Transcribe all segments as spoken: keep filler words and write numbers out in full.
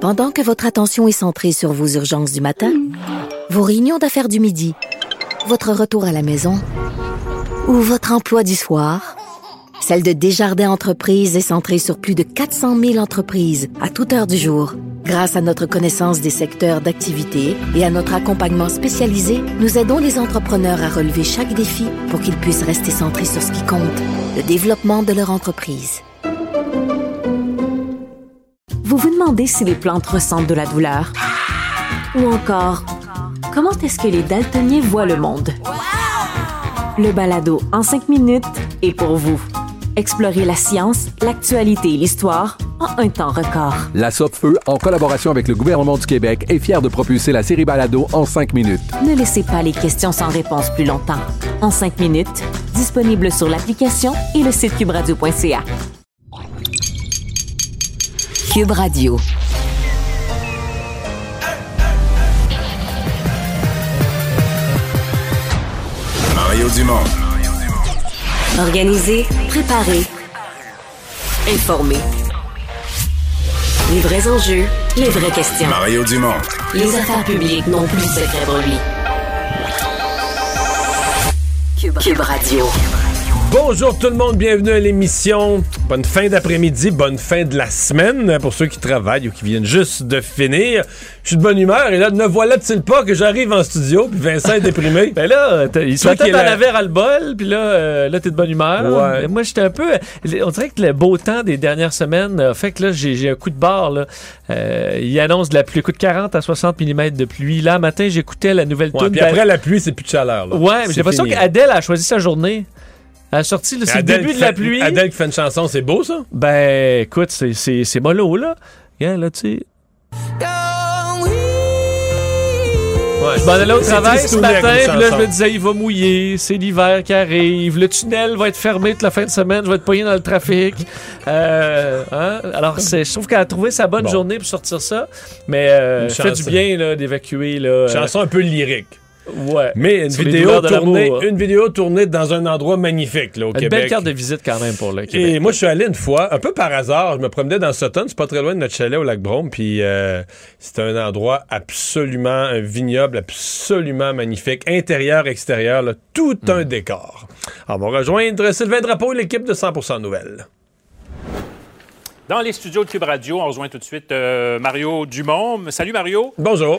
Pendant que votre attention est centrée sur vos urgences du matin, vos réunions d'affaires du midi, votre retour à la maison ou votre emploi du soir, celle de Desjardins Entreprises est centrée sur plus de quatre cent mille entreprises à toute heure du jour. Grâce à notre connaissance des secteurs d'activité et à notre accompagnement spécialisé, nous aidons les entrepreneurs à relever chaque défi pour qu'ils puissent rester centrés sur ce qui compte, le développement de leur entreprise. Vous vous demandez si les plantes ressentent de la douleur? Ou encore, comment est-ce que les daltoniens voient le monde? Le balado en cinq minutes est pour vous. Explorez la science, l'actualité et l'histoire en un temps record. La Sopfeu, en collaboration avec le gouvernement du Québec, est fière de propulser la série Balado en cinq minutes. Ne laissez pas les questions sans réponse plus longtemps. En cinq minutes, disponible sur l'application et le site cube radio point c a. Cube Radio. Mario Dumont. Organiser, préparer, informer. Les vrais enjeux, les vraies questions. Mario Dumont. Les affaires publiques n'ont plus de secret pour lui. Cube, Cube Radio. Bonjour tout le monde, bienvenue à l'émission. Bonne fin d'après-midi, bonne fin de la semaine pour ceux qui travaillent ou qui viennent juste de finir. Je suis de bonne humeur et là, ne voilà-t-il pas que j'arrive en studio puis Vincent est déprimé. Ben là, il se Toi met qui en la- avait ras le bol, puis là, euh, là t'es de bonne humeur. Ouais. Mais moi, j'étais un peu... On dirait que le beau temps des dernières semaines a fait que là, j'ai, j'ai un coup de barre. Là. Euh, il annonce de la pluie, écoute, quarante à soixante millimètres de pluie. Là, matin, j'écoutais la nouvelle Ouais, toune. puis après la pluie, c'est plus de chaleur. Là. Ouais, mais C'est j'ai l'impression fini. qu'Adèle a choisi sa journée. Elle a sorti, là, c'est Adèle le début qui de la fait- pluie. Adèle qui fait une chanson, c'est beau ça? Ben, écoute, c'est, c'est, c'est mollo, là. Regarde, là, tu sais... Ouais, Je m'en allais au c'est travail ce tristounet matin, comme puis là, je chanson. me disais, il va mouiller, c'est l'hiver qui arrive, le tunnel va être fermé toute la fin de semaine, je vais être pogné dans le trafic. Euh, hein? Alors, c'est, je trouve qu'elle a trouvé sa bonne Bon. journée pour sortir ça, mais euh, Une fait chance. du bien là, d'évacuer. Là, euh, Chanson un peu lyrique. ouais. Mais une Sur les vidéo, douleurs de tournée, l'amour. une vidéo tournée dans un endroit magnifique là, au Une Québec. belle carte de visite quand même pour le Québec. Et moi, je suis allé une fois, un peu par hasard, je me promenais dans Sutton, c'est pas très loin de notre chalet au Lac-Brome, puis euh, c'était un endroit absolument, un vignoble absolument magnifique, intérieur, extérieur, là, tout Hmm. un décor. Alors, on va rejoindre Sylvain Drapeau et l'équipe de cent pour cent Nouvelles. Dans les studios de Cube Radio, on rejoint tout de suite euh, Mario Dumont. Salut Mario. Bonjour.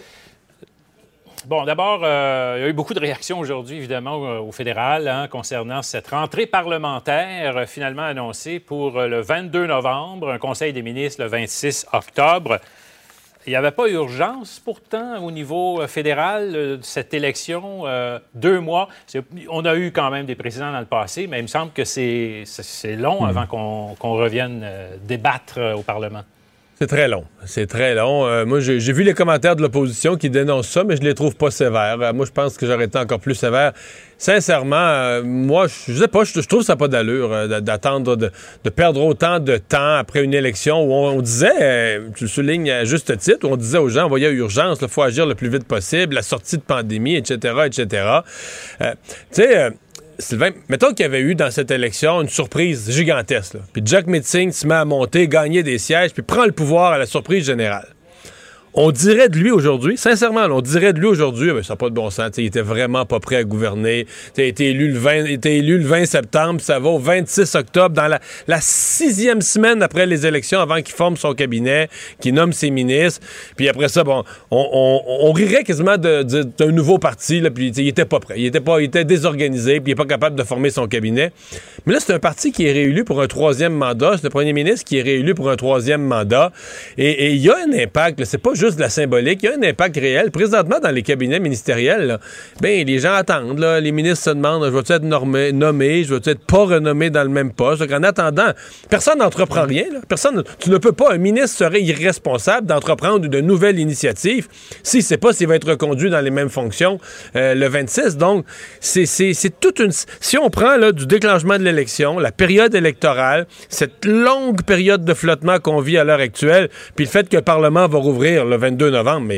Bon, d'abord, euh, il y a eu beaucoup de réactions aujourd'hui, évidemment, au, au fédéral, hein, concernant cette rentrée parlementaire euh, finalement annoncée pour euh, le vingt-deux novembre, un conseil des ministres le vingt-six octobre. Il n'y avait pas urgence, pourtant, au niveau euh, fédéral, euh, de cette élection, euh, deux mois. C'est- on a eu quand même des présidents dans le passé, mais il me semble que c'est, c'est, c'est long avant qu'on, qu'on revienne euh, débattre euh, au Parlement. C'est très long. C'est très long. Euh, moi, j'ai, j'ai vu les commentaires de l'opposition qui dénoncent ça, mais je les trouve pas sévères. Euh, moi, je pense que j'aurais été encore plus sévère. Sincèrement, euh, moi, je je sais pas, je, je trouve ça pas d'allure euh, d'attendre, de, de perdre autant de temps après une élection où on, on disait, euh, tu le soulignes à juste titre, où on disait aux gens, il y a urgence, il faut agir le plus vite possible, la sortie de pandémie, et cetera, et cetera. Euh, tu sais... Euh, Sylvain, mettons qu'il y avait eu dans cette élection une surprise gigantesque. Là. Puis Jack Metzing se met à monter, gagner des sièges, puis prend le pouvoir à la surprise générale. On dirait de lui aujourd'hui, sincèrement, là, on dirait de lui aujourd'hui, mais ça n'a pas de bon sens, il était vraiment pas prêt à gouverner. Il a été élu le vingt, il était élu le vingt septembre, ça va au vingt-six octobre, dans la, la sixième semaine après les élections, avant qu'il forme son cabinet, qu'il nomme ses ministres. Puis après ça, bon, on, on, on rirait quasiment de, de, d'un nouveau parti, là, puis il était pas prêt, il était, pas, il était désorganisé, puis il n'est pas capable de former son cabinet. Mais là, c'est un parti qui est réélu pour un troisième mandat, c'est le premier ministre qui est réélu pour un troisième mandat, et il y a un impact, là, c'est pas juste de la symbolique, il y a un impact réel. Présentement, dans les cabinets ministériels, là, ben, les gens attendent. Là, les ministres se demandent, je vais-tu être normé, nommé, je vais-tu être pas renommé dans le même poste. Donc, en attendant, personne n'entreprend rien. Là. Personne, tu ne peux pas, un ministre serait irresponsable d'entreprendre de nouvelles initiatives s'il ne sait pas s'il va être reconduit dans les mêmes fonctions euh, le vingt-six. Donc, c'est, c'est, c'est toute une... Si on prend là, du déclenchement de l'élection, la période électorale, cette longue période de flottement qu'on vit à l'heure actuelle, puis le fait que le Parlement va rouvrir le vingt-deux novembre, mais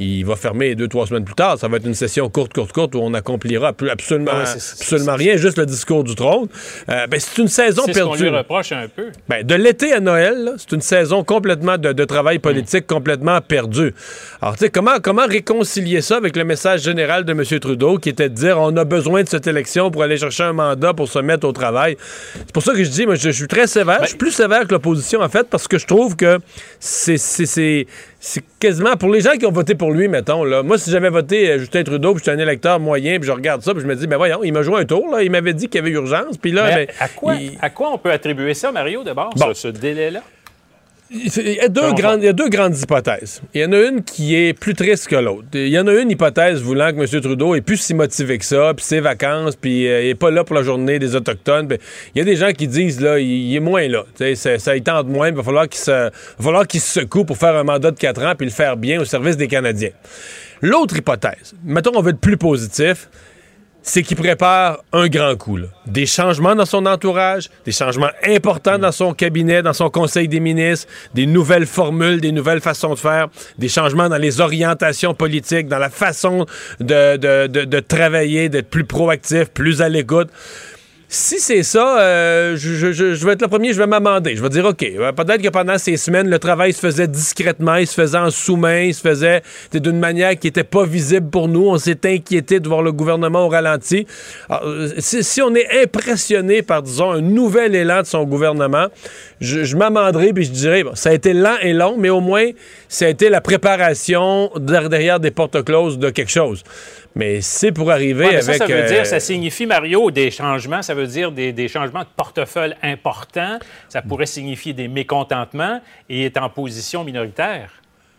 il va fermer deux, trois semaines plus tard. Ça va être une session courte, courte, courte où on accomplira absolument, ouais, c'est, c'est, absolument c'est, rien, juste le discours du trône. Euh, ben, c'est une saison c'est perdue. C'est ce qu'on lui reproche un peu. Ben, de l'été à Noël, là, c'est une saison complètement de, de travail politique mmh. complètement perdue. Alors, tu sais, comment, comment réconcilier ça avec le message général de M. Trudeau qui était de dire on a besoin de cette élection pour aller chercher un mandat pour se mettre au travail. C'est pour ça que je dis, moi, je, je suis très sévère. Ben, je suis plus sévère que l'opposition, en fait, parce que je trouve que c'est, c'est, c'est, c'est quasiment pour les gens qui ont voté pour lui, mettons. Là, moi, si j'avais voté Justin Trudeau, puis j'étais un électeur moyen, puis je regarde ça, puis je me dis, ben voyons, il m'a joué un tour, là, il m'avait dit qu'il y avait urgence, puis là, ben, à, quoi, il... à quoi on peut attribuer ça, Mario, d'abord, bon. ce, ce délai-là? Il y, a deux grandes, il y a deux grandes hypothèses. Il y en a une qui est plus triste que l'autre. Il y en a une hypothèse voulant que M. Trudeau est plus si motivé que ça, puis ses vacances, puis euh, il n'est pas là pour la journée des Autochtones. Puis, il y a des gens qui disent, là, il, il est moins là. Ça, ça il tente moins, il va falloir qu'il se, va falloir qu'il se secoue pour faire un mandat de quatre ans puis le faire bien au service des Canadiens. L'autre hypothèse, mettons on veut être plus positif, c'est qu'il prépare un grand coup. Là. Des changements dans son entourage, des changements importants dans son cabinet, dans son conseil des ministres, des nouvelles formules, des nouvelles façons de faire, des changements dans les orientations politiques, dans la façon de, de, de, de travailler, d'être plus proactif, plus à l'écoute. Si c'est ça, euh, je, je, je vais être le premier, je vais m'amender. Je vais dire, OK, peut-être que pendant ces semaines, le travail se faisait discrètement, il se faisait en sous-main, il se faisait d'une manière qui n'était pas visible pour nous. On s'est inquiété de voir le gouvernement au ralenti. Alors, si, si on est impressionné par, disons, un nouvel élan de son gouvernement, je, je m'amenderai puis je dirais, bon, ça a été lent et long, mais au moins, ça a été la préparation derrière des portes closes de quelque chose. Mais c'est pour arriver ouais, avec... Ça, ça veut euh... dire, ça signifie, Mario, des changements, ça veut dire des, des changements de portefeuille importants, ça pourrait signifier des mécontentements et est en position minoritaire.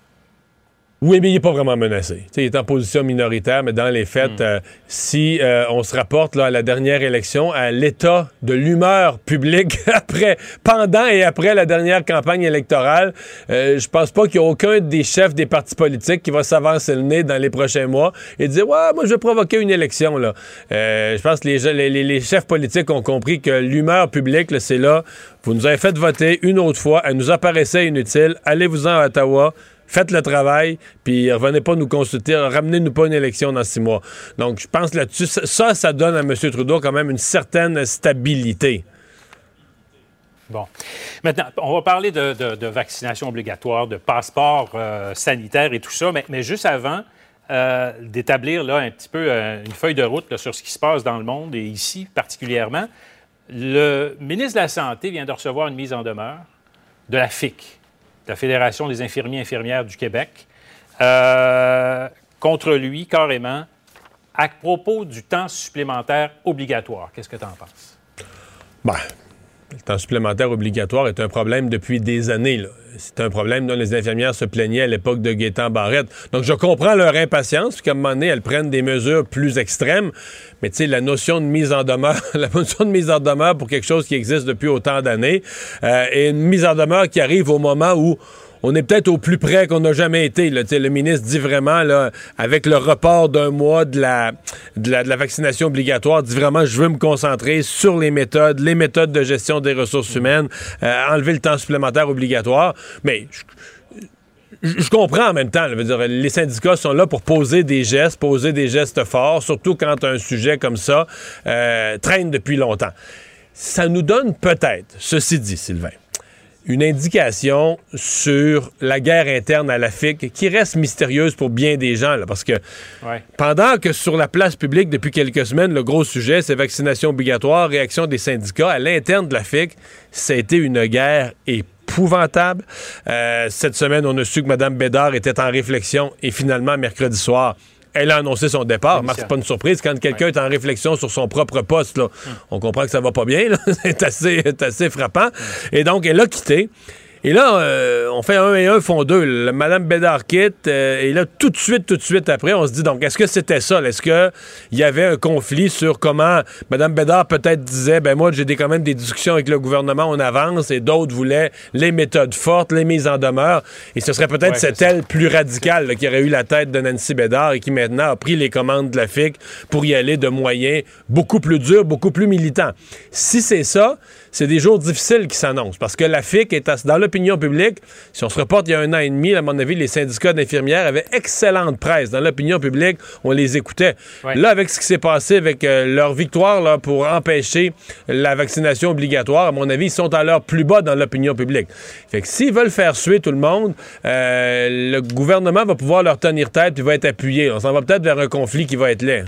Oui, mais il n'est pas vraiment menacé. T'sais, il est en position minoritaire, mais dans les faits, mm. euh, si euh, on se rapporte là, à la dernière élection, à l'état de l'humeur publique après, pendant et après la dernière campagne électorale, euh, je pense pas qu'il y a aucun des chefs des partis politiques qui va s'avancer le nez dans les prochains mois et dire « Ouais, moi, je vais provoquer une élection. » là. Euh, je pense que les, les, les chefs politiques ont compris que l'humeur publique, là, c'est là. Vous nous avez fait voter une autre fois, elle nous apparaissait inutile. Allez-vous-en à Ottawa. Faites le travail, puis revenez pas nous consulter, ramenez-nous pas une élection dans six mois. Donc, je pense là-dessus, ça, ça donne à M. Trudeau quand même une certaine stabilité. Bon. Maintenant, on va parler de, de, de vaccination obligatoire, de passeport euh, sanitaire et tout ça, mais, mais juste avant euh, d'établir là, un petit peu euh, une feuille de route là, sur ce qui se passe dans le monde et ici particulièrement, le ministre de la Santé vient de recevoir une mise en demeure de la F I C, de la Fédération des infirmiers et infirmières du Québec, euh, contre lui, carrément, à propos du temps supplémentaire obligatoire. Qu'est-ce que tu en penses? Ben, le temps supplémentaire obligatoire est un problème depuis des années, là. C'est un problème dont les infirmières se plaignaient à l'époque de Gaétan Barrette. Donc, je comprends leur impatience, puis qu'à un moment donné, elles prennent des mesures plus extrêmes. Mais tu sais, la notion de mise en demeure, la notion de mise en demeure pour quelque chose qui existe depuis autant d'années, euh, et une mise en demeure qui arrive au moment où on est peut-être au plus près qu'on n'a jamais été. Là. Le ministre dit vraiment, là, avec le report d'un mois de la, de, la, de la vaccination obligatoire, dit vraiment, je veux me concentrer sur les méthodes, les méthodes de gestion des ressources humaines, euh, enlever le temps supplémentaire obligatoire. Mais je, je comprends en même temps. Là, je veux dire, les syndicats sont là pour poser des gestes, poser des gestes forts, surtout quand un sujet comme ça euh, traîne depuis longtemps. Ça nous donne peut-être, ceci dit, Sylvain, une indication sur la guerre interne à la F I C qui reste mystérieuse pour bien des gens, là, parce que ouais. pendant que sur la place publique, depuis quelques semaines, le gros sujet, c'est vaccination obligatoire, réaction des syndicats, à l'interne de la F I C, ça a été une guerre épouvantable. Euh, cette semaine, on a su que Mme Bédard était en réflexion et finalement, mercredi soir, elle a annoncé son départ. C'est pas une surprise. Quand quelqu'un ouais. est en réflexion sur son propre poste, là, hum. on comprend que ça va pas bien. Là. c'est, assez, c'est assez frappant. Hum. Et donc, elle a quitté. Et là, euh, on fait un et un font deux. Là. Mme Bédard quitte. Euh, et là, tout de suite, tout de suite après, on se dit, donc, est-ce que c'était ça? Là? Est-ce qu'il y avait un conflit sur comment Mme Bédard peut-être disait, ben moi, j'ai des, quand même des discussions avec le gouvernement, on avance, et d'autres voulaient les méthodes fortes, les mises en demeure. Et ce serait peut-être ouais, cette aile plus radicale là, qui aurait eu la tête de Nancy Bédard et qui maintenant a pris les commandes de la F I C pour y aller de moyens beaucoup plus durs, beaucoup plus militants. Si c'est ça, c'est des jours difficiles qui s'annoncent parce que la F I C est à, dans l'opinion publique. Si on se reporte il y a un an et demi, à mon avis, les syndicats d'infirmières avaient excellente presse. Dans l'opinion publique, on les écoutait. Ouais. Là, avec ce qui s'est passé, avec euh, leur victoire là, pour empêcher la vaccination obligatoire, à mon avis, ils sont à leur plus bas dans l'opinion publique. Fait que s'ils veulent faire suer tout le monde, euh, le gouvernement va pouvoir leur tenir tête et va être appuyé. On s'en va peut-être vers un conflit qui va être laid.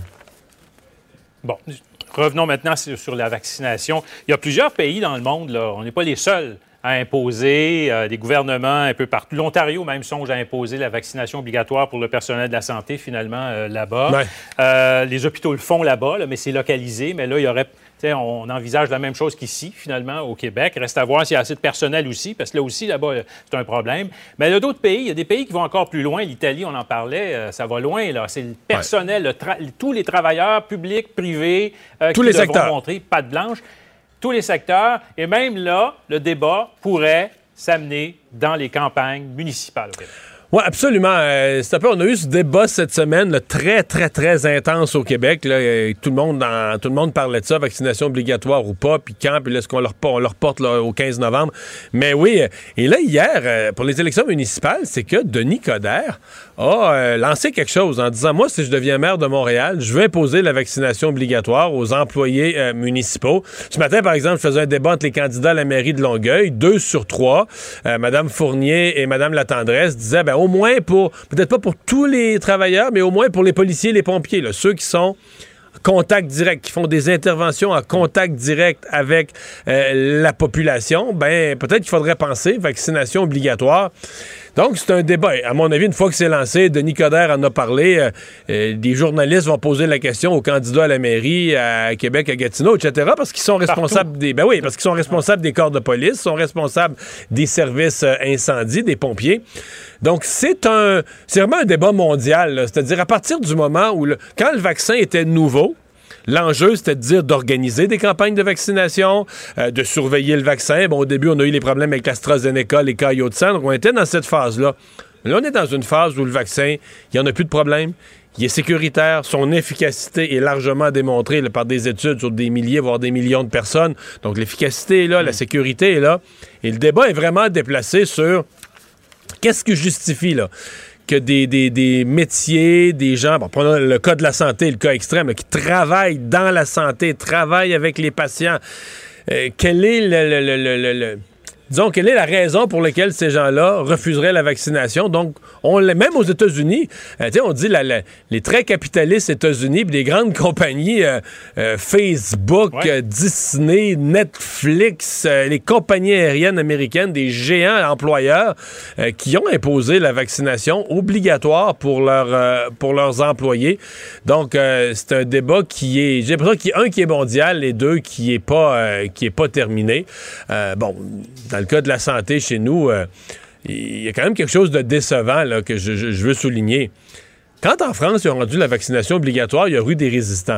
Bon, revenons maintenant sur la vaccination. Il y a plusieurs pays dans le monde, là. On n'est pas les seuls à imposer, euh, des gouvernements un peu partout. L'Ontario même songe à imposer la vaccination obligatoire pour le personnel de la santé, finalement, euh, là-bas. Ouais. Euh, les hôpitaux le font là-bas, là, mais c'est localisé. Mais là, il y aurait... On envisage la même chose qu'ici, finalement, au Québec. Reste à voir s'il y a assez de personnel aussi, parce que là aussi, là-bas, c'est un problème. Mais il y a d'autres pays. Il y a des pays qui vont encore plus loin. L'Italie, on en parlait, euh, ça va loin, là. C'est le personnel, ouais. le tra- tous les travailleurs publics, privés, euh, tous qui les devront secteurs. montrer patte blanche. Tous les secteurs. Et même là, le débat pourrait s'amener dans les campagnes municipales au Québec. Oui, absolument. Euh, c'est un peu, on a eu ce débat cette semaine là, très, très, très intense au Québec. Là, et tout, le monde dans, tout le monde parlait de ça, vaccination obligatoire ou pas, puis quand, puis là, est-ce qu'on le reporte, on le reporte là, au quinze novembre. Mais oui, et là, hier, pour les élections municipales, c'est que Denis Coderre a euh, lancé quelque chose en disant, moi, si je deviens maire de Montréal, je veux imposer la vaccination obligatoire aux employés euh, municipaux. Ce matin, par exemple, je faisais un débat entre les candidats à la mairie de Longueuil, deux sur trois. Euh, Mme Fournier et Mme Latendresse disaient, ben au moins pour, peut-être pas pour tous les travailleurs, mais au moins pour les policiers et les pompiers, là, ceux qui sont en contact direct, qui font des interventions en contact direct avec euh, la population, ben peut-être qu'il faudrait penser vaccination obligatoire. Donc, c'est un débat. À mon avis, une fois que c'est lancé, Denis Coderre en a parlé, euh, euh, des journalistes vont poser la question aux candidats à la mairie, à Québec, à Gatineau, et cetera, parce qu'ils sont responsables Partout. des... Ben oui, parce qu'ils sont responsables des corps de police, sont responsables des services euh, incendies, des pompiers. Donc, c'est un... C'est vraiment un débat mondial, là. C'est-à-dire, à partir du moment où... Le, quand le vaccin était nouveau, l'enjeu, c'était de dire d'organiser des campagnes de vaccination, euh, de surveiller le vaccin. Bon, au début, on a eu les problèmes avec l'AstraZeneca, les caillots de sang. Donc, on était dans cette phase-là. Là, on est dans une phase où le vaccin, il n'y en a plus de problème. Il est sécuritaire. Son efficacité est largement démontrée là, par des études sur des milliers, voire des millions de personnes. Donc, l'efficacité est là, mmh. la sécurité est là. Et le débat est vraiment déplacé sur qu'est-ce qui justifie, là, que des, des, des métiers, des gens, bon, prenons le cas de la santé, le cas extrême, là, qui travaillent dans la santé, travaillent avec les patients. Euh, quel est le, le, le, le, le, le disons, quelle est la raison pour laquelle ces gens-là refuseraient la vaccination? Donc, on l'a même aux États-Unis. Euh, on dit la, la, les très capitalistes États-Unis, puis des grandes compagnies, euh, euh, Facebook, ouais. euh, Disney, Netflix, euh, les compagnies aériennes américaines, des géants employeurs euh, qui ont imposé la vaccination obligatoire pour, leur, euh, pour leurs employés. Donc, euh, c'est un débat qui est, j'ai l'impression qu'il y a un qui est mondial et deux qui est pas, euh, qui est pas terminé. Euh, bon, dans le cas de la santé chez nous, euh, il y a quand même quelque chose de décevant là, que je, je, je veux souligner. Quand en France, ils ont rendu la vaccination obligatoire, il y a eu des résistants.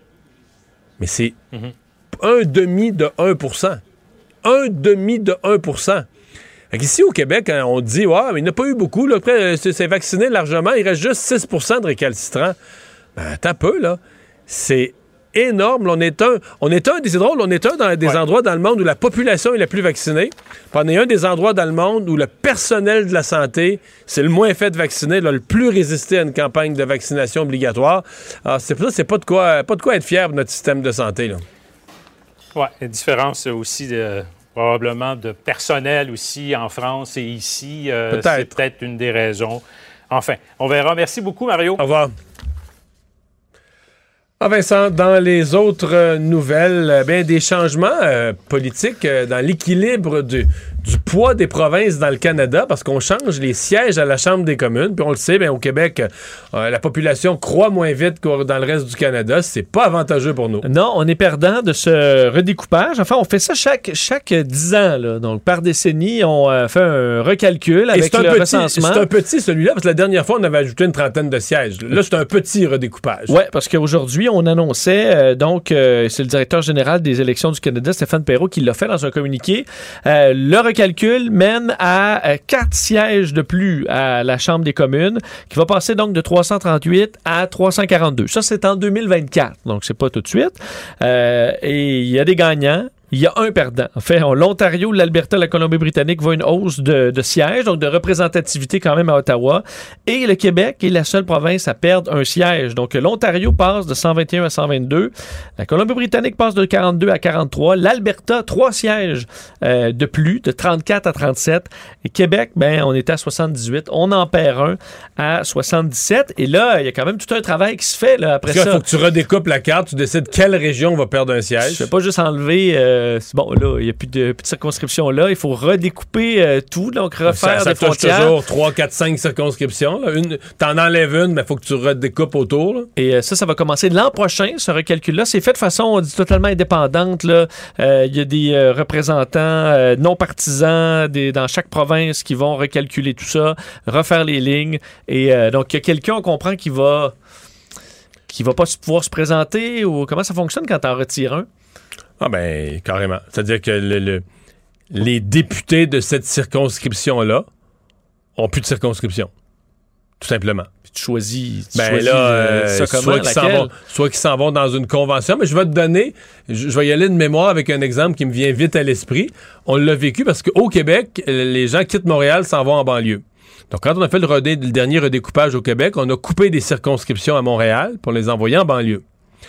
Mais c'est mm-hmm. un demi de un pour cent. Un demi de un pour cent. Fait qu'ici, au Québec, hein, on dit, ouais, mais il n'y en a pas eu beaucoup. Là, après, c'est, c'est vacciné largement. Il reste juste six pour cent de récalcitrants. Ben, attends un peu, là. C'est énorme. Là, on est un, on est un, c'est drôle, on est un dans des ouais. endroits dans le monde où la population est la plus vaccinée. Puis on est un des endroits dans le monde où le personnel de la santé, c'est le moins fait de vacciner, là, le plus résisté à une campagne de vaccination obligatoire. Alors, c'est pour ça, c'est pas de quoi, pas de quoi être fier de notre système de santé, là. Oui, il y a une différence aussi de, probablement de personnel aussi en France et ici. Euh, peut-être. C'est peut-être une des raisons. Enfin, on verra. Merci beaucoup, Mario. Au revoir. Ah Vincent, dans les autres euh, nouvelles, euh, bien, des changements euh, politiques euh, dans l'équilibre du, du poids des provinces dans le Canada, parce qu'on change les sièges à la Chambre des communes, puis on le sait, bien, au Québec, euh, la population croît moins vite que dans le reste du Canada. C'est pas avantageux pour nous. Non, on est perdant de ce redécoupage. Enfin, on fait ça chaque, chaque dix ans, là. Donc, par décennie, on euh, fait un recalcul avec le petit, recensement. C'est un petit, celui-là, parce que la dernière fois, on avait ajouté une trentaine de sièges. Là, c'est un petit redécoupage. Oui, parce qu'aujourd'hui, on annonçait, euh, donc, euh, c'est le directeur général des élections du Canada, Stéphane Perreault, qui l'a fait dans un communiqué. Euh, le recalcul mène à euh, quatre sièges de plus à la Chambre des communes, qui va passer donc de trois cent trente-huit à trois cent quarante-deux. Ça, c'est en deux mille vingt-quatre, donc c'est pas tout de suite. Euh, et il y a des gagnants. il y a un perdant. En fait, l'Ontario, l'Alberta, la Colombie-Britannique voient une hausse de, de sièges, donc de représentativité quand même à Ottawa. Et le Québec est la seule province à perdre un siège. Donc, l'Ontario passe de cent vingt et un à cent vingt-deux. La Colombie-Britannique passe de quarante-deux à quarante-trois. L'Alberta, trois sièges euh, de plus, de trente-quatre à trente-sept. Et Québec, ben, on était à soixante-dix-huit. On en perd un à soixante-dix-sept. Et là, il y a quand même tout un travail qui se fait là, après Parce ça. Il faut que tu redécoupes la carte, tu décides quelle région va perdre un siège. Je ne vais pas juste enlever... Euh, Euh, bon, là, il n'y a plus de, plus de circonscription là. Il faut redécouper euh, tout, donc refaire ça, ça des frontières. Ça touche toujours trois, quatre, cinq circonscriptions. Là. Une, t'en enlèves une, mais il faut que tu redécoupes autour. Là. Et euh, ça, ça va commencer l'an prochain, ce recalcul-là. C'est fait de façon, on dit, totalement indépendante. Il euh, y a des euh, représentants euh, non partisans des, dans chaque province qui vont recalculer tout ça, refaire les lignes. Et euh, donc, il y a quelqu'un, on comprend, qui va, qui va pas pouvoir se présenter ou comment ça fonctionne quand t'en retires un? Ah ben, carrément. C'est-à-dire que le, le, les députés de cette circonscription-là ont plus de circonscription. Tout simplement. Puis tu choisis, tu ben choisis là, euh, ça soit comment, qu'ils s'en vont, soit qu'ils s'en vont dans une convention. Mais je vais te donner, je, je vais y aller de mémoire avec un exemple qui me vient vite à l'esprit. On l'a vécu parce qu'au Québec, les gens quittent Montréal, s'en vont en banlieue. Donc, quand on a fait le, redé, le dernier redécoupage au Québec, on a coupé des circonscriptions à Montréal pour les envoyer en banlieue.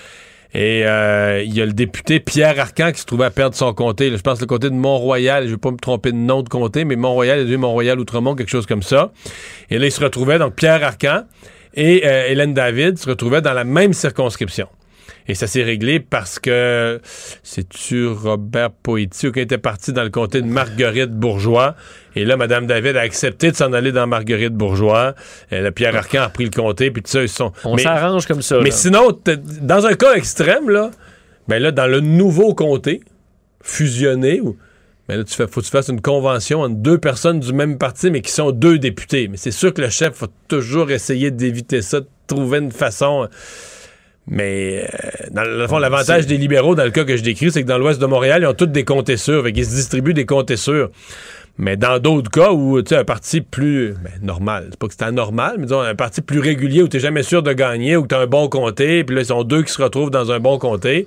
Et euh, il y a le député Pierre Arcan qui se trouvait à perdre son comté. Là, je pense le comté de Mont-Royal. Je ne vais pas me tromper de nom de comté, mais Mont-Royal, il y a Mont-Royal-Outremont, quelque chose comme ça. Et là, il se retrouvait, donc Pierre Arcan et euh, Hélène David se retrouvaient dans la même circonscription. Et ça s'est réglé parce que c'est-tu Robert Poitiers qui était parti dans le comté de Marguerite-Bourgeois. Et là, Mme David a accepté de s'en aller dans Marguerite-Bourgeois. Et là, Pierre Arcan a pris le comté, puis tout ça, ils sont... On mais, s'arrange comme ça. Mais là. sinon, dans un cas extrême, là, ben là, dans le nouveau comté, fusionné, ou ben là, tu fais, faut que tu fasses une convention entre deux personnes du même parti, mais qui sont deux députés. Mais c'est sûr que le chef va toujours essayer d'éviter ça, de trouver une façon... Mais, euh, dans le fond, l'avantage des libéraux, dans le cas que je décris, c'est que dans l'ouest de Montréal, ils ont tous des comtés sûrs. Fait qu'ils se distribuent des comtés sûrs. Mais dans d'autres cas où, tu sais, un parti plus ben, normal, c'est pas que c'est anormal, mais disons, un parti plus régulier où t'es jamais sûr de gagner, où t'as un bon comté, puis là, ils sont deux qui se retrouvent dans un bon comté.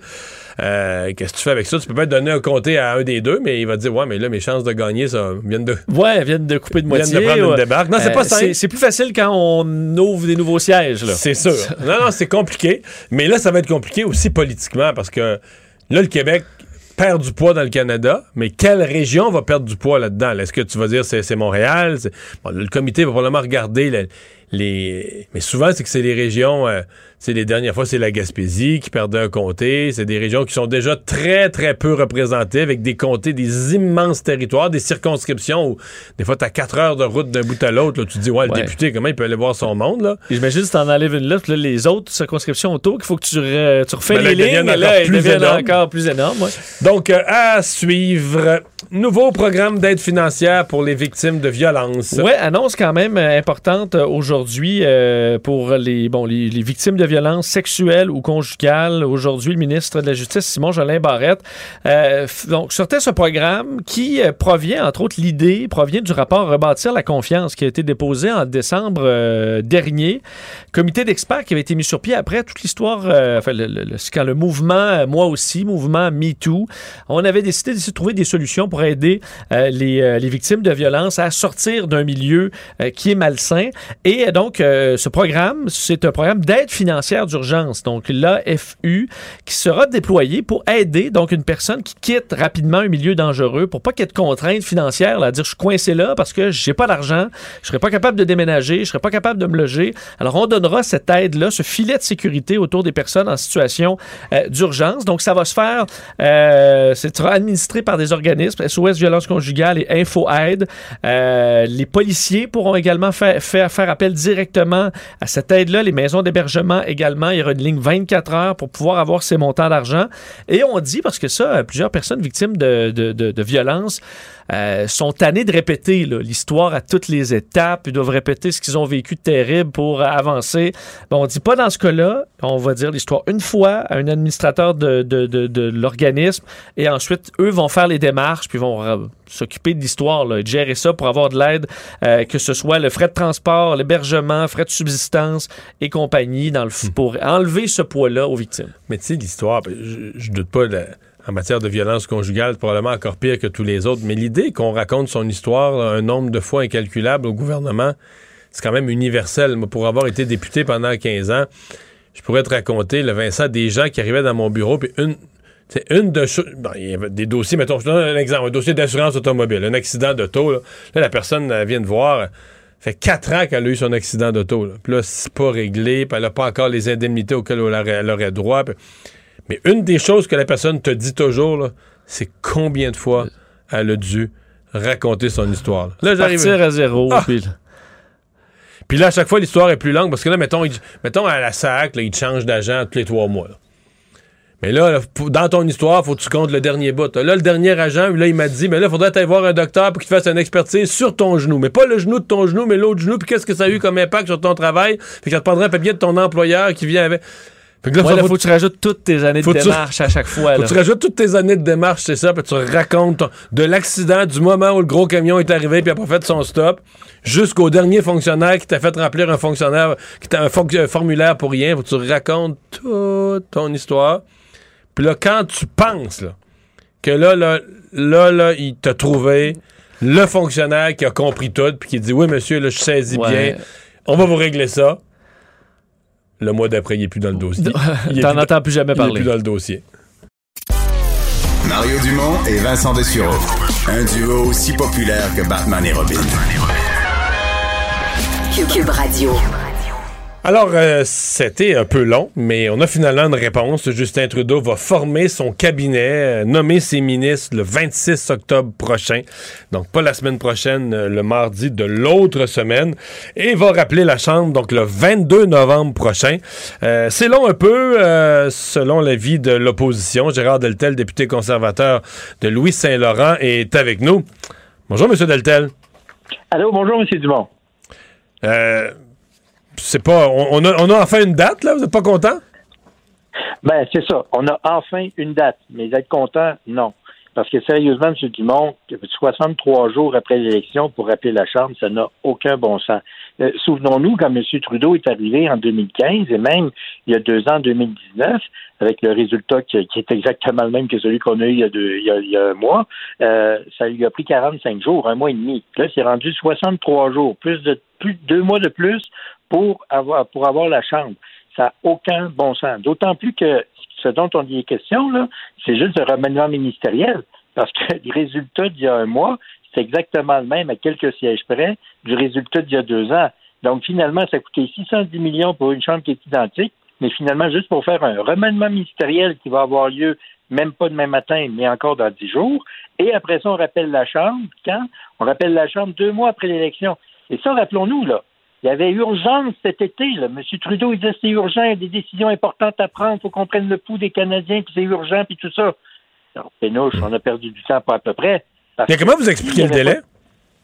Euh, qu'est-ce que tu fais avec ça? Tu peux pas donner un comté à un des deux, mais il va te dire, ouais, mais là, mes chances de gagner, ça, viennent de... Ouais, viennent de couper de moitié. Viennent de prendre ouais. une débarque. Non, c'est euh, pas simple. C'est, c'est plus facile quand on ouvre des nouveaux sièges, là. C'est sûr. Non, non, c'est compliqué. Mais là, ça va être compliqué aussi politiquement, parce que là, le Québec perd du poids dans le Canada, mais quelle région va perdre du poids là-dedans? Là, est-ce que tu vas dire c'est, c'est Montréal? C'est... Bon, le comité va probablement regarder les... les... Mais souvent, c'est que c'est les régions... Euh, c'est les dernières fois, c'est la Gaspésie qui perdait un comté. C'est des régions qui sont déjà très, très peu représentées, avec des comtés, des immenses territoires, des circonscriptions où des fois, t'as quatre heures de route d'un bout à l'autre. Là, tu te dis, ouais, le ouais. député, comment il peut aller voir son monde? Là? Et j'imagine que tu en enlèves une là, puis là, les autres circonscriptions autour, qu'il faut que tu, re, tu refais ben, les lignes, et là, elles deviennent encore plus énormes. Ouais. Donc, euh, à suivre, nouveau programme d'aide financière pour les victimes de violences. Oui, annonce quand même importante aujourd'hui euh, pour les, bon, les, les victimes de violences sexuelles ou conjugales. Aujourd'hui, le ministre de la Justice, Simon-Jolin Barrette, euh, donc, sortait ce programme qui euh, provient, entre autres, l'idée provient du rapport Rebâtir la confiance qui a été déposé en décembre euh, dernier. Comité d'experts qui avait été mis sur pied après toute l'histoire, euh, enfin, le, le, le, quand le mouvement, euh, moi aussi, mouvement MeToo, on avait décidé de trouver des solutions pour aider euh, les, euh, les victimes de violences à sortir d'un milieu euh, qui est malsain. Et donc, euh, ce programme, c'est un programme d'aide financière d'urgence, donc l'A F U, qui sera déployé pour aider donc une personne qui quitte rapidement un milieu dangereux pour pas qu'il y ait de contraintes financières, là, à dire je suis coincé là parce que j'ai pas d'argent, je serai pas capable de déménager, je serai pas capable de me loger. Alors, on donnera cette aide-là, ce filet de sécurité autour des personnes en situation euh, d'urgence. Donc, ça va se faire, euh, c'est sera administré par des organismes, S O S Violence conjugale et InfoAide. Euh, les policiers pourront également faire, faire, faire appel directement à cette aide-là. Les maisons d'hébergement également. Il y aura une ligne vingt-quatre heures pour pouvoir avoir ces montants d'argent. Et on dit, parce que ça, plusieurs personnes victimes de, de, de, de violences euh, sont tannées de répéter là, l'histoire à toutes les étapes. Ils doivent répéter ce qu'ils ont vécu de terrible pour avancer. Bon, on dit pas dans ce cas-là. On va dire l'histoire une fois à un administrateur de, de, de, de l'organisme et ensuite, eux vont faire les démarches puis vont euh, s'occuper de l'histoire, là, et de gérer ça pour avoir de l'aide, euh, que ce soit le frais de transport, l'hébergement, frais de subsistance et compagnie dans le, pour enlever ce poids-là aux victimes. Mais tu sais, l'histoire, je, je doute pas de... en matière de violence conjugale, probablement encore pire que tous les autres. Mais l'idée qu'on raconte son histoire là, un nombre de fois incalculable au gouvernement, c'est quand même universel. Moi, pour avoir été député pendant quinze ans, je pourrais te raconter, le Vincent, des gens qui arrivaient dans mon bureau, puis une... C'est une de choses. Bon, il y avait des dossiers, mettons, je te donne un exemple, un dossier d'assurance automobile, un accident d'auto. Là, là la personne elle vient de voir, fait quatre ans qu'elle a eu son accident d'auto. Là. Puis là, c'est pas réglé, puis elle n'a pas encore les indemnités auxquelles elle aurait, elle aurait droit. Puis... Mais une des choses que la personne te dit toujours, là, c'est combien de fois elle a dû raconter son histoire. Là, là j'arrive. Partir à zéro. Ah! Puis... puis là, à chaque fois, l'histoire est plus longue, parce que là, mettons, il, mettons à la S A C, là, il te change d'agent tous les trois mois. Là. Mais là, dans ton histoire, faut que tu comptes le dernier bout. Là, le dernier agent, là, il m'a dit, mais là, il faudrait aller voir un docteur pour qu'il te fasse une expertise sur ton genou. Mais pas le genou de ton genou, mais l'autre genou. Puis qu'est-ce que ça a eu comme impact sur ton travail? Fait que ça te prendrait un papier de ton employeur qui vient avec... Fait que là, ouais, il faut, faut que tu rajoutes toutes tes années de démarche tu... à chaque fois. Faut là. que tu rajoutes toutes tes années de démarche, c'est ça, puis tu racontes ton... de l'accident, du moment où le gros camion est arrivé puis a pas fait son stop, jusqu'au dernier fonctionnaire qui t'a fait remplir un fonctionnaire, qui t'a un, fo- un formulaire pour rien. Faut que tu racontes toute ton histoire. Puis là, quand tu penses là, que là, là, là, là, il t'a trouvé le fonctionnaire qui a compris tout, puis qui dit « Oui, monsieur, là, je saisis ouais. bien, on va vous régler ça », le mois d'après, il n'est plus dans le dossier. T'en entends plus jamais parler. Il n'est plus dans le dossier. Mario Dumont et Vincent Dessureau. Un duo aussi populaire que Batman et Robin. Cube Radio. Alors, euh, c'était un peu long, mais on a finalement une réponse. Justin Trudeau va former son cabinet, euh, nommer ses ministres le vingt-six octobre prochain. Donc, pas la semaine prochaine, euh, le mardi de l'autre semaine. Et va rappeler la Chambre, donc le vingt-deux novembre prochain. Euh, c'est long un peu, euh, selon l'avis de l'opposition. Gérard Deltel, député conservateur de Louis-Saint-Laurent, est avec nous. Bonjour, M. Deltel. Allô, bonjour, M. Dumont. Euh... C'est pas. On, on, a, on a enfin une date, là? Vous n'êtes pas content? Ben, c'est ça. On a enfin une date. Mais être content, non. Parce que sérieusement, M. Dumont, soixante-trois jours après l'élection pour rappeler la Chambre, ça n'a aucun bon sens. Euh, souvenons-nous, quand M. Trudeau est arrivé en deux mille quinze, et même il y a deux ans, en deux mille dix-neuf, avec le résultat qui, qui est exactement le même que celui qu'on a eu il y a, deux, il y a, il y a un mois, euh, ça lui a pris quarante-cinq jours, un mois et demi. Là, c'est rendu soixante-trois jours, plus de plus deux mois de plus pour avoir pour avoir la Chambre. Ça n'a aucun bon sens. D'autant plus que ce dont on dit question, là, c'est juste un remaniement ministériel. Parce que les résultats d'il y a un mois, c'est exactement le même à quelques sièges près du résultat d'il y a deux ans. Donc, finalement, ça a coûté six cent dix millions pour une Chambre qui est identique, mais finalement, juste pour faire un remaniement ministériel qui va avoir lieu même pas demain matin, mais encore dans dix jours. Et après ça, on rappelle la Chambre. Quand? On rappelle la Chambre deux mois après l'élection. Et ça, rappelons-nous, là, il y avait urgence cet été. Là. M. Trudeau, il disait c'est urgent, il y a des décisions importantes à prendre, il faut qu'on prenne le pouls des Canadiens, puis c'est urgent, puis tout ça. Alors, pénouche, on a perdu du temps pas à peu près. Mais comment vous expliquez le délai? Pas...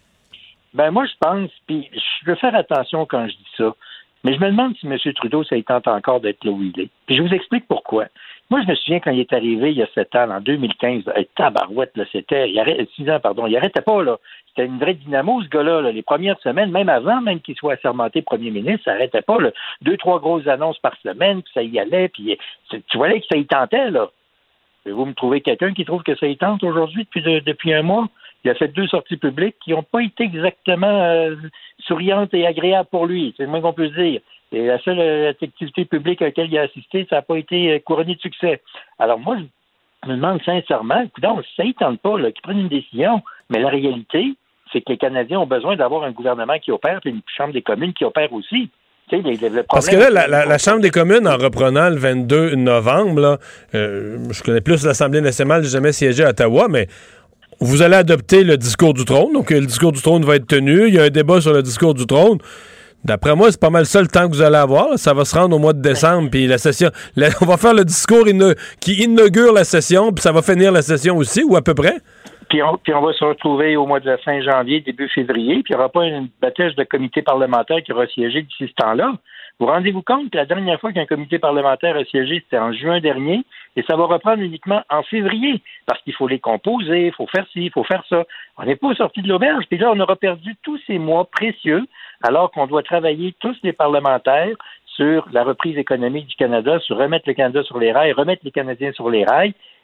Ben moi, je pense, puis je veux faire attention quand je dis ça, mais je me demande si M. Trudeau, ça il tente encore d'être là où il est. Puis je vous explique pourquoi. Moi, je me souviens quand il est arrivé il y a sept ans, en deux mille quinze, là, tabarouette, là, c'était, il arrêtait, six ans, pardon, il arrêtait pas, là. C'était une vraie dynamo, ce gars-là, là. Les premières semaines, même avant, même qu'il soit assermenté premier ministre, ça arrêtait pas, là. Deux, trois grosses annonces par semaine, puis ça y allait, puis tu voyais que ça y tentait, là. Vous me trouvez quelqu'un qui trouve que ça y tente aujourd'hui depuis, de, depuis un mois? Il a fait deux sorties publiques qui n'ont pas été exactement euh, souriantes et agréables pour lui. C'est le moins qu'on peut dire. Et la seule euh, activité publique à laquelle il a assisté, ça n'a pas été euh, couronné de succès. Alors moi, je me demande sincèrement, écoute, ça ne tente pas là, qu'ils prennent une décision. Mais la réalité, c'est que les Canadiens ont besoin d'avoir un gouvernement qui opère et une Chambre des communes qui opère aussi. Les, les, le Parce que là, la, la, la Chambre des communes, en reprenant le vingt-deux novembre, là, euh, je connais plus l'Assemblée nationale, j'ai jamais siégé à Ottawa, mais vous allez adopter le discours du trône, donc le discours du trône va être tenu, il y a un débat sur le discours du trône. D'après moi, c'est pas mal ça le temps que vous allez avoir. Là. Ça va se rendre au mois de décembre, puis la session, la, on va faire le discours ino- qui inaugure la session, puis ça va finir la session aussi, ou à peu près. Puis on, puis on va se retrouver au mois de fin janvier, début février, puis il n'y aura pas une bâtisse de comité parlementaire qui aura siégé d'ici ce temps-là. Vous rendez-vous compte que la dernière fois qu'un comité parlementaire a siégé, c'était en juin dernier, et ça va reprendre uniquement en février, parce qu'il faut les composer, il faut faire ci, il faut faire ça. On n'est pas sorti de l'auberge, puis là, on aura perdu tous ces mois précieux, alors qu'on doit travailler tous les parlementaires sur la reprise économique du Canada, sur remettre le Canada sur les rails, remettre les Canadiens sur les rails.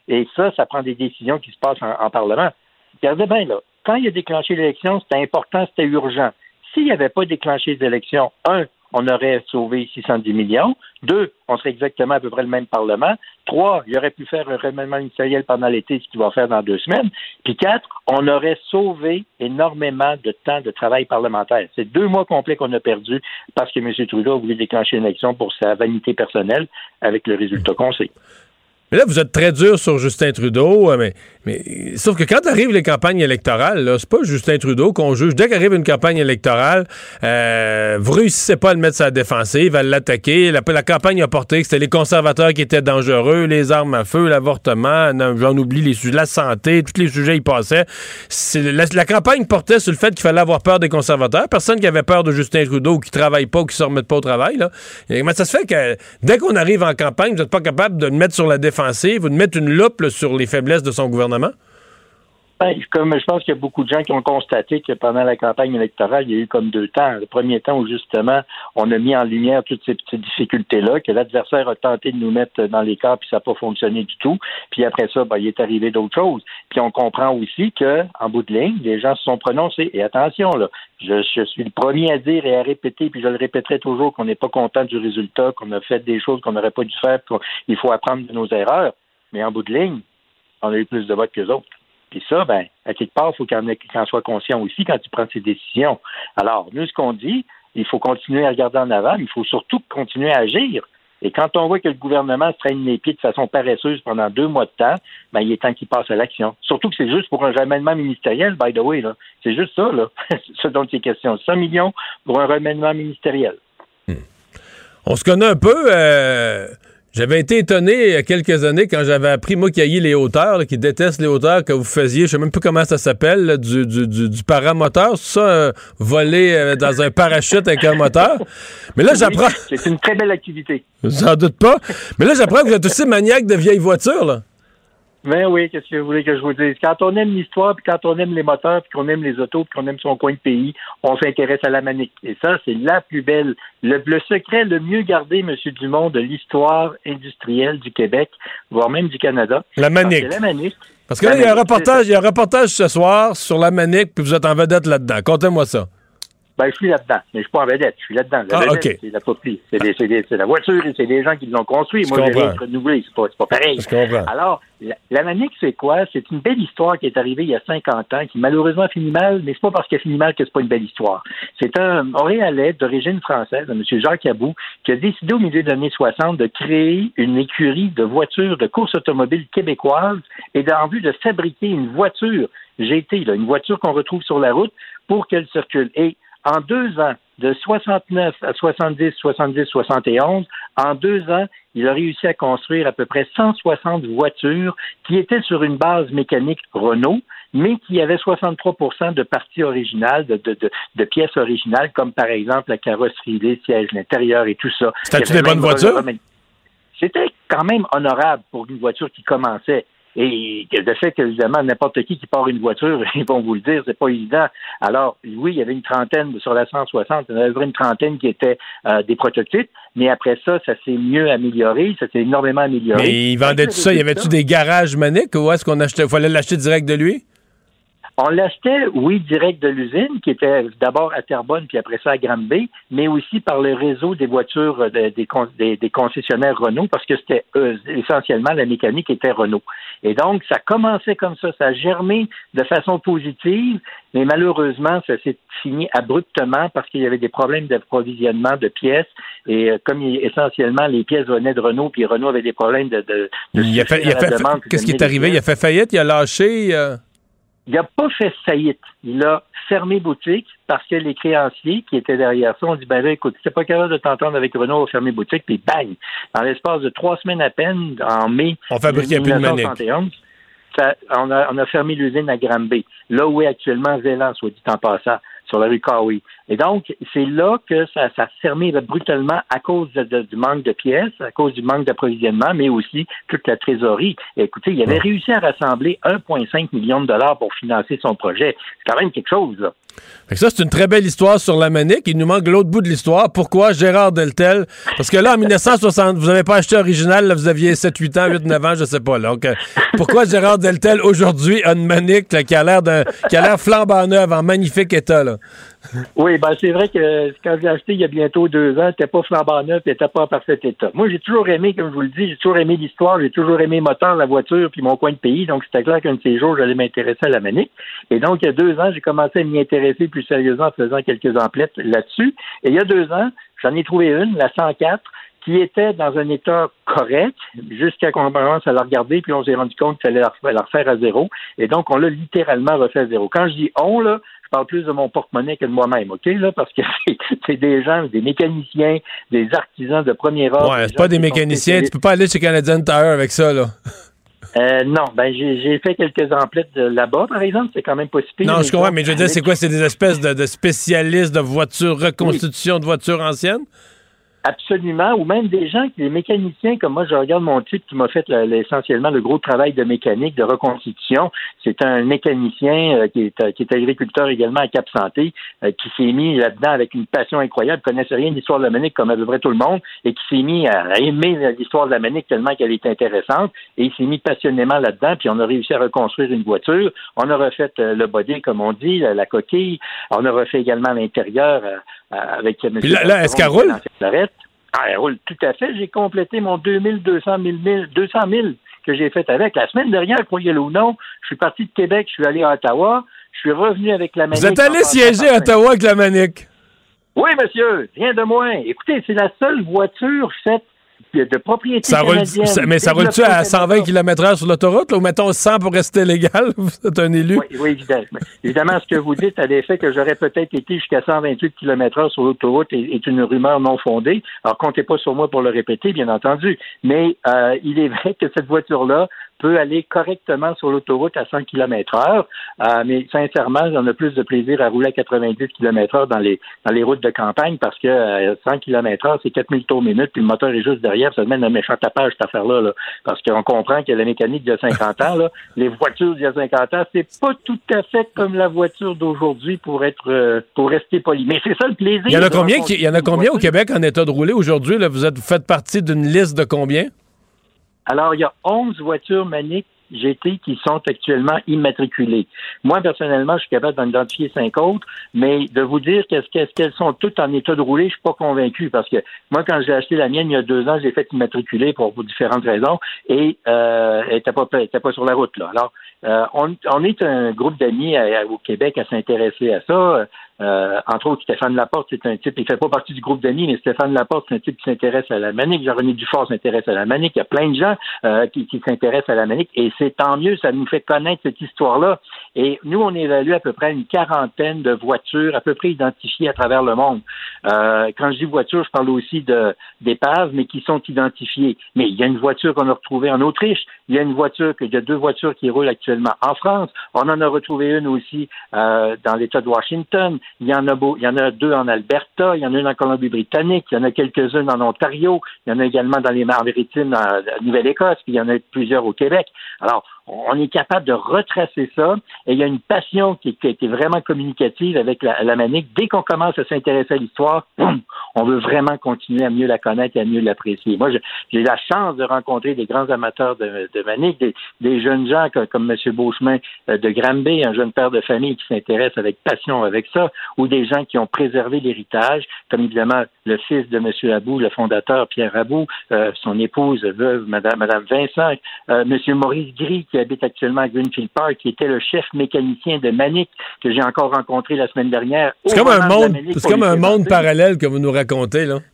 Et ça, ça prend des décisions qui se passent en, en Parlement. Regardez bien, là, quand il a déclenché l'élection, c'était important, c'était urgent. S'il n'avait pas déclenché les élections, un, on aurait sauvé six cent dix millions. Deux, on serait exactement à peu près le même Parlement. Trois, il aurait pu faire un remaniement ministériel pendant l'été, ce qu'il va faire dans deux semaines. Puis quatre, on aurait sauvé énormément de temps de travail parlementaire. C'est deux mois complets qu'on a perdu parce que M. Trudeau a voulu déclencher une élection pour sa vanité personnelle avec le résultat qu'on sait. Mais là, vous êtes très dur sur Justin Trudeau, mais, mais sauf que quand arrivent les campagnes électorales, là, c'est pas Justin Trudeau qu'on juge. Dès qu'arrive une campagne électorale, euh, vous réussissez pas à le mettre sur la défensive, à l'attaquer. La, la campagne a porté que c'était les conservateurs qui étaient dangereux, les armes à feu, l'avortement, non, j'en oublie les sujets, la santé, tous les sujets y passaient. C'est, la, la campagne portait sur le fait qu'il fallait avoir peur des conservateurs. Personne qui avait peur de Justin Trudeau ou qui travaille pas ou qui se remette pas au travail. Là. Et comment ça se fait que dès qu'on arrive en campagne, vous n'êtes pas capable de le mettre sur la défensive? Vous de mettre une loupe là, sur les faiblesses de son gouvernement? Ben, comme je pense qu'il y a beaucoup de gens qui ont constaté que pendant la campagne électorale, il y a eu comme deux temps. Le premier temps où, justement, on a mis en lumière toutes ces petites difficultés-là, que l'adversaire a tenté de nous mettre dans les cas, puis ça n'a pas fonctionné du tout. Puis après ça, ben, il est arrivé d'autres choses. Puis on comprend aussi que, en bout de ligne, les gens se sont prononcés. Et attention, là, je, je suis le premier à dire et à répéter, puis je le répéterai toujours, qu'on n'est pas content du résultat, qu'on a fait des choses qu'on n'aurait pas dû faire, qu'il faut apprendre de nos erreurs. Mais en bout de ligne, on a eu plus de votes qu'eux autres. Puis ça, ben, à quelque part, il faut qu'il en, ait, qu'il en soit conscient aussi quand il prend ses décisions. Alors, nous, ce qu'on dit, il faut continuer à regarder en avant, mais il faut surtout continuer à agir. Et quand on voit que le gouvernement se traîne les pieds de façon paresseuse pendant deux mois de temps, ben, il est temps qu'il passe à l'action. Surtout que c'est juste pour un remaniement ministériel, by the way, là. C'est juste ça, là. C'est ça dont il est question. cent millions pour un remaniement ministériel. Hmm. On se connaît un peu... Euh... J'avais été étonné il y a quelques années quand j'avais appris, moi, qui haït les hauteurs, là, qui déteste les hauteurs que vous faisiez, je sais même plus comment ça s'appelle, là, du, du, du, du paramoteur, ça, euh, voler euh, dans un parachute avec un moteur. Mais là, j'apprends... Oui, c'est une très belle activité. J'en doute pas. Mais là, j'apprends que vous êtes aussi maniaque de vieilles voitures, là. Ben oui, qu'est-ce que vous voulez que je vous dise? Quand on aime l'histoire, puis quand on aime les moteurs, puis qu'on aime les autos, puis qu'on aime son coin de pays, on s'intéresse à la manique. Et ça, c'est la plus belle, le, le secret le mieux gardé, M. Dumont, de l'histoire industrielle du Québec, voire même du Canada. La manique. Parce que la manique. Parce que là, il y a un reportage, il y a un reportage ce soir sur la manique, puis vous êtes en vedette là-dedans. Contez-moi ça. Ben, je suis là-dedans, mais je suis pas en vedette, je suis là-dedans. La ah, vedette, okay. c'est la popie, c'est, des, c'est, des, c'est la voiture et c'est des gens qui l'ont construit. Moi, j'ai rien renouvelé, c'est pas, c'est pas pareil. Je comprends. Alors, la, la manique, c'est quoi? C'est une belle histoire qui est arrivée il y a cinquante ans, qui malheureusement a fini mal, mais c'est pas parce qu'elle a fini mal que c'est pas une belle histoire. C'est un Montréalais d'origine française, M. Jacques Abou, qui a décidé au milieu des années soixante de créer une écurie de voitures de course automobile québécoises et en vue de fabriquer une voiture G T, là, une voiture qu'on retrouve sur la route pour qu'elle circule. Et en deux ans, de soixante-neuf à soixante-dix, soixante-dix, soixante et onze, en deux ans, il a réussi à construire à peu près cent soixante voitures qui étaient sur une base mécanique Renault, mais qui avaient soixante-trois pour cent de parties originales, de, de, de, de pièces originales, comme par exemple la carrosserie, les sièges, l'intérieur et tout ça. C'était-tu des bonnes voitures? C'était quand même honorable pour une voiture qui commençait. Et le fait qu'évidemment, n'importe qui qui part une voiture, ils vont vous le dire, c'est pas évident. Alors, oui, il y avait une trentaine sur la cent soixante, il y en avait une trentaine qui étaient euh, des prototypes, mais après ça, ça s'est mieux amélioré, ça s'est énormément amélioré. Mais il vendait tout ça, y avait-tu des garages maniques ou est-ce qu'on achetait, il fallait l'acheter direct de lui? On l'achetait, oui, direct de l'usine, qui était d'abord à Terrebonne, puis après ça à Granby, mais aussi par le réseau des voitures de, des, des, des concessionnaires Renault, parce que c'était euh, essentiellement la mécanique était Renault. Et donc, ça commençait comme ça, ça a germé de façon positive, mais malheureusement, ça s'est fini abruptement parce qu'il y avait des problèmes d'approvisionnement de pièces, et euh, comme il, essentiellement les pièces venaient de Renault, puis Renault avait des problèmes de... de, de il a fait, il a fait, demande, qu'est-ce qui est arrivé? Il a fait faillite, il a lâché... Euh... Il n'a pas fait faillite. Il a fermé boutique parce que les créanciers qui étaient derrière ça ont dit, ben là, écoute, si t'es pas capable de t'entendre avec Renault, on va fermer boutique, puis bang! Dans l'espace de trois semaines à peine, en mai on fabriquait plus de manique. Ça, on, a, on a fermé l'usine à Granby, là où est actuellement Vélan, soit dit en passant. sur la rue Cowie. Et donc, c'est là que ça, ça a fermé brutalement à cause de, de, du manque de pièces, à cause du manque d'approvisionnement, mais aussi toute la trésorerie. Et écoutez, il avait réussi à rassembler un virgule cinq million de dollars pour financer son projet. C'est quand même quelque chose, là. Fait que ça, c'est une très belle histoire sur la Manic. Il nous manque l'autre bout de l'histoire. Pourquoi Gérard Deltel? Parce que là, en dix-neuf soixante, vous n'avez pas acheté original, là, vous aviez sept, huit ans, huit, neuf ans, je sais pas. Là. Donc, euh, pourquoi Gérard Deltel, aujourd'hui, a une Manic là, qui a l'air d'un, qui a l'air flambant neuve, en magnifique état, là? Oui, ben c'est vrai que quand j'ai acheté il y a bientôt deux ans, c'était pas flambant neuf, c'était pas en parfait état. Moi, j'ai toujours aimé, comme je vous le dis, j'ai toujours aimé l'histoire, j'ai toujours aimé le moteur, la voiture, puis mon coin de pays. Donc, c'était clair qu'un de ces jours, j'allais m'intéresser à la Manic. Et donc, il y a deux ans, j'ai commencé à m'y intéresser plus sérieusement en faisant quelques emplettes là-dessus. Et il y a deux ans, j'en ai trouvé une, la cent quatre, qui était dans un état correct, jusqu'à qu'on commence à la regarder, puis on s'est rendu compte qu'il fallait la refaire, la refaire à zéro. Et donc, on l'a littéralement refait à zéro. Quand je dis on, là, je parle plus de mon porte-monnaie que de moi-même, OK, là, parce que c'est, c'est des gens, des mécaniciens, des artisans de premier ordre. Ouais, c'est pas des mécaniciens, tu peux pas aller chez Canadian Tire avec ça, là. Euh, non, ben j'ai, j'ai fait quelques emplettes là-bas, par exemple, c'est quand même pas si pire. Non, je comprends, mais je veux dire, c'est quoi? C'est des espèces de, de spécialistes de voitures, reconstitution oui. de voitures anciennes? Absolument, ou même des gens, des mécaniciens, comme moi, je regarde mon type qui m'a fait le, essentiellement le gros travail de mécanique, de reconstitution. C'est un mécanicien euh, qui, est, euh, qui est agriculteur également à Cap-Santé, euh, qui s'est mis là-dedans avec une passion incroyable, ne connaissait rien de l'histoire de la Manic comme à peu près tout le monde, et qui s'est mis à aimer l'histoire de la Manic tellement qu'elle est intéressante, et il s'est mis passionnément là-dedans, puis on a réussi à reconstruire une voiture. On a refait euh, le body, comme on dit, la, la coquille. On a refait également l'intérieur euh, avec M. Puis là, là est-ce qu'elle roule? Ah, elle roule tout à fait. J'ai complété mon deux mille deux cents milles que j'ai fait avec. La semaine dernière, croyez-le ou non, je suis parti de Québec, je suis allé à Ottawa, je suis revenu avec la Manic. Vous êtes allé siéger à Ottawa avec la Manic? Oui, monsieur, rien de moins. Écoutez, c'est la seule voiture faite de propriété ça roule, canadienne. Ça, mais ça roule-tu à cent vingt kilomètres heure sur l'autoroute, là, ou mettons cent pour rester légal? Vous êtes un élu? Oui, oui, évidemment. Évidemment, ce que vous dites a l'effet que j'aurais peut-être été jusqu'à cent vingt-huit kilomètres heure sur l'autoroute est, est une rumeur non fondée. Alors, comptez pas sur moi pour le répéter, bien entendu. Mais euh, il est vrai que cette voiture-là peut aller correctement sur l'autoroute à cent kilomètres heure, euh, mais sincèrement, j'en ai plus de plaisir à rouler à quatre-vingt-dix kilomètres heure dans les dans les routes de campagne parce que euh, cent kilomètres heure, c'est quatre mille tours minute, puis le moteur est juste derrière, ça demande un méchant tapage, cette affaire-là, là, parce qu'on comprend que la mécanique de cinquante ans, là, les voitures d'il y a cinquante ans, c'est pas tout à fait comme la voiture d'aujourd'hui pour être euh, pour rester poli. Mais c'est ça le plaisir. Il y en a combien, qui, il y en a combien au Québec en état de rouler aujourd'hui? Là, vous êtes vous faites partie d'une liste de combien? Alors, il y a onze voitures Manic G T qui sont actuellement immatriculées. Moi, personnellement, je suis capable d'en identifier cinq autres, mais de vous dire qu'est-ce, qu'est-ce qu'elles sont toutes en état de rouler, je suis pas convaincu parce que moi, quand j'ai acheté la mienne il y a deux ans, j'ai fait immatriculer pour, pour différentes raisons et euh, elle était pas, elle était pas sur la route, là. Alors, euh, on, on est un groupe d'amis à, à, au Québec à s'intéresser à ça. Euh, entre autres, Stéphane Laporte, c'est un type, il fait pas partie du groupe d'amis, mais Stéphane Laporte, c'est un type qui s'intéresse à la Manic. Jean-René Dufort s'intéresse à la Manic. Il y a plein de gens euh, qui, qui s'intéressent à la Manic et c'est tant mieux, ça nous fait connaître cette histoire-là. Et nous, on évalue à peu près une quarantaine de voitures à peu près identifiées à travers le monde. Euh, quand je dis voitures, je parle aussi de d'épaves, mais qui sont identifiées. Mais il y a une voiture qu'on a retrouvée en Autriche, il y a une voiture, il y a deux voitures qui roulent actuellement en France. On en a retrouvé une aussi euh, dans l'État de Washington. Il y en a beau, il y en a deux en Alberta, il y en a une en Colombie-Britannique, il y en a quelques-unes en Ontario, il y en a également dans les Maritimes en Nouvelle-Écosse, puis il y en a plusieurs au Québec. Alors, on est capable de retracer ça et il y a une passion qui, qui a été vraiment communicative avec la, la Manic. Dès qu'on commence à s'intéresser à l'histoire, boum, on veut vraiment continuer à mieux la connaître et à mieux l'apprécier. Moi, je, j'ai la chance de rencontrer des grands amateurs de, de Manic, des, des jeunes gens comme, comme M. Beauchemin de Granby, un jeune père de famille qui s'intéresse avec passion avec ça, ou des gens qui ont préservé l'héritage, comme évidemment le fils de M. Aboud, le fondateur Pierre Aboud, euh, son épouse, veuve, Madame, Madame Vincent, euh, M. Maurice Gris, qui habite actuellement à Greenfield Park, qui était le chef mécanicien de Manic, que j'ai encore rencontré la semaine dernière. C'est comme un monde, c'est comme un monde parallèle que vous nous racontez, là.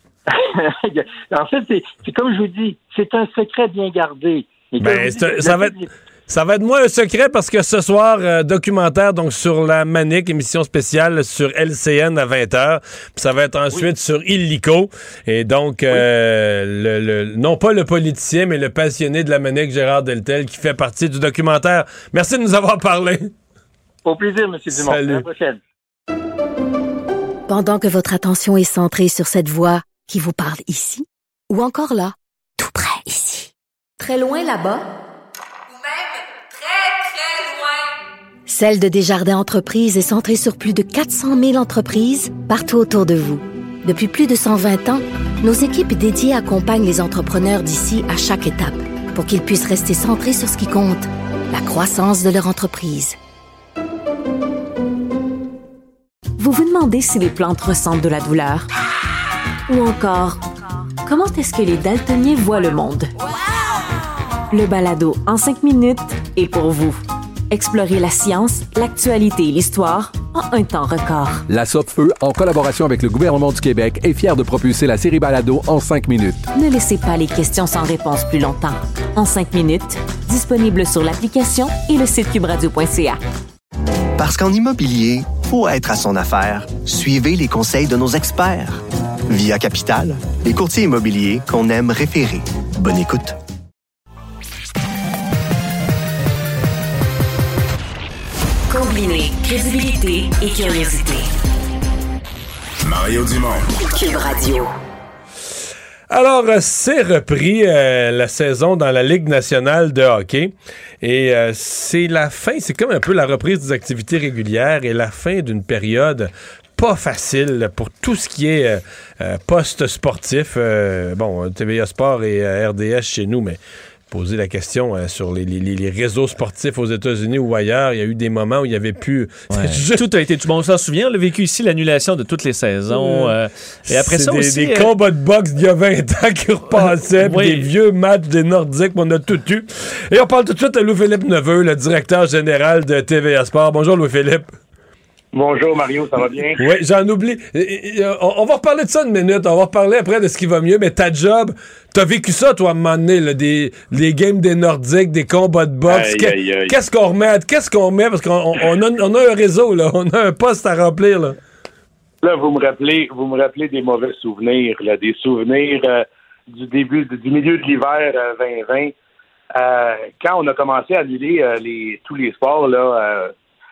En fait, c'est, c'est comme je vous dis, c'est un secret bien gardé. Et ben, dis, ça va être... Ça va être moins un secret parce que ce soir, euh, documentaire donc sur la Manic, émission spéciale sur L C N à vingt heures. Puis ça va être ensuite oui. sur Illico. Et donc, euh, oui. le, le, non pas le politicien, mais le passionné de la Manic, Gérard Deltel, qui fait partie du documentaire. Merci de nous avoir parlé. Au plaisir, M. Dumont. Salut. À la prochaine. Pendant que votre attention est centrée sur cette voix qui vous parle ici, ou encore là, tout près ici, très loin là-bas, ou même très, très loin. Celle de Desjardins Entreprises est centrée sur plus de quatre cent mille entreprises partout autour de vous. Depuis plus de cent vingt ans, nos équipes dédiées accompagnent les entrepreneurs d'ici à chaque étape pour qu'ils puissent rester centrés sur ce qui compte, la croissance de leur entreprise. Vous vous demandez si les plantes ressentent de la douleur? Ou encore, comment est-ce que les daltoniens voient le monde? Le balado en cinq minutes est pour vous. Explorez la science, l'actualité et l'histoire en un temps record. La Sopfeu, en collaboration avec le gouvernement du Québec, est fière de propulser la série Balado en cinq minutes. Ne laissez pas les questions sans réponse plus longtemps. En cinq minutes, disponible sur l'application et le site cube radio point c a. Parce qu'en immobilier, pour être à son affaire, suivez les conseils de nos experts. Via Capital, les courtiers immobiliers qu'on aime référer. Bonne écoute. Combiner crédibilité et curiosité. Mario Dumont. Cube Radio. Alors, euh, c'est repris euh, la saison dans la Ligue nationale de hockey. Et euh, c'est la fin, c'est comme un peu la reprise des activités régulières et la fin d'une période pas facile pour tout ce qui est euh, euh, post-sportif. Euh, bon, T V A Sport et euh, R D S chez nous, mais poser la question euh, sur les, les, les réseaux sportifs aux États-Unis ou ailleurs. Il y a eu des moments où il n'y avait plus... Ouais. Juste... Tout a été... Bon, on s'en souvient, on a vécu ici l'annulation de toutes les saisons. Euh, et après c'est ça des, aussi... des euh... combats de boxe d'il y a vingt ans qui repassaient, oui. Des vieux matchs des Nordiques, on a tout eu. Et on parle tout de suite à Louis-Philippe Neveu, le directeur général de T V A Sport. Bonjour Louis-Philippe. Bonjour Mario, ça va bien? Oui, j'en oublie. On va reparler de ça une minute, on va reparler après de ce qui va mieux, mais ta job, t'as vécu ça toi à un moment donné, là, des, les games des Nordiques, des combats de boxe. Aïe, aïe, aïe. Qu'est-ce qu'on remet? Qu'est-ce qu'on remet? Parce qu'on on a, on a un réseau, là, on a un poste à remplir. Là, là vous me rappelez vous me rappelez des mauvais souvenirs, là, des souvenirs euh, du début, du milieu de l'hiver euh, vingt vingt. Euh, quand on a commencé à annuler euh, les, tous les sports, là... Euh,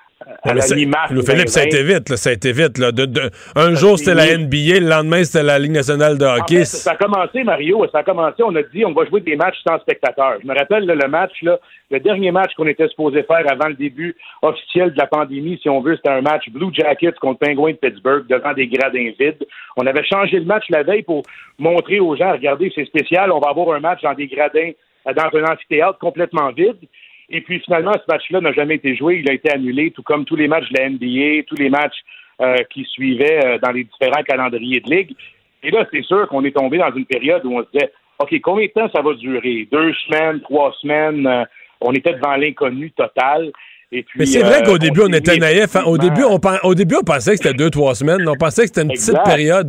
À la mi-mars. Philippe, ça a été vite, là, ça a été vite. Là. De, de, un ça jour, c'était la N B A, le lendemain, c'était la Ligue nationale de hockey. En fait, ça a commencé, Mario, ça a commencé, on a dit, on va jouer des matchs sans spectateurs. Je me rappelle, là, le match, là, le dernier match qu'on était supposé faire avant le début officiel de la pandémie, si on veut, c'était un match Blue Jackets contre Penguins de Pittsburgh, devant des gradins vides. On avait changé le match la veille pour montrer aux gens, regardez, c'est spécial, on va avoir un match dans des gradins, dans un amphithéâtre complètement vide. Et puis, finalement, ce match-là n'a jamais été joué. Il a été annulé, tout comme tous les matchs de la N B A, tous les matchs euh, qui suivaient euh, dans les différents calendriers de ligue. Et là, c'est sûr qu'on est tombé dans une période où on se disait, OK, combien de temps ça va durer? Deux semaines, trois semaines? Euh, on était devant l'inconnu total. Et puis, mais c'est vrai euh, qu'au début, on était naïf. Hein? Au, début, on, au début, on pensait que c'était deux, trois semaines. On pensait que c'était une exact. petite période.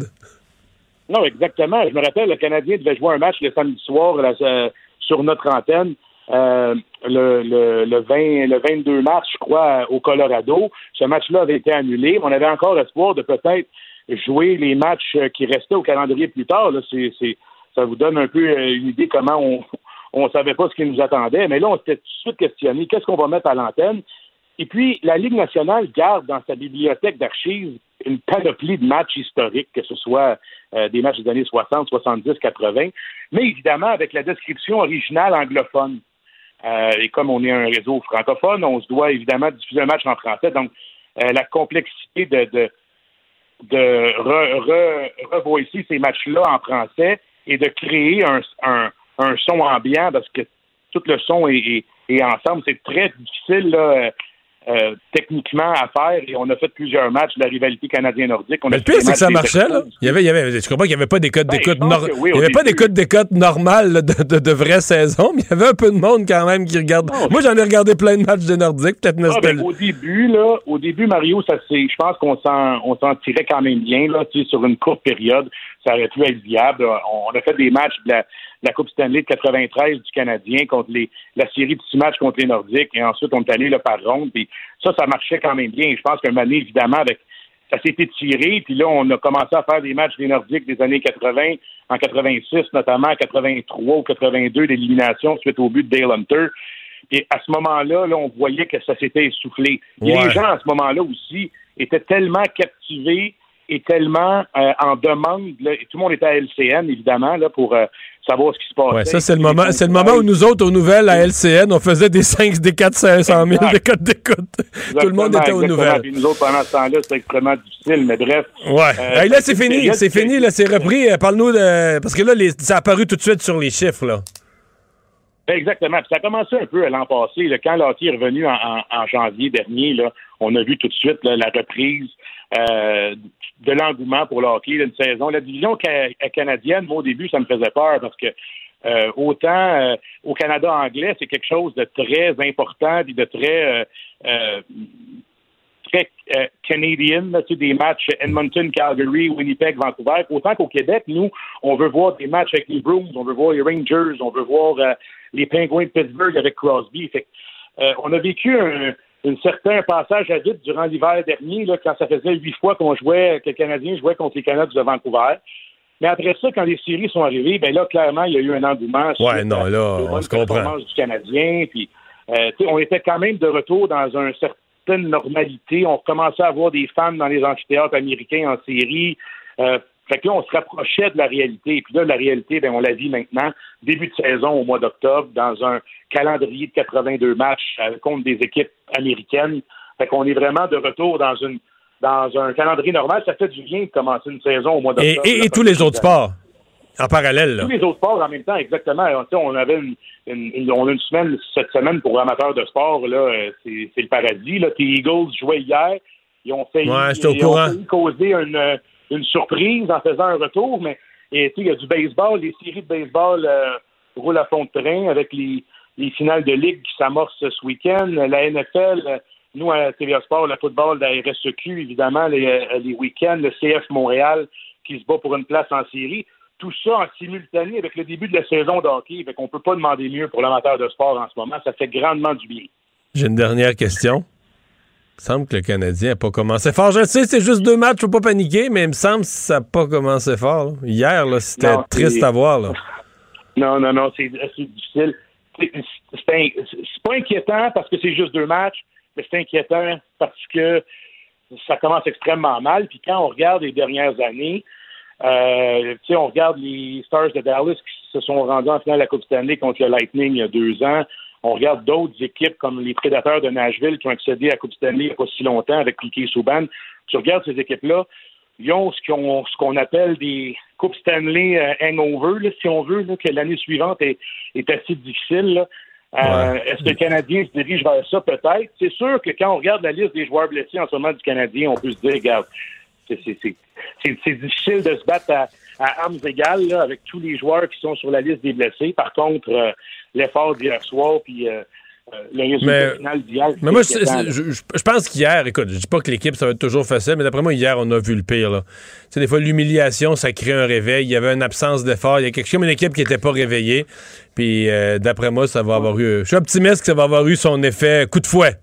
Non, exactement. Je me rappelle, le Canadien devait jouer un match le samedi soir là, euh, sur notre antenne. Euh, le, le, le, vingt, le vingt-deux mars, je crois, au Colorado. Ce match-là avait été annulé, mais on avait encore espoir de peut-être jouer les matchs qui restaient au calendrier plus tard. Là, c'est, c'est, ça vous donne un peu une idée comment on on savait pas ce qui nous attendait. Mais là, on s'était tout de suite questionné qu'est-ce qu'on va mettre à l'antenne. Et puis, la Ligue nationale garde dans sa bibliothèque d'archives une panoplie de matchs historiques, que ce soit euh, des matchs des années soixante, soixante-dix, quatre-vingts, mais évidemment avec la description originale anglophone. Euh, et comme on est un réseau francophone, on se doit évidemment diffuser un match en français. Donc, euh, la complexité de, de, de re, re, revoici ces matchs-là en français et de créer un, un, un son ambiant parce que tout le son est, est, est ensemble. C'est très difficile là, euh, techniquement à faire et on a fait plusieurs matchs de la rivalité canadien-nordique. On mais a le pire, c'est que ça marchait. Là. Il y avait, il y avait, je comprends qu'il n'y avait pas des codes ben, d'écoute nor- oui, il y avait pas début. des codes d'écoute normales là, de, de, de vraies saisons, mais il y avait un peu de monde quand même qui regarde. Non, Moi, j'en ai regardé plein de matchs des Nordiques, peut-être ah, ben, au début, là, au début, Mario, ça c'est, je pense qu'on s'en, on s'en tirait quand même bien là, tu sais, sur une courte période. Ça aurait pu être viable. On, on a fait des matchs de la, de la Coupe Stanley de quatre-vingt-treize du Canadien contre les, la série de six matchs contre les Nordiques et ensuite on est allé là, par ronde. Puis ça, ça marchait quand même bien. Je pense qu'un moment donné, évidemment, avec ça s'est étiré. Puis là, on a commencé à faire des matchs des Nordiques des années quatre-vingts, en quatre-vingt-six notamment, en quatre-vingt-trois ou quatre-vingt-deux d'élimination suite au but de Dale Hunter. Et à ce moment-là, là, on voyait que ça s'était essoufflé. Et ouais. Les gens, à ce moment-là aussi, étaient tellement captivés est tellement euh, en demande. Là, et tout le monde était à L C N, évidemment, là, pour euh, savoir ce qui se passait. Ouais, ça, c'est le moment, c'est le moment où nous autres, aux nouvelles, à L C N, on faisait des cinq, des quatre, cinq cent mille de codes d'écoute. Tout le monde était aux nouvelles. Puis nous autres, pendant ce temps-là, c'était extrêmement difficile, mais bref. Ouais. Euh, hey, là, c'est fini. C'est fini, là, c'est repris. Parle-nous de... Parce que là, les... ça a apparu tout de suite sur les chiffres, là. Exactement. Puis ça a commencé un peu l'an passé. Là, quand l'hockey est revenu en, en, en janvier dernier, là, on a vu tout de suite là, la reprise euh, de l'engouement pour le hockey d'une saison. La division ca- canadienne, moi, au début, ça me faisait peur parce que euh, autant euh, au Canada anglais, c'est quelque chose de très important et de très euh, euh, très euh, canadien, là, tu sais, des matchs Edmonton, Calgary, Winnipeg, Vancouver. Autant qu'au Québec, nous, on veut voir des matchs avec les Bruins, on veut voir les Rangers, on veut voir euh, les Penguins de Pittsburgh avec Crosby. Fait que, euh, on a vécu un, un certain passage à vide durant l'hiver dernier, là, quand ça faisait huit fois qu'on jouait, que les Canadiens jouaient contre les Canucks de Vancouver. Mais après ça, quand les séries sont arrivées, ben là, clairement, il y a eu un engouement sur ouais, non, là, la on se comprend. performance du Canadien. Puis, euh, on était quand même de retour dans un certain normalité. On commençait à avoir des fans dans les amphithéâtres américains en série. Euh, fait que là, on se rapprochait de la réalité. Et puis là, la réalité, ben, on la vit maintenant. Début de saison au mois d'octobre, dans un calendrier de quatre-vingt-deux matchs euh, contre des équipes américaines. Fait qu'on est vraiment de retour dans une dans un calendrier normal. Ça fait du bien de commencer une saison au mois d'octobre. Et, et, et tous les autres sports, en parallèle, là. Tous les autres sports en même temps, exactement. On avait une, une, une, on a une semaine, cette semaine, pour amateurs de sport, là, c'est, c'est le paradis. Là. Les Eagles jouaient hier. Ils ont failli, ouais, j'étais au ils courant. ont failli causer une, une surprise en faisant un retour, mais il y a du baseball. Les séries de baseball euh, roulent à fond de train avec les, les finales de ligue qui s'amorcent ce week-end. La N F L, nous, à T V A Sport, le football de la R S E Q, évidemment, les, les week-ends, le C F Montréal qui se bat pour une place en série. Tout ça en simultané avec le début de la saison de hockey. Fait qu'on peut pas demander mieux pour l'amateur de sport en ce moment. Ça fait grandement du bien. J'ai une dernière question. Il me semble que le Canadien n'a pas commencé fort. Je sais, c'est juste deux matchs, faut pas paniquer, mais il me semble que ça n'a pas commencé fort. Là. Hier, là, c'était non, triste à voir. Là. Non, non, non, c'est, c'est difficile. C'est, c'est, un, c'est pas inquiétant parce que c'est juste deux matchs, mais c'est inquiétant parce que ça commence extrêmement mal. Puis quand on regarde les dernières années, Euh, tu sais, on regarde les Stars de Dallas qui se sont rendus en finale de la Coupe Stanley contre le Lightning il y a deux ans. On regarde d'autres équipes comme les Prédateurs de Nashville qui ont accédé à la Coupe Stanley il n'y a pas si longtemps avec Piquet Souban. Tu regardes ces équipes-là, ils ont ce qu'on, ce qu'on appelle des Coupes Stanley euh, hangover, là, si on veut, là, que l'année suivante est, est assez difficile. Là. Euh, ouais. Est-ce que le Canadien se dirige vers ça? Peut-être. C'est sûr que quand on regarde la liste des joueurs blessés en ce moment du Canadien, on peut se dire, regarde, C'est, c'est, c'est, c'est, c'est difficile de se battre à, à armes égales là, avec tous les joueurs qui sont sur la liste des blessés. Par contre, euh, l'effort d'hier soir, puis euh, le résultat mais, final d'hier... Mais moi, je, je, je pense qu'hier, écoute, je dis pas que l'équipe, ça va être toujours facile, mais d'après moi, hier, on a vu le pire. Là. Tu sais, des fois, l'humiliation, ça crée un réveil. Il y avait une absence d'effort. Il y a quelque chose, une équipe qui n'était pas réveillée. Puis, euh, d'après moi, ça va avoir eu... Je suis optimiste que ça va avoir eu son effet coup de fouet.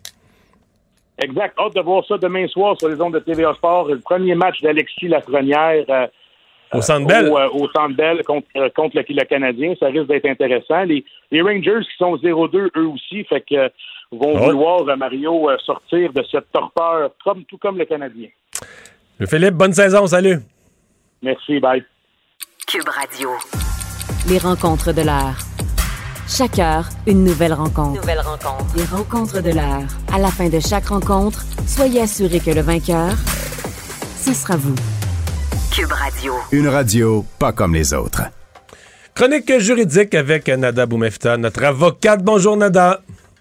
Exact. Hâte de voir ça demain soir sur les ondes de T V A Sport. Le premier match d'Alexis Lafrenière euh, au Centre Bell. Au, euh, au Centre Bell contre, euh, contre le, le Canadien. Ça risque d'être intéressant. Les, les Rangers qui sont zéro deux, eux aussi, fait que euh, vont oh. vouloir, euh, Mario, euh, sortir de cette torpeur, comme, tout comme le Canadien. Le Philippe, bonne saison. Salut. Merci. Bye. Cube Radio. Les rencontres de l'heure. Chaque heure, une nouvelle rencontre. Nouvelle rencontre. Les rencontres de l'heure. À la fin de chaque rencontre, soyez assurés que le vainqueur, ce sera vous. Cube Radio. Une radio pas comme les autres. Chronique juridique avec Nada Boumefta, notre avocate. Bonjour Nada.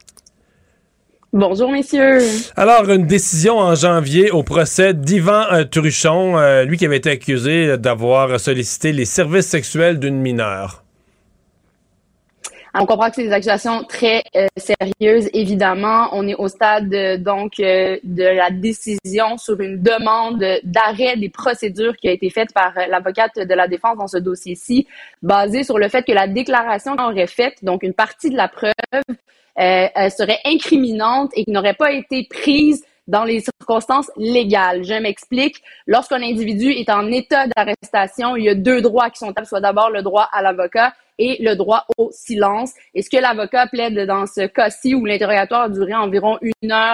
Bonjour messieurs. Alors, une décision en janvier au procès d'Yvan euh, Truchon, euh, lui qui avait été accusé d'avoir sollicité les services sexuels d'une mineure. On comprend que c'est des accusations très euh, sérieuses, évidemment. On est au stade euh, donc euh, de la décision sur une demande d'arrêt des procédures qui a été faite par euh, l'avocate de la défense dans ce dossier-ci, basée sur le fait que la déclaration qu'on aurait faite, donc une partie de la preuve, euh, euh, serait incriminante et qui n'aurait pas été prise dans les circonstances légales. Je m'explique. Lorsqu'un individu est en état d'arrestation, il y a deux droits qui sont tables, soit d'abord le droit à l'avocat et le droit au silence. Et ce que l'avocat plaide dans ce cas-ci où l'interrogatoire a duré environ une heure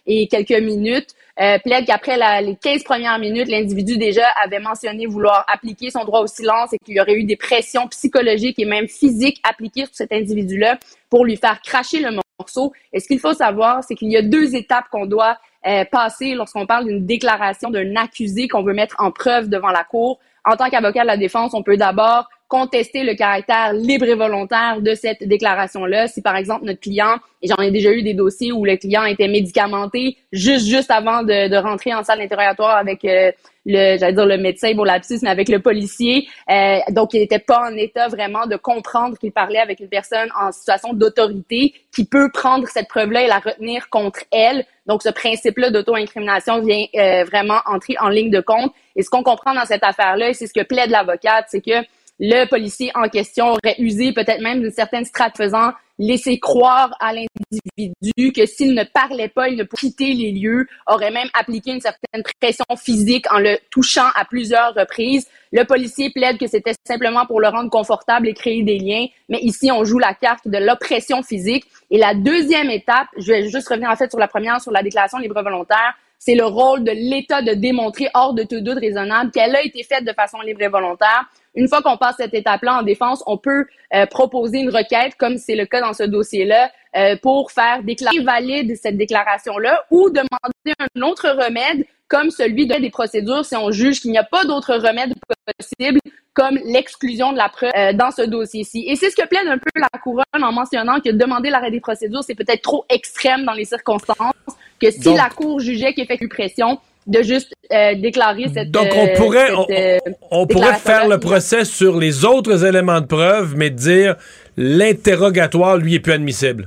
et quelques minutes, euh, plaide qu'après la, les quinze premières minutes, l'individu déjà avait mentionné vouloir appliquer son droit au silence et qu'il y aurait eu des pressions psychologiques et même physiques appliquées sur cet individu-là pour lui faire cracher le morceau. Et ce qu'il faut savoir, c'est qu'il y a deux étapes qu'on doit euh, passer lorsqu'on parle d'une déclaration d'un accusé qu'on veut mettre en preuve devant la cour. En tant qu'avocat de la défense, on peut d'abord contester le caractère libre et volontaire de cette déclaration-là. Si, par exemple, notre client, et j'en ai déjà eu des dossiers où le client était médicamenté juste juste avant de, de rentrer en salle d'interrogatoire avec euh, le, j'allais dire le médecin pour lapsus, mais avec le policier. Euh, donc, il n'était pas en état vraiment de comprendre qu'il parlait avec une personne en situation d'autorité qui peut prendre cette preuve-là et la retenir contre elle. Donc, ce principe-là d'auto-incrimination vient euh, vraiment entrer en ligne de compte. Et ce qu'on comprend dans cette affaire-là, et c'est ce que plaide l'avocate, c'est que le policier en question aurait usé peut-être même d'une certaine strate faisant laisser croire à l'individu que s'il ne parlait pas, il ne pouvait quitter les lieux, aurait même appliqué une certaine pression physique en le touchant à plusieurs reprises. Le policier plaide que c'était simplement pour le rendre confortable et créer des liens, mais ici, on joue la carte de l'oppression physique. Et la deuxième étape, je vais juste revenir en fait sur la première, sur la déclaration libre volontaire, c'est le rôle de l'État de démontrer hors de tout doute raisonnable qu'elle a été faite de façon libre et volontaire. Une fois qu'on passe cette étape-là en défense, on peut euh, proposer une requête, comme c'est le cas dans ce dossier-là, euh, pour faire déclarer valide cette déclaration-là ou demander un autre remède, comme celui de des procédures, si on juge qu'il n'y a pas d'autre remède possible, comme l'exclusion de la preuve euh, dans ce dossier-ci. Et c'est ce que plaide un peu la couronne en mentionnant que demander l'arrêt des procédures, c'est peut-être trop extrême dans les circonstances, que si Donc, la Cour jugeait qu'il effectue pression, de juste euh, déclarer cette Donc, on pourrait, cette, euh, on, on pourrait faire le procès sur les autres éléments de preuve, mais dire l'interrogatoire, lui, est plus admissible.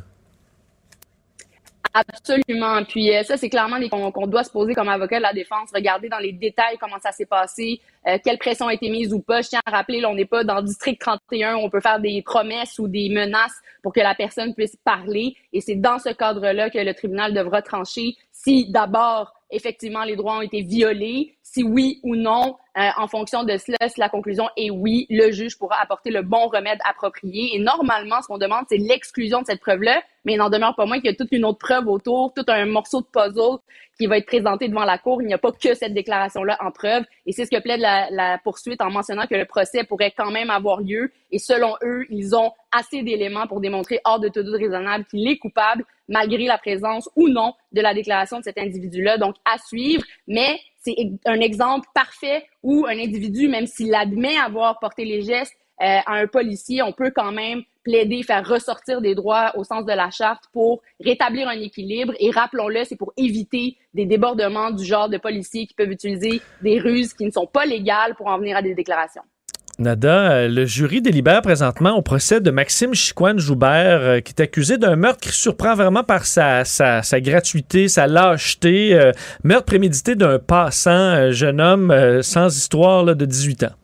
Absolument. Puis euh, ça, c'est clairement des qu'on, qu'on doit se poser comme avocat de la défense, regarder dans les détails comment ça s'est passé, euh, quelle pression a été mise ou pas. Je tiens à rappeler, là, on n'est pas dans le district trente et un où on peut faire des promesses ou des menaces pour que la personne puisse parler. Et c'est dans ce cadre-là que le tribunal devra trancher si d'abord, effectivement, les droits ont été violés, si oui ou non, euh, en fonction de cela, si la conclusion est oui, le juge pourra apporter le bon remède approprié. Et normalement, ce qu'on demande, c'est l'exclusion de cette preuve-là, mais il n'en demeure pas moins qu'il y a toute une autre preuve autour, tout un morceau de puzzle qui va être présenté devant la Cour. Il n'y a pas que cette déclaration-là en preuve. Et c'est ce que plaide la, la poursuite en mentionnant que le procès pourrait quand même avoir lieu. Et selon eux, ils ont assez d'éléments pour démontrer hors de tout doute raisonnable qu'il est coupable, malgré la présence ou non de la déclaration de cet individu-là. Donc, à suivre. Mais c'est un exemple parfait où un individu, même s'il admet avoir porté les gestes euh, à un policier, on peut quand même plaider, faire ressortir des droits au sens de la charte pour rétablir un équilibre. Et rappelons-le, c'est pour éviter des débordements du genre de policiers qui peuvent utiliser des ruses qui ne sont pas légales pour en venir à des déclarations. Nada, le jury délibère présentement au procès de Maxime Chicoine-Joubert, euh, qui est accusé d'un meurtre qui surprend vraiment par sa, sa, sa gratuité, sa lâcheté. Euh, meurtre prémédité d'un passant, un jeune homme euh, sans histoire là, de dix-huit ans.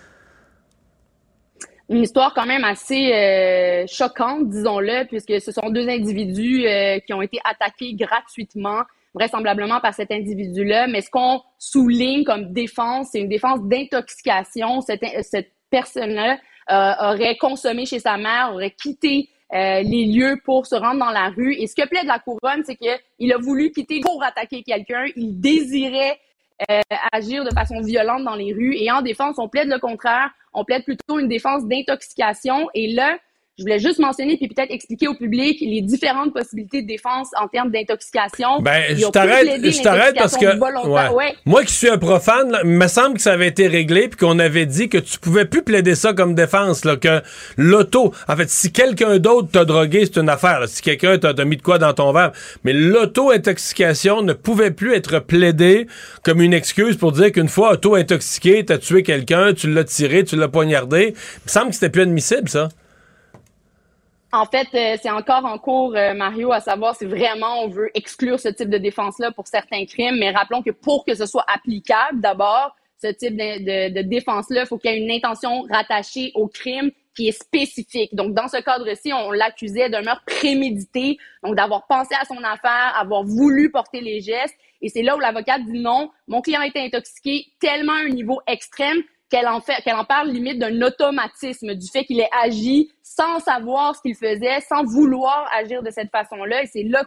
Une histoire quand même assez euh, choquante, disons-le, puisque ce sont deux individus euh, qui ont été attaqués gratuitement, vraisemblablement par cet individu-là. Mais ce qu'on souligne comme défense, c'est une défense d'intoxication. Cette, cette personne-là euh, aurait consommé chez sa mère, aurait quitté euh, les lieux pour se rendre dans la rue. Et ce que plaide la couronne, c'est qu'il a voulu quitter pour attaquer quelqu'un. Il désirait euh, agir de façon violente dans les rues. Et en défense, on plaide le contraire. On plaide plutôt une défense d'intoxication. Et là, je voulais juste mentionner puis peut-être expliquer au public les différentes possibilités de défense en termes d'intoxication. Ben, je t'arrête, je t'arrête parce que ouais. Ouais. Moi qui suis un profane, là, il me semble que ça avait été réglé puis qu'on avait dit que tu pouvais plus plaider ça comme défense, là, que l'auto, en fait, si quelqu'un d'autre t'a drogué, c'est une affaire. Là. Si quelqu'un t'a, t'a mis de quoi dans ton verre, mais l'auto-intoxication ne pouvait plus être plaidée comme une excuse pour dire qu'une fois auto-intoxiqué, t'as tué quelqu'un, tu l'as tiré, tu l'as poignardé. Il me semble que c'était plus admissible, ça. En fait, euh, c'est encore en cours, euh, Mario, à savoir si vraiment on veut exclure ce type de défense-là pour certains crimes. Mais rappelons que pour que ce soit applicable, d'abord, ce type de, de, de défense-là, il faut qu'il y ait une intention rattachée au crime qui est spécifique. Donc, dans ce cadre-ci, on l'accusait d'un meurtre prémédité, donc d'avoir pensé à son affaire, avoir voulu porter les gestes. Et c'est là où l'avocate dit non, mon client était intoxiqué tellement à un niveau extrême qu'elle en fait, qu'elle en parle limite d'un automatisme, du fait qu'il ait agi sans savoir ce qu'il faisait, sans vouloir agir de cette façon-là. Et c'est là qu'on,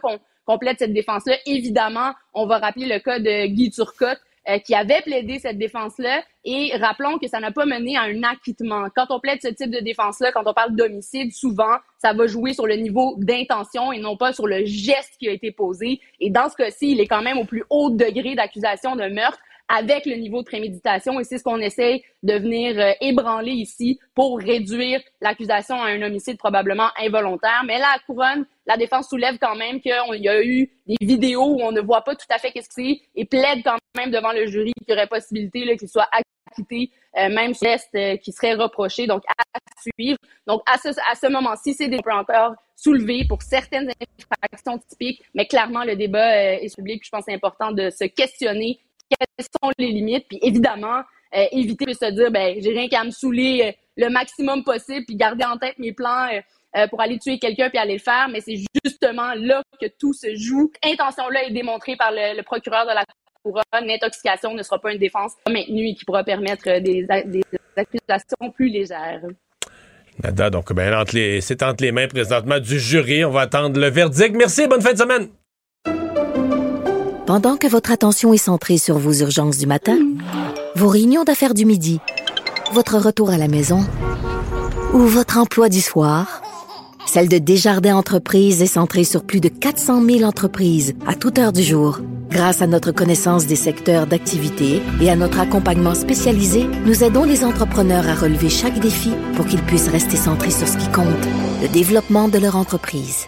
complète cette défense-là. Évidemment, on va rappeler le cas de Guy Turcotte, euh, qui avait plaidé cette défense-là. Et rappelons que ça n'a pas mené à un acquittement. Quand on plaide ce type de défense-là, quand on parle d'homicide, souvent, ça va jouer sur le niveau d'intention et non pas sur le geste qui a été posé. Et dans ce cas-ci, il est quand même au plus haut degré d'accusation de meurtre, avec le niveau de préméditation, et c'est ce qu'on essaie de venir euh, ébranler ici pour réduire l'accusation à un homicide probablement involontaire. Mais la couronne, la défense soulève quand même qu'il y a eu des vidéos où on ne voit pas tout à fait qu'est-ce que c'est et plaide quand même devant le jury qu'il y aurait possibilité là, qu'il soit acquitté, euh, même sur geste euh, qui serait reproché, donc à suivre. Donc à ce, à ce moment-ci, c'est des points encore soulevé pour certaines infractions typiques, mais clairement le débat euh, est public. Je pense que c'est important de se questionner quelles sont les limites, puis évidemment, euh, éviter de se dire, ben j'ai rien qu'à me saouler euh, le maximum possible, puis garder en tête mes plans euh, euh, pour aller tuer quelqu'un puis aller le faire, mais c'est justement là que tout se joue. Intention-là est démontrée par le, le procureur de la couronne. L'intoxication ne sera pas une défense maintenue et qui pourra permettre des, des accusations plus légères. Nada, donc ben, entre les, c'est entre les mains présentement du jury. On va attendre le verdict. Merci, bonne fin de semaine! Pendant que votre attention est centrée sur vos urgences du matin, vos réunions d'affaires du midi, votre retour à la maison ou votre emploi du soir, celle de Desjardins Entreprises est centrée sur plus de quatre cent mille entreprises à toute heure du jour. Grâce à notre connaissance des secteurs d'activité et à notre accompagnement spécialisé, nous aidons les entrepreneurs à relever chaque défi pour qu'ils puissent rester centrés sur ce qui compte, le développement de leur entreprise.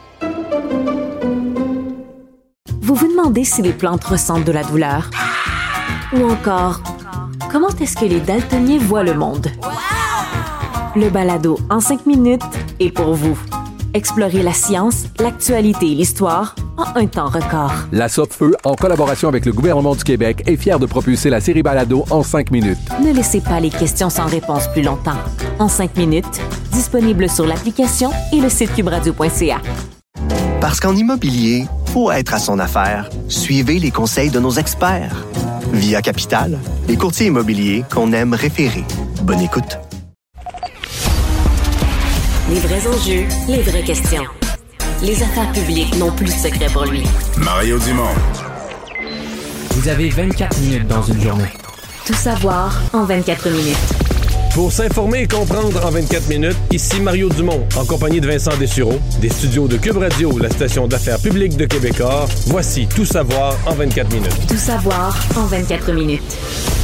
Vous vous demandez si les plantes ressentent de la douleur? Ou encore, comment est-ce que les daltoniens voient le monde? Le balado en cinq minutes est pour vous. Explorez la science, l'actualité et l'histoire en un temps record. La Sopfeu, en collaboration avec le gouvernement du Québec, est fière de propulser la série Balado en cinq minutes. Ne laissez pas les questions sans réponse plus longtemps. En cinq minutes, disponible sur l'application et le site cube radio point c a. Parce qu'en immobilier, pour être à son affaire, suivez les conseils de nos experts. Via Capital, les courtiers immobiliers qu'on aime référer. Bonne écoute. Les vrais enjeux, les vraies questions. Les affaires publiques n'ont plus de secret pour lui. Mario Dumont. Vous avez vingt-quatre minutes dans une journée. Tout savoir en vingt-quatre minutes. Pour s'informer et comprendre en vingt-quatre minutes, ici Mario Dumont, en compagnie de Vincent Dessureau, des studios de Cube Radio, la station d'affaires publique de Québécois. Voici Tout savoir en vingt-quatre minutes. Tout savoir en vingt-quatre minutes.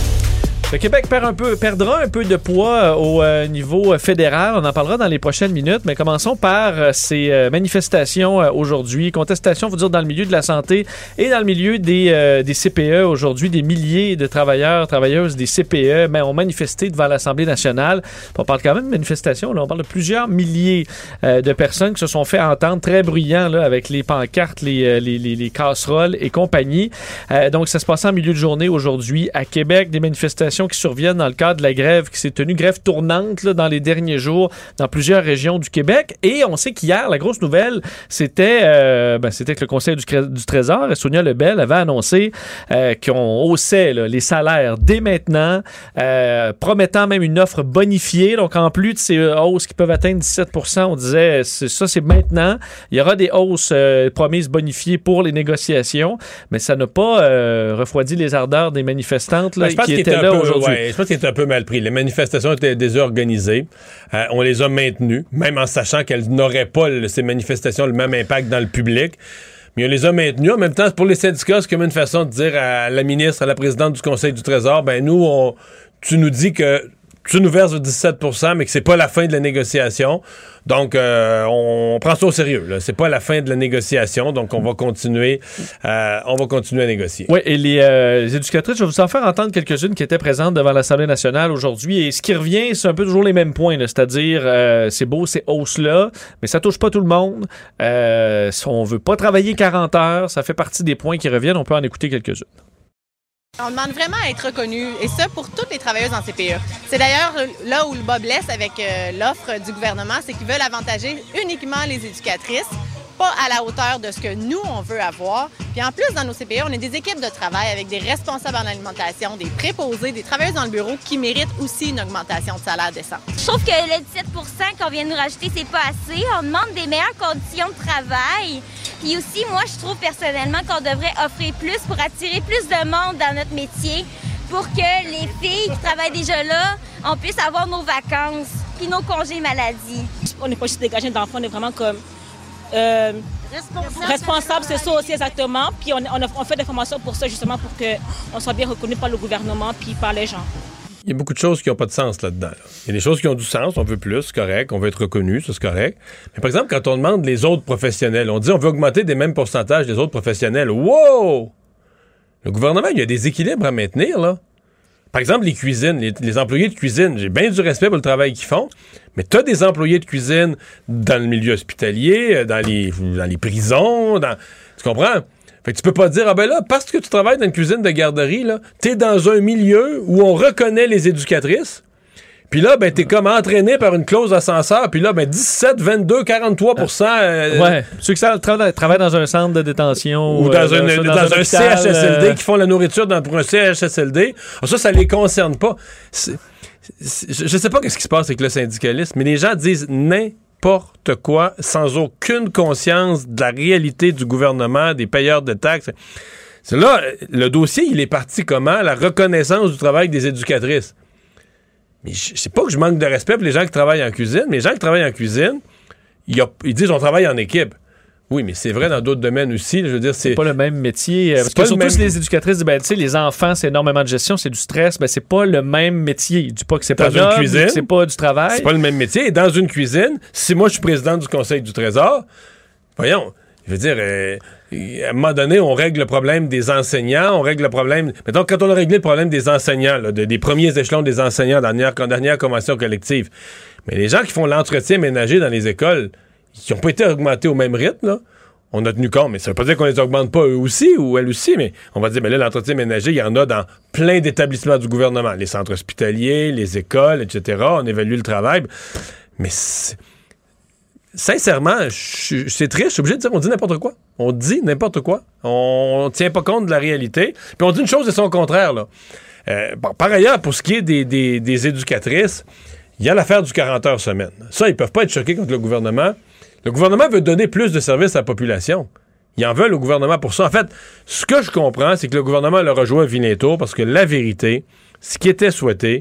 Le Québec perd un peu, perdra un peu de poids au euh, niveau fédéral. On en parlera dans les prochaines minutes, mais commençons par euh, ces euh, manifestations euh, aujourd'hui. Contestations, faut dire, dans le milieu de la santé et dans le milieu des, euh, des C P E. Aujourd'hui, des milliers de travailleurs, travailleuses des C P E ben, ont manifesté devant l'Assemblée nationale. On parle quand même de manifestations, là. On parle de plusieurs milliers euh, de personnes qui se sont fait entendre, très bruyants, là, avec les pancartes, les, les, les, les casseroles et compagnie. Euh, donc, ça se passe en milieu de journée aujourd'hui à Québec. Des manifestations qui surviennent dans le cadre de la grève qui s'est tenue, grève tournante là, dans les derniers jours dans plusieurs régions du Québec. Et on sait qu'hier, la grosse nouvelle, c'était, euh, ben, c'était que le Conseil du, du Trésor, Sonia Lebel, avait annoncé euh, qu'on haussait là, les salaires dès maintenant, euh, promettant même une offre bonifiée. Donc, en plus de ces hausses qui peuvent atteindre dix-sept pour cent, on disait, c'est, ça, c'est maintenant. Il y aura des hausses euh, promises bonifiées pour les négociations, mais ça n'a pas euh, refroidi les ardeurs des manifestantes là, ben, qui étaient là peu, aujourd'hui. Ouais, je pense qu'il était un peu mal pris. Les manifestations étaient désorganisées. Euh, on les a maintenues, même en sachant qu'elles n'auraient pas, ces manifestations, le même impact dans le public. Mais on les a maintenues. En même temps, pour les syndicats, c'est comme une façon de dire à la ministre, à la présidente du Conseil du Trésor, ben nous, on, tu nous dis que tu nous verses dix-sept pour cent, mais que c'est pas la fin de la négociation. Donc, euh, on prend ça au sérieux. Là. C'est pas la fin de la négociation, donc on va continuer, euh, on va continuer à négocier. Oui, et les, euh, les éducatrices, je vais vous en faire entendre quelques-unes qui étaient présentes devant l'Assemblée nationale aujourd'hui. Et ce qui revient, c'est un peu toujours les mêmes points, là, c'est-à-dire, euh, c'est beau ces hausses-là, mais ça touche pas tout le monde. Euh, on veut pas travailler quarante heures, ça fait partie des points qui reviennent. On peut en écouter quelques-unes. On demande vraiment à être reconnu, et ça pour toutes les travailleuses en C P E. C'est d'ailleurs là où le bas blesse avec euh, l'offre du gouvernement, c'est qu'ils veulent avantager uniquement les éducatrices pas à la hauteur de ce que nous, on veut avoir. Puis en plus, dans nos C P E, on a des équipes de travail avec des responsables en alimentation, des préposés, des travailleuses dans le bureau qui méritent aussi une augmentation de salaire décente. Je trouve que le dix-sept pour cent qu'on vient de nous rajouter, c'est pas assez. On demande des meilleures conditions de travail. Puis aussi, moi, je trouve personnellement qu'on devrait offrir plus pour attirer plus de monde dans notre métier, pour que les filles qui travaillent déjà là, on puisse avoir nos vacances puis nos congés maladie. On n'est pas juste dégagé d'enfants, on est vraiment comme euh, responsable, responsable c'est ça aussi exactement. Puis on, on, a, on fait des formations pour ça, justement, pour qu'on soit bien reconnu par le gouvernement puis par les gens. Il y a beaucoup de choses qui n'ont pas de sens là-dedans. Là. Il y a des choses qui ont du sens, on veut plus, c'est correct, on veut être reconnu, ça c'est correct. Mais par exemple, quand on demande les autres professionnels, on dit on veut augmenter des mêmes pourcentages des autres professionnels. Wow! Le gouvernement, il y a des équilibres à maintenir, là. Par exemple, les cuisines, les, les employés de cuisine, j'ai bien du respect pour le travail qu'ils font, mais tu as des employés de cuisine dans le milieu hospitalier, dans les, dans les prisons, dans, tu comprends? Fait que tu peux pas dire, ah ben là, parce que tu travailles dans une cuisine de garderie, là, t'es dans un milieu où on reconnaît les éducatrices, puis là, ben, t'es comme entraîné par une clause d'ascenseur, puis là, ben, dix-sept, vingt-deux, quarante-trois pour cent... Euh, ouais, ceux qui tra- travaillent dans un centre de détention... Ou dans, euh, une, dans, dans, dans un, un C H S L D, euh... qui font la nourriture dans, pour un C H S L D. Alors ça, ça les concerne pas. C'est, c'est, je sais pas ce qui se passe avec le syndicalisme, mais les gens disent n'importe quoi, sans aucune conscience de la réalité du gouvernement, des payeurs de taxes. C'est là, le dossier, il est parti comment? La reconnaissance du travail des éducatrices. Mais je sais pas que je manque de respect pour les gens qui travaillent en cuisine, mais les gens qui travaillent en cuisine, ils, a, ils disent on travaille en équipe. Oui, mais c'est vrai dans d'autres domaines aussi. Je veux dire, c'est, c'est pas le même métier. Parce que surtout même... si les éducatrices disent, ben, tu sais, les enfants, c'est énormément de gestion, c'est du stress. Ben, c'est pas le même métier. Je dis pas que c'est dans pas une cuisine, que c'est pas du travail. C'est pas le même métier. Et dans une cuisine, si moi je suis président du Conseil du Trésor, voyons, je veux dire, euh, à un moment donné, on règle le problème des enseignants, on règle le problème... Mettons, quand on a réglé le problème des enseignants, là, de, des premiers échelons des enseignants dans la dernière, dernière convention collective, mais les gens qui font l'entretien ménager dans les écoles, qui n'ont pas été augmentés au même rythme, là, on a tenu compte, mais ça veut pas dire qu'on les augmente pas eux aussi, ou elles aussi, mais on va dire, mais là, l'entretien ménager, il y en a dans plein d'établissements du gouvernement, les centres hospitaliers, les écoles, et cetera. On évalue le travail, mais... C'est... Sincèrement, je, c'est triste, je suis obligé de dire, on dit n'importe quoi. On dit n'importe quoi. On, on tient pas compte de la réalité. Puis on dit une chose et son contraire, là. Euh, bon, par ailleurs, pour ce qui est des, des, des éducatrices, il y a l'affaire du quarante heures semaine. Ça, ils peuvent pas être choqués contre le gouvernement. Le gouvernement veut donner plus de services à la population. Ils en veulent au gouvernement pour ça. En fait, ce que je comprends, c'est que le gouvernement leur a joué un vilain tour parce que la vérité, ce qui était souhaité,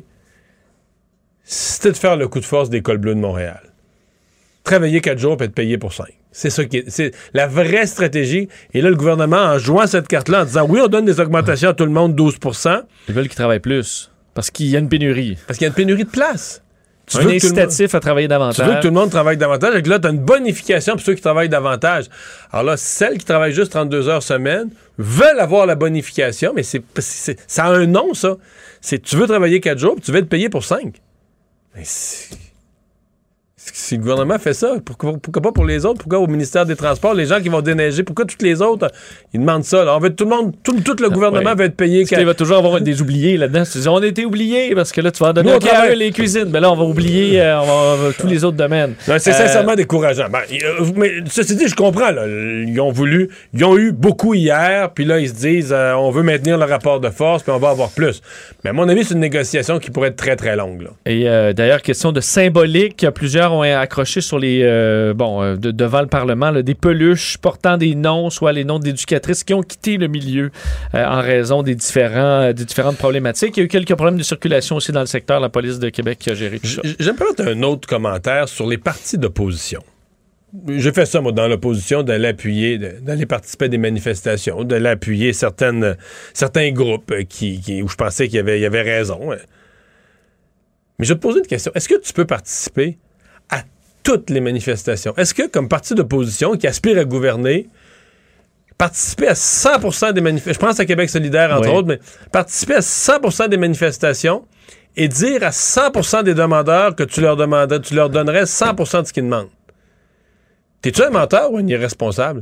c'était de faire le coup de force des cols bleus de Montréal. Travailler quatre jours et être payé pour cinq. C'est ça qui est, c'est la vraie stratégie. Et là, le gouvernement, en jouant cette carte-là, en disant oui, on donne des augmentations à tout le monde, douze pour cent. Ils veulent qu'ils travaillent plus. Parce qu'il y a une pénurie. Parce qu'il y a une pénurie de place. Tu un veux incitatif monde, à travailler davantage. Tu veux que tout le monde travaille davantage. Et que là, tu as une bonification pour ceux qui travaillent davantage. Alors là, celles qui travaillent juste trente-deux heures semaine veulent avoir la bonification, mais c'est, c'est, ça a un nom, ça. C'est tu veux travailler quatre jours, puis tu veux être payé pour cinq. Mais c'est... Si le gouvernement fait ça, pourquoi, pourquoi pas pour les autres? Pourquoi au ministère des Transports, les gens qui vont déneiger, pourquoi toutes les autres, ils demandent ça? Là? On veut tout le monde, tout, tout le gouvernement ouais. va être payé. Quand... Il va toujours avoir des oubliés là-dedans. Tu dis, on a été oubliés parce que là, tu vas en donner Nous, à eux les cuisines. Mais là, on va oublier euh, on va, on va, tous les autres domaines. Non, c'est euh... sincèrement décourageant. Ben, euh, mais ceci dit, je comprends. Là, ils ont voulu, ils ont eu beaucoup hier, puis là, ils se disent, euh, on veut maintenir le rapport de force, puis on va avoir plus. Mais à mon avis, c'est une négociation qui pourrait être très, très longue. Là. Et euh, d'ailleurs, question de symbolique, plusieurs ont accroché sur les euh, bon euh, de, devant le Parlement là, des peluches portant des noms, soit les noms d'éducatrices qui ont quitté le milieu euh, en raison des différents euh, des différentes problématiques. Il y a eu quelques problèmes de circulation aussi dans le secteur. La police de Québec qui a géré tout ça. J'aimerais mettre un autre commentaire sur les partis d'opposition. J'ai fait ça, moi, dans l'opposition, d'aller appuyer, d'aller participer à des manifestations, d'aller appuyer certaines, certains groupes qui, qui, où je pensais qu'il y avait, il y avait raison. Mais je vais te poser une question. Est-ce que tu peux participer à toutes les manifestations? Est-ce que, comme parti d'opposition qui aspire à gouverner, participer à cent pour cent des manifestations, je pense à Québec solidaire, entre oui. autres, mais participer à cent pour cent des manifestations et dire à cent pour cent des demandeurs que tu leur, demanderais, tu leur donnerais cent pour cent de ce qu'ils demandent? T'es-tu un menteur ou un irresponsable?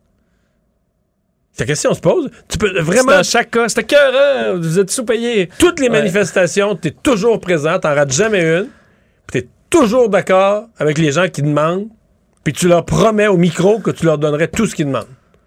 La question se pose. Tu peux vraiment. C'est dans chaque cas. C'est écœurant. Vous êtes sous-payés. Toutes les ouais. manifestations, t'es toujours présent, t'en rates jamais une, puis t'es toujours d'accord avec les gens qui demandent puis tu leur promets au micro que tu leur donnerais tout ce qu'ils demandent.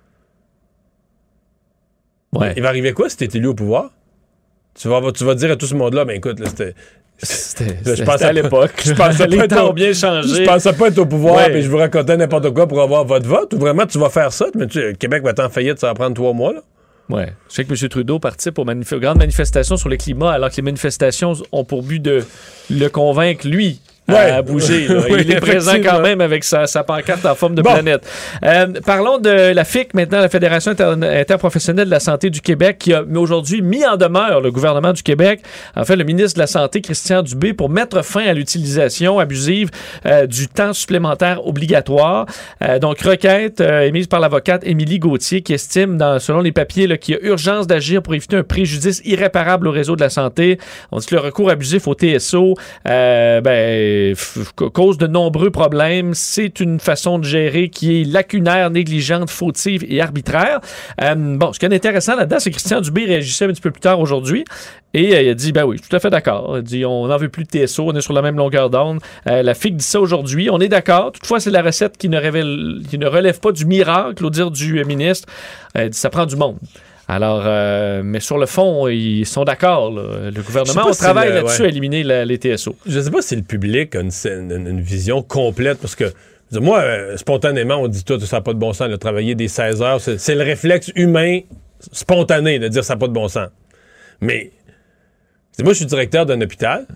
Ouais. Il va arriver quoi si tu es élu au pouvoir? Tu vas, tu vas dire à tout ce monde-là, ben écoute, là, c'était... C'était, je c'était à l'époque. Je pensais Les pas temps être ont bien changé. Je pensais pas être au pouvoir Ouais. et je vous racontais n'importe quoi pour avoir votre vote. Ou vraiment, tu vas faire ça? Mais tu, Québec va être en faillite, ça va prendre trois mois, là. Ouais. Je sais que M. Trudeau participe aux, manif- aux grandes manifestations sur le climat, alors que les manifestations ont pour but de le convaincre, lui, Ouais. à bouger. Là. Oui, Il est présent quand même avec sa, sa pancarte en forme de Bon. planète. Euh, parlons de la F I C maintenant, la Fédération inter- interprofessionnelle de la santé du Québec, qui a aujourd'hui mis en demeure le gouvernement du Québec, en fait le ministre de la Santé, Christian Dubé, pour mettre fin à l'utilisation abusive euh, du temps supplémentaire obligatoire. Euh, donc, requête euh, émise par l'avocate Émilie Gauthier, qui estime, dans, selon les papiers, là, qu'il y a urgence d'agir pour éviter un préjudice irréparable au réseau de la santé. On dit que le recours abusif au T S O, euh, ben, f- cause de nombreux problèmes. C'est une façon de gérer qui est lacunaire, négligente, fautive et arbitraire. Euh, bon, ce qui est intéressant là-dedans, c'est que Christian Dubé réagissait un petit peu plus tard aujourd'hui et euh, il a dit, ben oui, je suis tout à fait d'accord. Il a dit, on n'en veut plus de T S O, on est sur la même longueur d'onde. Euh, la F I C dit ça aujourd'hui, on est d'accord. Toutefois, c'est la recette qui ne, révèle, qui ne relève pas du miracle, au dire du euh, ministre. Euh, il dit, ça prend du monde. Alors, euh, mais sur le fond, ils sont d'accord. Là. Le gouvernement, on si travaille le- là-dessus ouais. à éliminer la- les T S O. Je sais pas si le public a une, une- une vision complète, parce que je veux dire, moi, euh, spontanément, on dit tout, ça n'a pas de bon sens, de travailler des seize heures. C'est, c'est le réflexe humain spontané de dire ça n'a pas de bon sens. Mais, je dis, moi, je suis directeur d'un hôpital,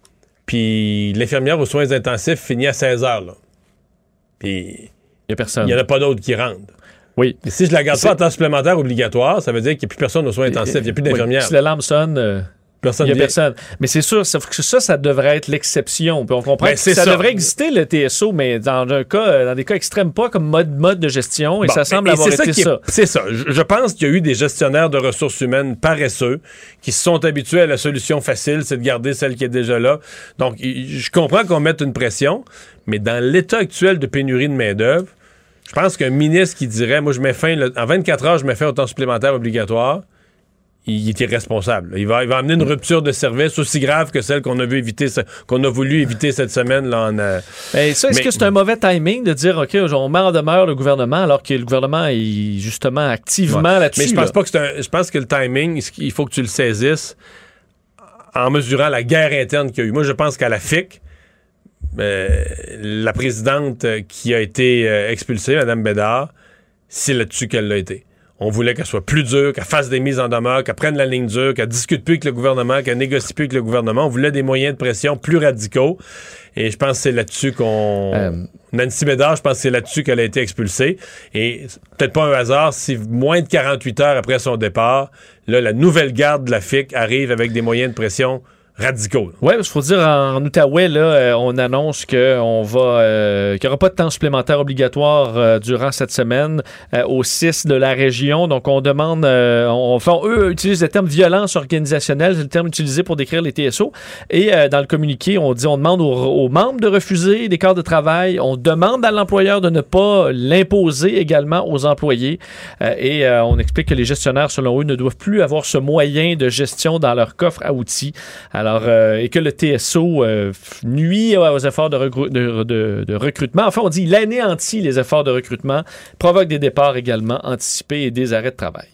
puis l'infirmière aux soins intensifs finit à seize heures. Là. Puis, il n'y a personne. Il n'y en a pas d'autres qui rentrent. Oui. Et si je la garde C'est- pas en temps supplémentaire obligatoire, ça veut dire qu'il n'y a plus personne aux soins intensifs, il n'y a plus d'infirmières. Oui, si l'alarme sonne, euh, Personne il n'y a vient. personne. Mais c'est sûr, ça, ça, ça devrait être l'exception. Puis on comprend Ben, que c'est ça, ça. devrait exister, le T S O, mais dans un cas, euh, dans des cas extrêmes, pas comme mode, mode de gestion, et Bon, ça semble et avoir c'est été qui est- ça. C'est ça. Je, je pense qu'il y a eu des gestionnaires de ressources humaines paresseux qui se sont habitués à la solution facile, c'est de garder celle qui est déjà là. Donc, il- je comprends qu'on mette une pression, mais dans l'état actuel de pénurie de main-d'œuvre, je pense qu'un ministre qui dirait, moi, je mets fin, là, en vingt-quatre heures, je mets fin au temps supplémentaire obligatoire, il est irresponsable. Il va, il va amener une rupture de service aussi grave que celle qu'on a vu éviter, ce- qu'on a voulu éviter cette semaine. Là, en, euh, Ben, ça, est-ce mais- que c'est un mauvais timing de dire, OK, on met en demeure le gouvernement alors que le gouvernement est justement activement Ouais. là-dessus? Mais je pense là? pas que c'est un, je pense que le timing, il faut que tu le saisisses en mesurant la guerre interne qu'il y a eu. Moi, je pense qu'à la F I C, euh, la présidente euh, qui a été euh, expulsée, Mme Bédard, c'est là-dessus qu'elle l'a été. On voulait qu'elle soit plus dure, qu'elle fasse des mises en demeure, qu'elle prenne la ligne dure, qu'elle discute plus avec le gouvernement, qu'elle négocie plus avec le gouvernement. On voulait des moyens de pression plus radicaux. Et je pense que c'est là-dessus qu'on... Euh. Nancy Bédard, je pense que c'est là-dessus qu'elle a été expulsée. Et c'est peut-être pas un hasard si moins de quarante-huit heures après son départ, là, la nouvelle garde de la F I C arrive avec des moyens de pression radicaux. Oui, parce qu'il faut dire, en, en Outaouais, là, euh, on annonce qu'on va, euh, qu'il n'y aura pas de temps supplémentaire obligatoire euh, durant cette semaine euh, aux six de la région. Donc, on demande, euh, on, enfin, eux utilisent le terme violence organisationnelle, c'est le terme utilisé pour décrire les T S O. Et euh, dans le communiqué, on dit, on demande aux, aux membres de refuser des quarts de travail, on demande à l'employeur de ne pas l'imposer également aux employés. Euh, et euh, on explique que les gestionnaires, selon eux, ne doivent plus avoir ce moyen de gestion dans leur coffre à outils. Alors, euh, et que le T S O euh, nuit aux efforts de, regru- de, de, de recrutement. Enfin, on dit il anéantit les efforts de recrutement, provoque des départs également anticipés et des arrêts de travail.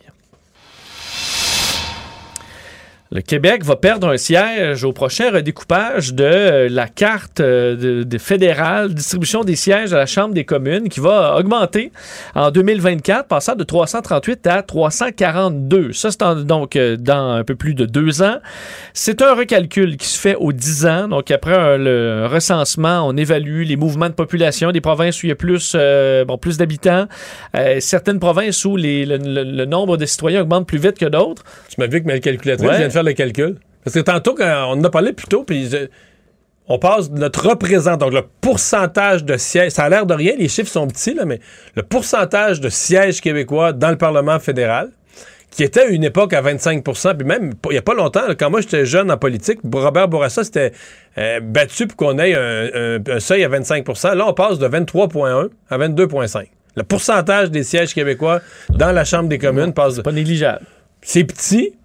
Le Québec va perdre un siège au prochain redécoupage de euh, la carte euh, de, de fédérale, distribution des sièges à la Chambre des communes, qui va augmenter en deux mille vingt-quatre, passant de trois cent trente-huit à trois cent quarante-deux. Ça, c'est en, donc euh, dans un peu plus de deux ans. C'est un recalcul qui se fait aux dix ans. Donc, après un, le, un recensement, on évalue les mouvements de population des provinces où il y a plus, euh, bon, plus d'habitants. Euh, certaines provinces où les, le, le, le nombre de citoyens augmente plus vite que d'autres. Tu m'as vu que ma calculatrice Ouais. vient de faire le calcul. Parce que tantôt, quand on en a parlé plus tôt, puis je- on passe de notre représentant, donc le pourcentage de sièges, ça a l'air de rien, les chiffres sont petits, là, mais le pourcentage de sièges québécois dans le Parlement fédéral, qui était à une époque à vingt-cinq pour cent, puis même, il n'y a pas longtemps, là, quand moi j'étais jeune en politique, Robert Bourassa s'était euh, battu pour qu'on ait un, un- un seuil à vingt-cinq pour cent. Là, on passe de vingt-trois virgule un à vingt-deux virgule cinq. Le pourcentage des sièges québécois dans la Chambre des communes passe de... Pas négligeable. C'est petit,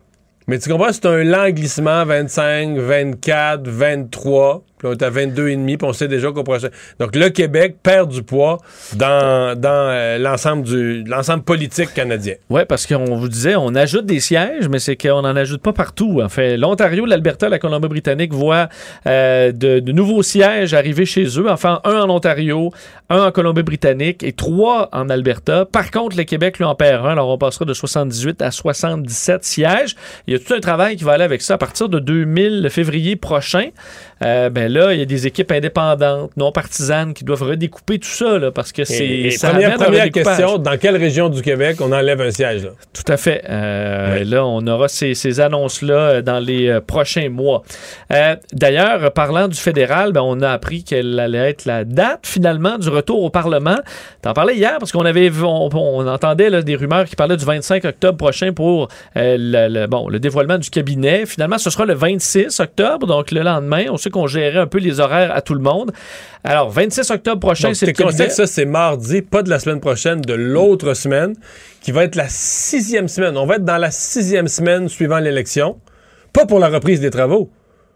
Mais tu comprends, c'est un lent glissement, vingt-cinq, vingt-quatre, vingt-trois... Puis on est à vingt-deux virgule cinq, puis on sait déjà qu'au prochain... Donc, le Québec perd du poids dans, dans euh, l'ensemble du l'ensemble politique canadien. Oui, parce qu'on vous disait, on ajoute des sièges, mais c'est qu'on n'en ajoute pas partout. En fait, l'Ontario, l'Alberta, la Colombie-Britannique voient euh, de, de nouveaux sièges arriver chez eux. Enfin, un en Ontario, un en Colombie-Britannique et trois en Alberta. Par contre, le Québec lui en perd un. Alors, on passera de soixante-dix-huit à soixante-dix-sept sièges. Il y a tout un travail qui va aller avec ça à partir de deux mille février prochain. Euh, ben là, il y a des équipes indépendantes, non partisanes, qui doivent redécouper tout ça, là, parce que c'est... Et, et ça première première question, question, dans quelle région du Québec on enlève un siège? Là? Tout à fait. Euh, oui. Là, on aura ces, ces annonces-là dans les euh, prochains mois. Euh, d'ailleurs, parlant du fédéral, ben, on a appris qu'elle allait être la date, finalement, du retour au Parlement. T'en parlais hier, parce qu'on avait on, on entendait là, des rumeurs qui parlaient du vingt-cinq octobre prochain pour euh, le, le, bon, le dévoilement du cabinet. Finalement, ce sera le vingt-six octobre, donc le lendemain. On sait qu'on gérait un peu les horaires à tout le monde. Alors, vingt-six octobre prochain, donc, c'est le cabinet. Ça, c'est mardi, pas de la semaine prochaine, de l'autre semaine, qui va être la sixième semaine. On va être dans la sixième semaine suivant l'élection, pas pour la reprise des travaux,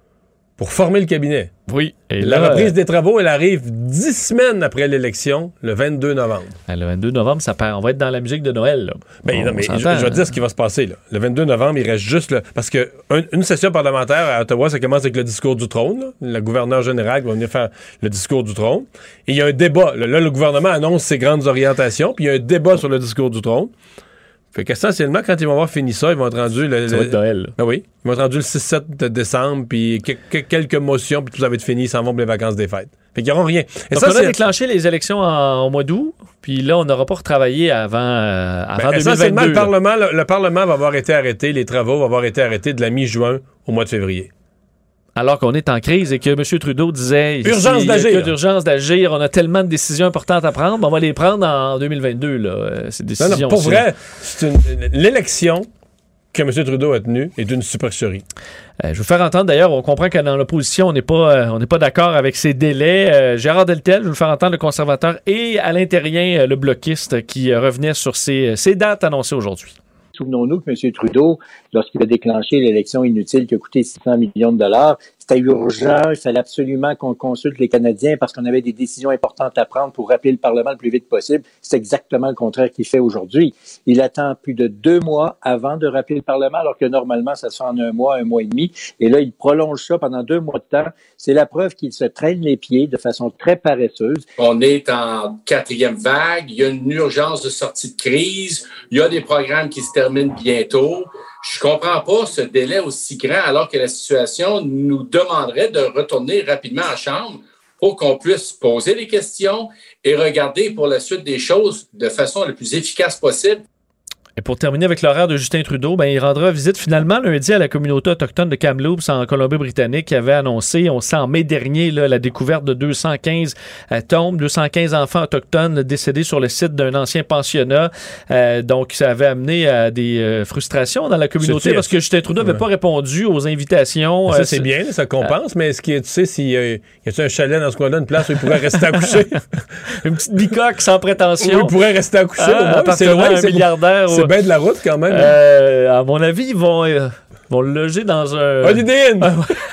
pour former le cabinet. Oui. Et la là, reprise euh, des travaux, elle arrive dix semaines après l'élection, le vingt-deux novembre. Le vingt-deux novembre, ça part. On va être dans la musique de Noël. Là. Ben, on, non, mais je, on je vais te dire ce qui va se passer. Là. Le vingt-deux novembre, il reste juste... Là, parce que un, une session parlementaire à Ottawa, ça commence avec le discours du trône. Là. Le gouverneur général qui va venir faire le discours du trône. Et il y a un débat. Là, là, le gouvernement annonce ses grandes orientations, puis il y a un débat sur le discours du trône. Fait qu'essentiellement, quand ils vont avoir fini ça, ils vont être rendus... Le, ça va être Noël. Là. Ben oui. Ils vont être rendus le six sept décembre, puis que, que, quelques motions, puis tout ça va être fini, ils s'en vont pour les vacances des fêtes. Fait qu'ils n'auront rien. Et donc, ça, on c'est... a déclenché les élections en, au mois d'août, puis là, on n'aura pas retravaillé avant, euh, avant ben, deux mille vingt-deux. Le Parlement, le, le Parlement va avoir été arrêté, les travaux vont avoir été arrêtés de la mi-juin au mois de février. Alors qu'on est en crise et que M. Trudeau disait... Urgence il d'agir. y a que d'urgence d'agir. On a tellement de décisions importantes à prendre. On va les prendre en deux mille vingt-deux, là, ces décisions. Non, non, pour vrai, c'est une, l'élection que M. Trudeau a tenue est une supercherie. Euh, je vais vous faire entendre, d'ailleurs, on comprend que dans l'opposition, on n'est pas, euh, on n'est pas d'accord avec ces délais. Euh, Gérard Deltel, je vais vous faire entendre le conservateur et Alain Terrien, euh, le bloquiste, qui euh, revenait sur ces, ces dates annoncées aujourd'hui. Souvenons-nous que M. Trudeau, lorsqu'il a déclenché l'élection inutile qui a coûté six cents millions de dollars, c'était urgent, il fallait absolument qu'on consulte les Canadiens parce qu'on avait des décisions importantes à prendre pour rappeler le Parlement le plus vite possible. C'est exactement le contraire qu'il fait aujourd'hui. Il attend plus de deux mois avant de rappeler le Parlement, alors que normalement, ça se fait en un mois, un mois et demi. Et là, il prolonge ça pendant deux mois de temps. C'est la preuve qu'il se traîne les pieds de façon très paresseuse. On est en quatrième vague, il y a une urgence de sortie de crise, il y a des programmes qui se terminent bientôt. Je comprends pas ce délai aussi grand alors que la situation nous demanderait de retourner rapidement en chambre pour qu'on puisse poser des questions et regarder pour la suite des choses de façon la plus efficace possible. Et pour terminer avec l'horaire de Justin Trudeau, ben, il rendra visite finalement lundi à la communauté autochtone de Kamloops en Colombie-Britannique qui avait annoncé, on sait en mai dernier, là, la découverte de deux cent quinze euh, tombes, deux cent quinze enfants autochtones décédés sur le site d'un ancien pensionnat. Euh, donc, ça avait amené à des euh, frustrations dans la communauté parce que Justin Trudeau n'avait ouais. pas répondu aux invitations. Ça, euh, c'est bien, ça compense, euh, mais est-ce que tu sais s'il y a, y a un chalet dans ce coin-là, une place où il pourrait rester accouché? Une petite bicoque sans prétention. Où il pourrait rester accouché. Ah, au c'est loin, un c'est milliardaire. C'est bien de la route quand même. Euh, à mon avis, ils vont, euh, vont le loger dans un... Holiday Inn!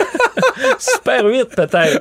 Super huit, peut-être.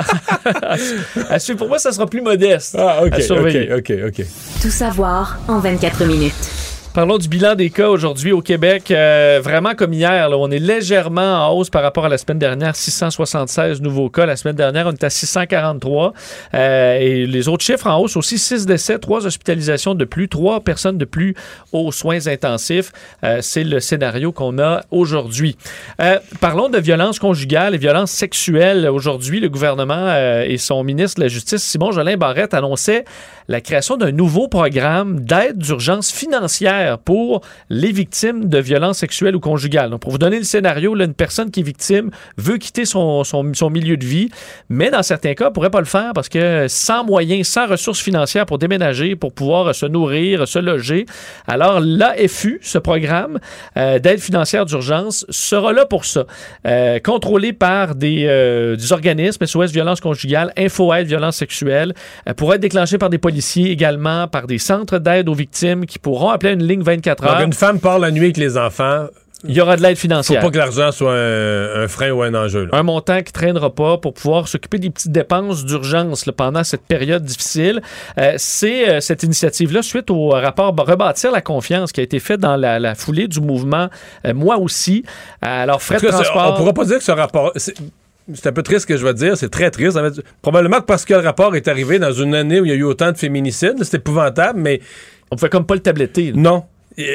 à suivre. Pour moi, ça sera plus modeste. Ah, OK, à surveiller. OK, OK, OK. Tout savoir en vingt-quatre minutes. Parlons du bilan des cas aujourd'hui au Québec. Euh, vraiment comme hier, là, on est légèrement en hausse par rapport à la semaine dernière. six cent soixante-seize nouveaux cas. La semaine dernière, on était à six cent quarante-trois. Euh, et les autres chiffres en hausse aussi. six décès, trois hospitalisations de plus, trois personnes de plus aux soins intensifs. Euh, c'est le scénario qu'on a aujourd'hui. Euh, parlons de violences conjugales et violences sexuelles. Aujourd'hui, le gouvernement euh, et son ministre de la Justice, Simon Jolin Barrette, annonçaient la création d'un nouveau programme d'aide d'urgence financière pour les victimes de violences sexuelles ou conjugales. Donc, pour vous donner le scénario, là, une personne qui est victime veut quitter son, son, son milieu de vie, mais dans certains cas, ne pourrait pas le faire parce que sans moyens, sans ressources financières pour déménager, pour pouvoir se nourrir, se loger, alors l'A F U, ce programme euh, d'aide financière d'urgence, sera là pour ça. Euh, contrôlé par des, euh, des organismes, S O S Violence conjugale, Info-Aide Violence sexuelle, euh, pourra être déclenché par des policiers également, par des centres d'aide aux victimes qui pourront appeler une ligne vingt-quatre heures. Donc, une femme part la nuit avec les enfants, Il y aura de l'aide financière. Faut pas que l'argent soit un, un frein ou un enjeu. Là. Un montant qui traînera pas pour pouvoir s'occuper des petites dépenses d'urgence là, pendant cette période difficile. Euh, c'est euh, cette initiative-là suite au rapport Rebâtir la confiance qui a été fait dans la, la foulée du mouvement euh, Moi aussi. Alors, frais de transport... On ne pourra pas dire que ce rapport... C'est... C'est un peu triste ce que je vais dire, c'est très triste. Probablement que parce que le rapport est arrivé dans une année où il y a eu autant de féminicides, c'est épouvantable, mais... On pouvait comme pas le tabletter. Là. Non.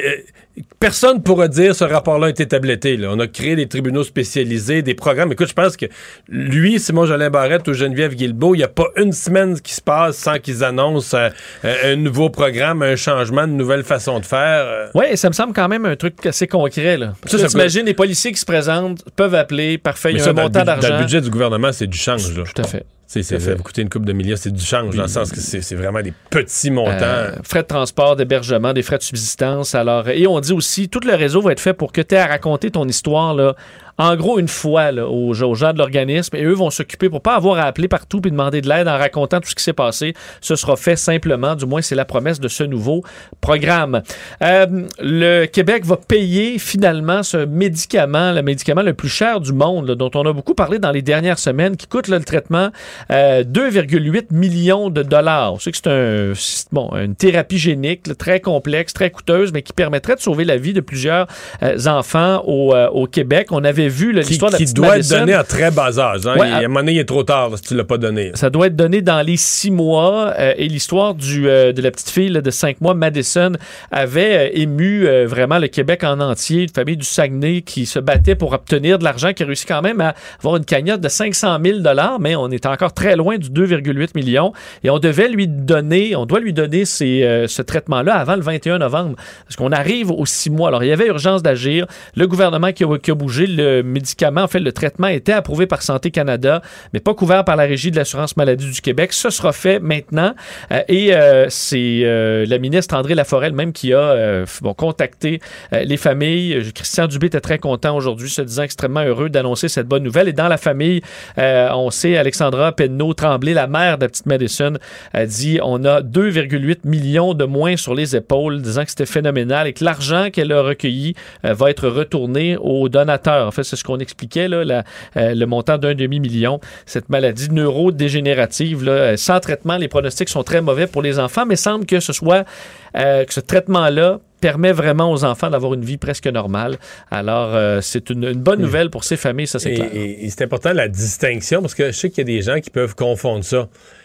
Personne ne pourra dire ce rapport-là a été tabletté. Là. On a créé des tribunaux spécialisés, des programmes. Écoute, je pense que lui, Simon-Jolin Barrette ou Geneviève Guilbeault, il n'y a pas une semaine qui se passe sans qu'ils annoncent euh, un nouveau programme, un changement, une nouvelle façon de faire. Euh. Oui, ça me semble quand même un truc assez concret. Là. Parce ça, que t'imagines, peut... les policiers qui se présentent peuvent appeler, parfait, il y a un montant d'argent. Dans le budget du gouvernement, c'est du change. Là. Tout à fait. C'est, c'est, ça va coûter une couple de millions, c'est du change, dans le sens que c'est, c'est vraiment des petits montants. Euh, frais de transport, d'hébergement, des frais de subsistance. Alors, et on dit aussi, tout le réseau va être fait pour que tu aies à raconter ton histoire, là, en gros, une fois là, aux, aux gens de l'organisme, et eux vont s'occuper pour pas avoir à appeler partout et demander de l'aide en racontant tout ce qui s'est passé. Ce sera fait simplement, du moins c'est la promesse de ce nouveau programme. Euh, le Québec va payer finalement ce médicament, le médicament le plus cher du monde, là, dont on a beaucoup parlé dans les dernières semaines, qui coûte là, le traitement euh, deux virgule huit millions de dollars. On sait que c'est, un, c'est bon, une thérapie génique là, très complexe, très coûteuse, mais qui permettrait de sauver la vie de plusieurs euh, enfants au, euh, au Québec. On avait vu là, l'histoire qui, de la qui doit Madison. être donné à très bas âge. Hein? Ouais, il, à un moment donné, il est trop tard là, si tu l'as pas donné. Ça doit être donné dans les six mois. Euh, et l'histoire du, euh, de la petite fille là, de cinq mois, Madison, avait euh, ému euh, vraiment le Québec en entier. Une famille du Saguenay qui se battait pour obtenir de l'argent, qui a réussi quand même à avoir une cagnotte de cinq cent mille dollars, mais on est encore très loin du deux virgule huit millions. Et on devait lui donner, on doit lui donner ces, euh, ce traitement-là avant le vingt et un novembre. Parce qu'on arrive aux six mois. Alors, il y avait urgence d'agir. Le gouvernement qui a, qui a bougé, le médicament, en fait, le traitement était approuvé par Santé Canada, mais pas couvert par la Régie de l'assurance maladie du Québec. Ce sera fait maintenant. Euh, et euh, c'est euh, la ministre André Laforêt même qui a euh, bon, contacté euh, les familles. Christian Dubé était très content aujourd'hui, se disant extrêmement heureux d'annoncer cette bonne nouvelle. Et dans la famille, euh, on sait, Alexandra Penneau-Tremblay, la mère de la petite Madison, a dit on a deux virgule huit millions de moins sur les épaules, disant que c'était phénoménal et que l'argent qu'elle a recueilli euh, va être retourné aux donateurs. En fait, c'est ce qu'on expliquait, là, la, euh, le montant d'un demi-million. Cette maladie neurodégénérative, là, sans traitement, les pronostics sont très mauvais pour les enfants, mais semble que ce soit euh, que ce traitement-là permet vraiment aux enfants d'avoir une vie presque normale. Alors, euh, c'est une, une bonne nouvelle pour ces familles, ça c'est et, clair. Et, et c'est important la distinction, parce que je sais qu'il y a des gens qui peuvent confondre ça.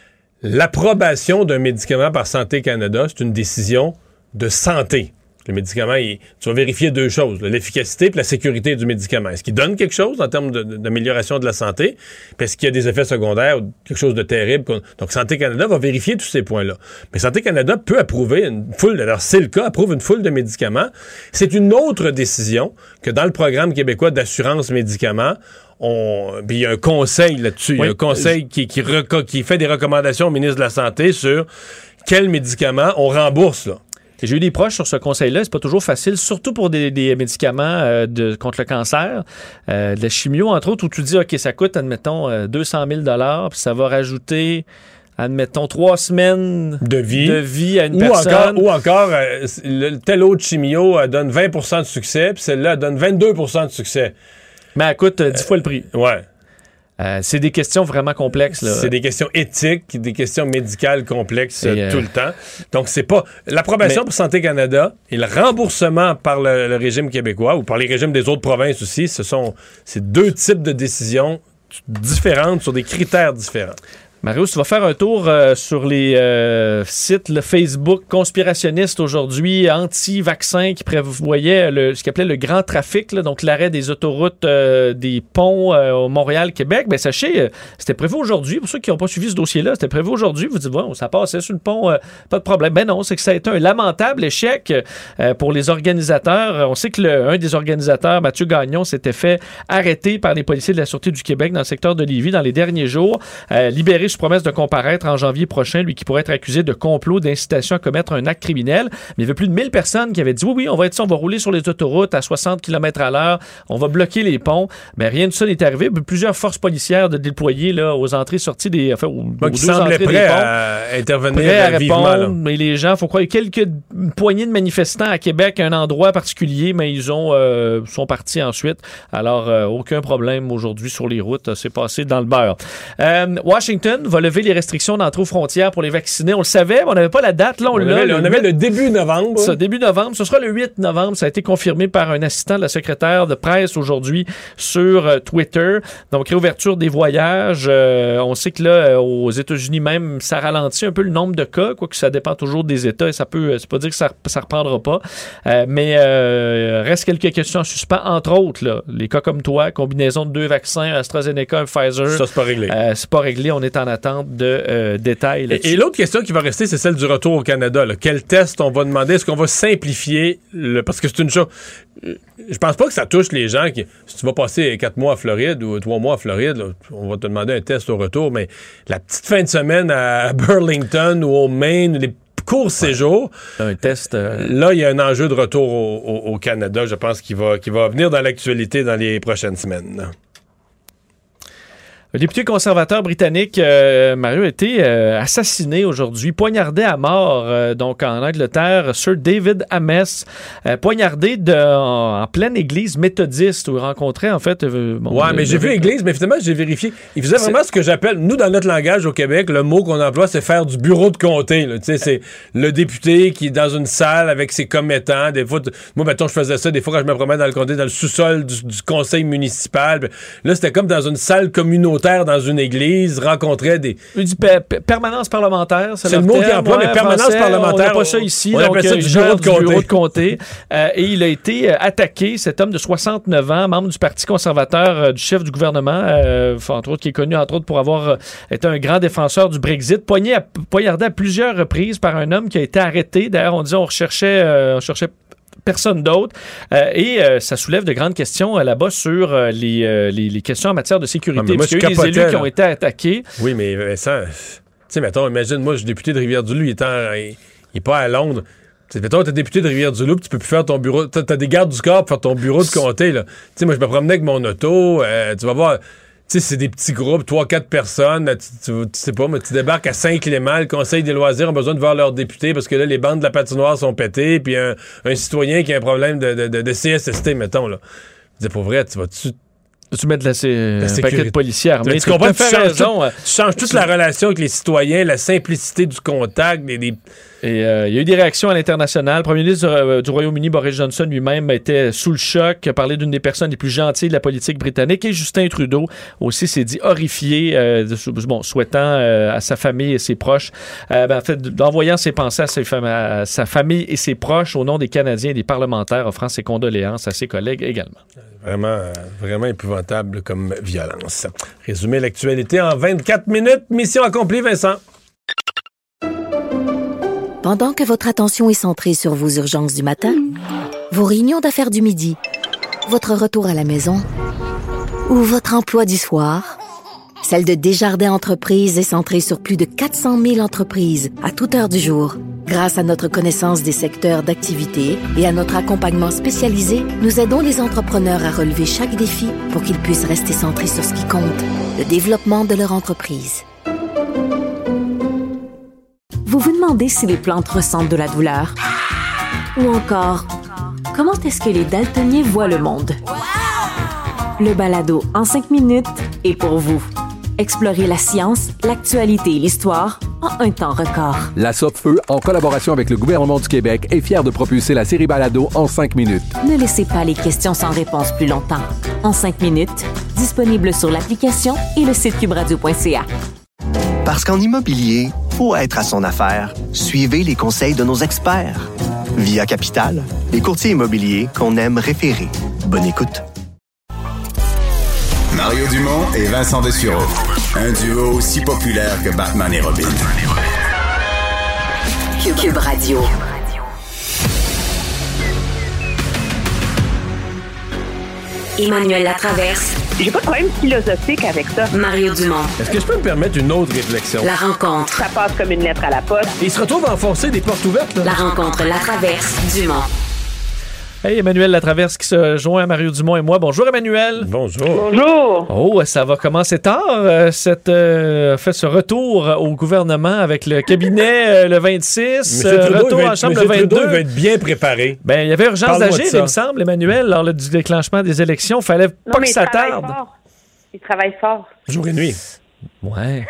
L'approbation d'un médicament par Santé Canada, c'est une décision de santé. Le médicament, il, tu vas vérifier deux choses, là, l'efficacité et la sécurité du médicament. Est-ce qu'il donne quelque chose en termes de, de, d'amélioration de la santé? Puis est-ce qu'il y a des effets secondaires ou quelque chose de terrible? Donc, Santé Canada va vérifier tous ces points-là. Mais Santé Canada peut approuver une foule, alors c'est le cas, approuve une foule de médicaments. C'est une autre décision que dans le programme québécois d'assurance médicaments, on, puis il y a un conseil là-dessus. Oui. Il y a un conseil qui, qui, reco- qui fait des recommandations au ministre de la Santé sur quels médicaments on rembourse, là. Et j'ai eu des proches sur ce conseil-là. C'est pas toujours facile, surtout pour des, des médicaments euh, de, contre le cancer, euh, de la chimio, entre autres, où tu dis, OK, ça coûte, admettons, euh, deux cent mille dollars, puis ça va rajouter, admettons, trois semaines de vie, de vie à une ou personne. Encore, ou encore, euh, le, tel autre chimio euh, donne vingt pour cent de succès, puis celle-là donne vingt-deux pour cent de succès. Mais elle coûte euh, dix fois le prix. Ouais. Euh, c'est des questions vraiment complexes. Là. C'est des questions éthiques, des questions médicales complexes euh, tout le temps. Donc, c'est pas... L'approbation mais... pour Santé Canada et le remboursement par le, le régime québécois ou par les régimes des autres provinces aussi, ce sont c'est deux types de décisions différentes sur des critères différents. Marius, tu vas faire un tour euh, sur les euh, sites le Facebook conspirationnistes aujourd'hui, anti-vaccins, qui prévoyaient le, ce qu'ils appelaient le grand trafic, là, donc l'arrêt des autoroutes, euh, des ponts euh, au Montréal-Québec. Ben sachez, euh, c'était prévu aujourd'hui. Pour ceux qui n'ont pas suivi ce dossier-là, c'était prévu aujourd'hui. Vous dites, bon, ça passait sur le pont, euh, pas de problème. Ben non, c'est que ça a été un lamentable échec euh, pour les organisateurs. On sait que le, un des organisateurs, Mathieu Gagnon, s'était fait arrêter par les policiers de la Sûreté du Québec dans le secteur de Lévis dans les derniers jours, euh, libéré sous promesse de comparaître en janvier prochain, lui qui pourrait être accusé de complot, d'incitation à commettre un acte criminel. Mais il y avait plus de mille personnes qui avaient dit oui, oui, on va être ça, on va rouler sur les autoroutes à soixante kilomètres à l'heure, on va bloquer les ponts. Mais rien de ça n'est arrivé. Plusieurs forces policières de déployer là, aux entrées-sorties des. Enfin, aux, Moi, aux qui deux semblait entrées prêt des ponts. à intervenir Prêt à vivement. répondre, Là. mais les gens, il faut croire, il y a quelques poignées de manifestants à Québec, à un endroit particulier, mais ils ont euh, sont partis ensuite. Alors, euh, aucun problème aujourd'hui sur les routes. C'est passé dans le beurre. Euh, Washington va lever les restrictions d'entrée aux frontières pour les vaccinés. On le savait, mais on n'avait pas la date. Là, on, on l'a. avait, Le on avait le début novembre. Ça, début novembre. Ce sera le huit novembre. Ça a été confirmé par un assistant de la secrétaire de presse aujourd'hui sur euh, Twitter. Donc, réouverture des voyages. Euh, on sait que là, euh, aux États-Unis même, ça ralentit un peu le nombre de cas, quoique ça dépend toujours des États et ça peut, c'est pas dire que ça, ça reprendra pas. Euh, mais euh, reste quelques questions en suspens, entre autres, là, les cas comme toi, combinaison de deux vaccins, AstraZeneca, un Pfizer. Ça, c'est pas réglé. Euh, c'est pas réglé. On est en attente de euh, détails là-dessus. Et, et l'autre question qui va rester, c'est celle du retour au Canada. Là. Quel test on va demander? Est-ce qu'on va simplifier? Le... Parce que c'est une chose... Je pense pas que ça touche les gens qui... Si tu vas passer quatre mois à Floride ou trois mois à Floride, là, on va te demander un test au retour, mais la petite fin de semaine à Burlington ou au Maine, les courts séjours... Un test... Euh... Là, il y a un enjeu de retour au, au, au Canada, je pense, qui va, qui va venir dans l'actualité dans les prochaines semaines. Là. Le député conservateur britannique, euh, Mario, a été euh, assassiné aujourd'hui, poignardé à mort, euh, donc en Angleterre, Sir David Ames, euh, poignardé de, en, en pleine église méthodiste, où il rencontrait, en fait... Euh, bon, ouais, le, mais le, j'ai le, vu église, mais finalement, j'ai vérifié. Il faisait vraiment ce que j'appelle, nous, dans notre langage au Québec, le mot qu'on emploie, c'est faire du bureau de comté. Tu sais, c'est le député qui est dans une salle avec ses commettants. Des fois, t- moi, mettons, je faisais ça, des fois, quand je me promène dans le comté, dans le sous-sol du, du conseil municipal. Là, c'était comme dans une salle communautaire, dans une église, rencontrait des... Il dit per- per- permanence parlementaire, c'est, c'est le mot qu'il emploie, ouais, mais permanence français, parlementaire. On n'a pas ça ici, on donc appelle ça euh, du bureau de du comté. bureau de comté. euh, et il a été euh, attaqué, cet homme de soixante-neuf ans, membre du Parti conservateur, euh, du chef du gouvernement, euh, entre autres, qui est connu, entre autres, pour avoir euh, été un grand défenseur du Brexit, poigné à, poignardé à plusieurs reprises par un homme qui a été arrêté. D'ailleurs, on disait on recherchait, euh, on cherchait personne d'autre. Euh, et euh, ça soulève de grandes questions euh, là-bas sur euh, les, euh, les, les questions en matière de sécurité. Non, moi, parce qu'il y a eu des élus là. qui ont été attaqués. Oui, mais Vincent, tu sais, mettons, imagine, moi, je suis député de Rivière-du-Loup, il est, en, il, il est pas à Londres. T'sais, mettons, t'es député de Rivière-du-Loup, tu peux plus faire ton bureau. T'as, t'as des gardes du corps pour faire ton bureau de comté, là. Tu sais, moi, je me promenais avec mon auto, euh, tu vas voir... Tu sais, c'est des petits groupes, trois, quatre personnes. Tu, tu, tu sais pas, mais tu débarques à Saint-Clément, le Conseil des loisirs a besoin de voir leurs députés parce que là, les bandes de la patinoire sont pétées, puis un, un citoyen qui a un problème de, de, de, de C S S T, mettons, là. Je dis, pour vrai, tu vas-tu... Tu mets de la, euh, la un paquet de policiers armés. Tu comprends? Tu changes, raison, tout, tu changes toute la relation avec les citoyens, la simplicité du contact, des... des... Et euh, il y a eu des réactions à l'international. Le premier ministre euh, du Royaume-Uni, Boris Johnson, lui-même, était sous le choc, a parlé d'une des personnes les plus gentilles de la politique britannique. Et Justin Trudeau aussi s'est dit horrifié, euh, de, bon, souhaitant euh, à sa famille et ses proches, euh, ben, en fait, d'envoyant ses pensées à, ses fam- à sa famille et ses proches au nom des Canadiens et des parlementaires, offrant ses condoléances à ses collègues également. Vraiment, vraiment épouvantable comme violence. Résumer l'actualité en vingt-quatre minutes. Mission accomplie, Vincent. Pendant que votre attention est centrée sur vos urgences du matin, vos réunions d'affaires du midi, votre retour à la maison ou votre emploi du soir, celle de Desjardins Entreprises est centrée sur plus de quatre cent mille entreprises à toute heure du jour. Grâce à notre connaissance des secteurs d'activité et à notre accompagnement spécialisé, nous aidons les entrepreneurs à relever chaque défi pour qu'ils puissent rester centrés sur ce qui compte, le développement de leur entreprise. Vous vous demandez si les plantes ressentent de la douleur? Ou encore, comment est-ce que les daltoniens voient le monde? Le balado en cinq minutes est pour vous. Explorez la science, l'actualité et l'histoire en un temps record. La Sopfeu, en collaboration avec le gouvernement du Québec, est fière de propulser la série Balado en cinq minutes. Ne laissez pas les questions sans réponse plus longtemps. En cinq minutes, disponible sur l'application et le site cube radio point c a. Parce qu'en immobilier, faut être à son affaire. Suivez les conseils de nos experts. Via Capital, les courtiers immobiliers qu'on aime référer. Bonne écoute. Mario Dumont et Vincent Dessureau. Un duo aussi populaire que Batman et Robin. Cube Radio. Emmanuel Latraverse. J'ai pas de problème philosophique avec ça. Mario Dumont. Est-ce que je peux me permettre une autre réflexion? La rencontre. Ça passe comme une lettre à la poste. Et il se retrouve à enfoncer des portes ouvertes, là. La rencontre Latraverse Dumont. Hey, Emmanuel Latraverse qui se joint à Mario Dumont et moi. Bonjour, Emmanuel. Bonjour. Bonjour. Oh, ça va commencer tard, euh, cette, euh, fait ce retour au gouvernement avec le cabinet euh, le vingt-six, euh, retour en chambre le vingt-deux. Trudeau, il va être bien préparé. Ben, il y avait urgence Parle-moi d'agir, de ça. il me semble, Emmanuel, lors là, du déclenchement des élections. Il fallait Non, pas mais que il ça travaille tarde. fort. Il travaille fort. Jour et nuit. Ouais.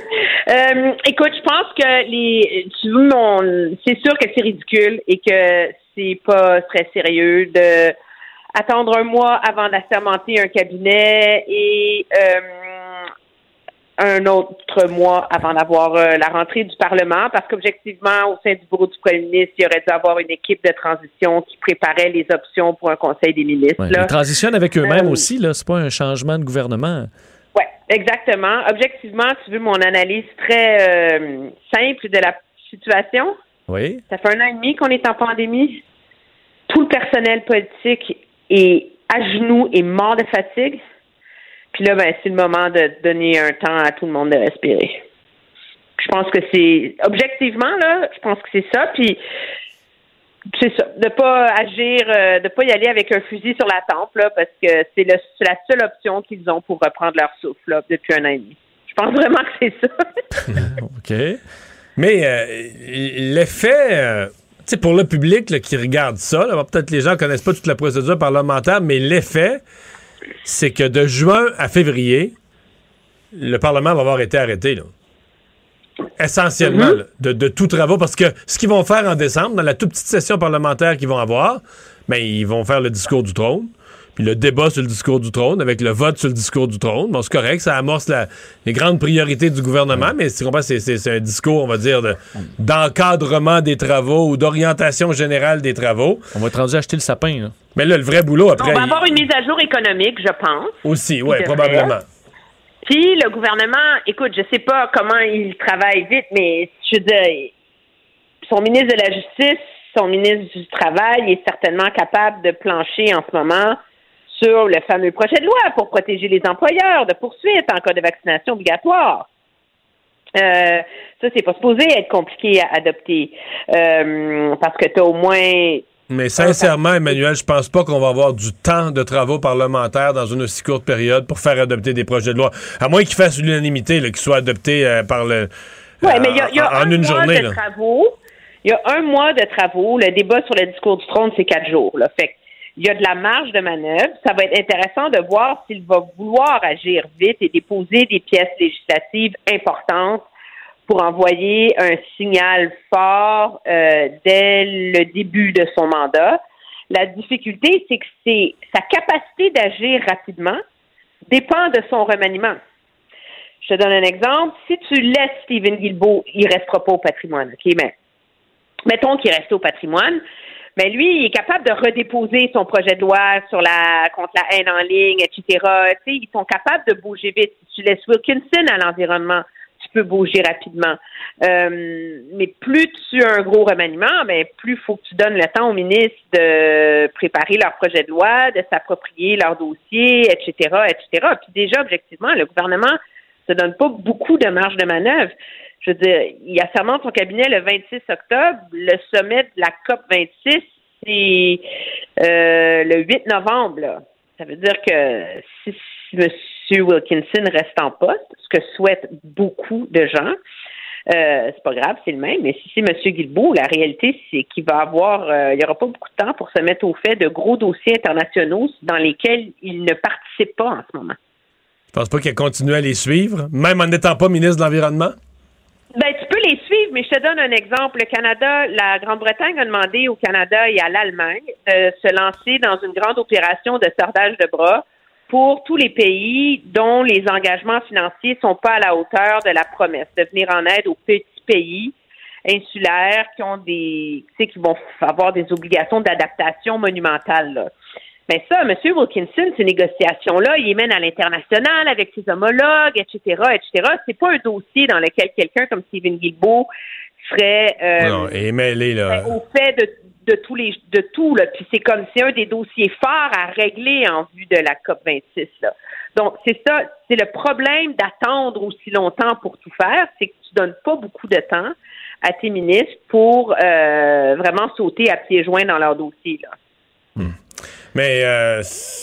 Euh, écoute, je pense que les, tu veux mon, c'est sûr que c'est ridicule et que c'est pas très sérieux de attendre un mois avant d'assermenter un cabinet et euh, un autre mois avant d'avoir euh, la rentrée du Parlement, parce qu'objectivement, au sein du bureau du premier ministre, il aurait dû avoir une équipe de transition qui préparait les options pour un conseil des ministres. Ouais, là. ils transitionnent avec eux-mêmes Euh, aussi, là. C'est pas un changement de gouvernement. Oui, exactement. Objectivement, tu veux mon analyse très euh, simple de la situation? Oui. Ça fait un an et demi qu'on est en pandémie. Tout le personnel politique est à genoux et mort de fatigue. Puis là, ben, c'est le moment de donner un temps à tout le monde de respirer. Je pense que c'est... Objectivement, là, je pense que c'est ça. Puis c'est ça, de pas agir, euh, de pas y aller avec un fusil sur la tempe, là, parce que c'est, le, c'est la seule option qu'ils ont pour reprendre leur souffle là, depuis un an et demi. Je pense vraiment que c'est ça. OK. Mais euh, l'effet, euh, tu sais, pour le public là, qui regarde ça, là, peut-être les gens connaissent pas toute la procédure parlementaire, mais l'effet, c'est que de juin à février, le Parlement va avoir été arrêté, là. Essentiellement, Mm-hmm. là, de, de tout travaux, parce que ce qu'ils vont faire en décembre, dans la toute petite session parlementaire qu'ils vont avoir, ben, ils vont faire le discours du trône, puis le débat sur le discours du trône, avec le vote sur le discours du trône. Bon, c'est correct, ça amorce la, les grandes priorités du gouvernement, mais si tu comprends, c'est, c'est, c'est un discours, on va dire, de, d'encadrement des travaux ou d'orientation générale des travaux. On va être rendu à acheter le sapin, là. Mais là, le vrai boulot, après... On va il- avoir une mise à jour économique, je pense. Aussi, oui, Il devrait. probablement. Puis le gouvernement, écoute, je sais pas comment il travaille vite, mais je veux dire, son ministre de la Justice, son ministre du Travail est certainement capable de plancher en ce moment sur le fameux projet de loi pour protéger les employeurs de poursuites en cas de vaccination obligatoire. Euh, ça, c'est pas supposé être compliqué à adopter euh, parce que tu as au moins... Mais sincèrement, Emmanuel, je pense pas qu'on va avoir du temps de travaux parlementaires dans une aussi courte période pour faire adopter des projets de loi. À moins qu'ils fassent l'unanimité, là, qu'ils soient adoptés euh, par le... Oui, euh, mais il y a, il y a en, un en une mois journée, de là. travaux. Il y a un mois de travaux. Le débat sur le discours du trône, c'est quatre jours. Là. Fait il y a de la marge de manœuvre. Ça va être intéressant de voir s'il va vouloir agir vite et déposer des pièces législatives importantes pour envoyer un signal fort euh, dès le début de son mandat. La difficulté, c'est que c'est sa capacité d'agir rapidement dépend de son remaniement. Je te donne un exemple. Si tu laisses Stephen Guilbeault, il ne restera pas au patrimoine. OK, mais mettons qu'il reste au patrimoine. Mais lui, il est capable de redéposer son projet de loi sur la contre la haine en ligne, et cetera. Tu sais, ils sont capables de bouger vite. Si tu laisses Wilkinson à l'environnement, tu peux bouger rapidement. Euh, mais plus tu as un gros remaniement, ben plus il faut que tu donnes le temps aux ministres de préparer leur projet de loi, de s'approprier leur dossier, et cetera, et cetera. Puis déjà, objectivement, le gouvernement ne donne pas beaucoup de marge de manœuvre. Je veux dire, il assermente son cabinet le vingt-six octobre. Le sommet de la COP vingt-six, c'est euh, le huit novembre. Là. Ça veut dire que si, si M. Wilkinson reste en poste, ce que souhaitent beaucoup de gens, euh, c'est pas grave, c'est le même. Mais si c'est M. Guilbeault, la réalité, c'est qu'il va avoir, euh, il n'y aura pas beaucoup de temps pour se mettre au fait de gros dossiers internationaux dans lesquels il ne participe pas en ce moment. Je pense pas qu'il a continué à les suivre, même en n'étant pas ministre de l'Environnement. Ben, tu peux les suivre, mais je te donne un exemple. Le Canada, la Grande-Bretagne a demandé au Canada et à l'Allemagne de se lancer dans une grande opération de sordage de bras pour tous les pays dont les engagements financiers sont pas à la hauteur de la promesse de venir en aide aux petits pays insulaires qui ont des, tu sais, qui vont avoir des obligations d'adaptation monumentales, là. Mais ça, M. Wilkinson, ces négociations-là, il les mène à l'international avec ses homologues, et cetera, et cetera. C'est pas un dossier dans lequel quelqu'un comme Stephen Guilbeault serait euh, non, et mêlé, là. au fait de, de tous les de tout là. Puis c'est comme c'est un des dossiers forts à régler en vue de la COP vingt-six là. Donc c'est ça, c'est le problème d'attendre aussi longtemps pour tout faire, c'est que tu donnes pas beaucoup de temps à tes ministres pour euh, vraiment sauter à pieds joints dans leur dossier là. Hmm. Mais euh,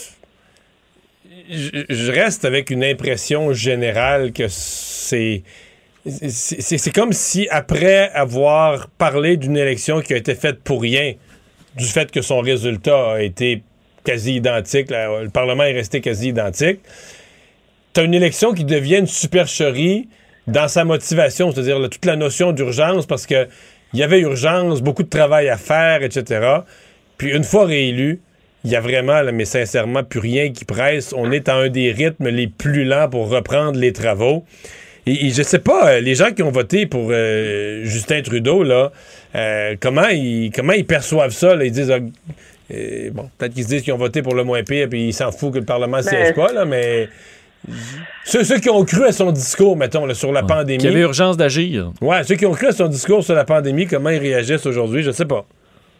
je reste avec une impression générale que c'est C'est, c'est, c'est comme si, après avoir parlé d'une élection qui a été faite pour rien, du fait que son résultat a été quasi identique, là, le Parlement est resté quasi identique, t'as une élection qui devient une supercherie dans sa motivation, c'est-à-dire là, toute la notion d'urgence, parce que il y avait urgence, beaucoup de travail à faire, et cetera. Puis une fois réélu, il y a vraiment, là, mais sincèrement, plus rien qui presse. On est à un des rythmes les plus lents pour reprendre les travaux. Et, et je sais pas, les gens qui ont voté pour euh, Justin Trudeau, là, euh, comment, ils, comment ils perçoivent ça? Là? Ils disent, euh, bon, peut-être qu'ils se disent qu'ils ont voté pour le moins pire, puis ils s'en foutent que le Parlement ne siège pas, là, mais ceux, ceux qui ont cru à son discours, mettons, là, sur la ouais, pandémie. Qu'il y avait urgence d'agir. Ouais, ceux qui ont cru à son discours sur la pandémie, comment ils réagissent aujourd'hui, je sais pas.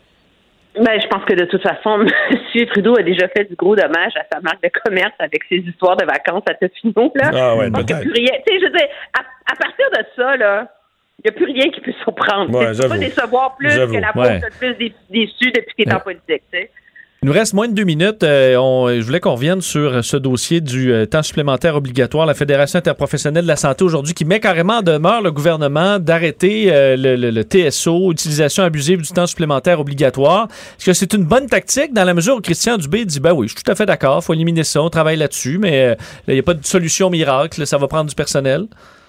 Ben, je pense que de toute façon, M. Trudeau a déjà fait du gros dommage à sa marque de commerce avec ses histoires de vacances à Tofino, là. Ah ouais, peut-être. Plus rien. Tu sais, je veux dire, à, à partir de ça, là, il n'y a plus rien qui peut surprendre. Ouais, tu peux pas décevoir plus j'avoue. que la pauvre ouais. le plus déçue depuis qu'il est ouais. en politique, tu sais. Il nous reste moins de deux minutes. Euh, on, je voulais qu'on revienne sur ce dossier du euh, temps supplémentaire obligatoire. La Fédération interprofessionnelle de la santé aujourd'hui qui met carrément en demeure le gouvernement d'arrêter euh, le, le, le T S O, utilisation abusive du temps supplémentaire obligatoire. Est-ce que c'est une bonne tactique dans la mesure où Christian Dubé dit, ben oui, je suis tout à fait d'accord, il faut éliminer ça, on travaille là-dessus, mais il euh, n'y a pas de solution miracle, là, ça va prendre du personnel?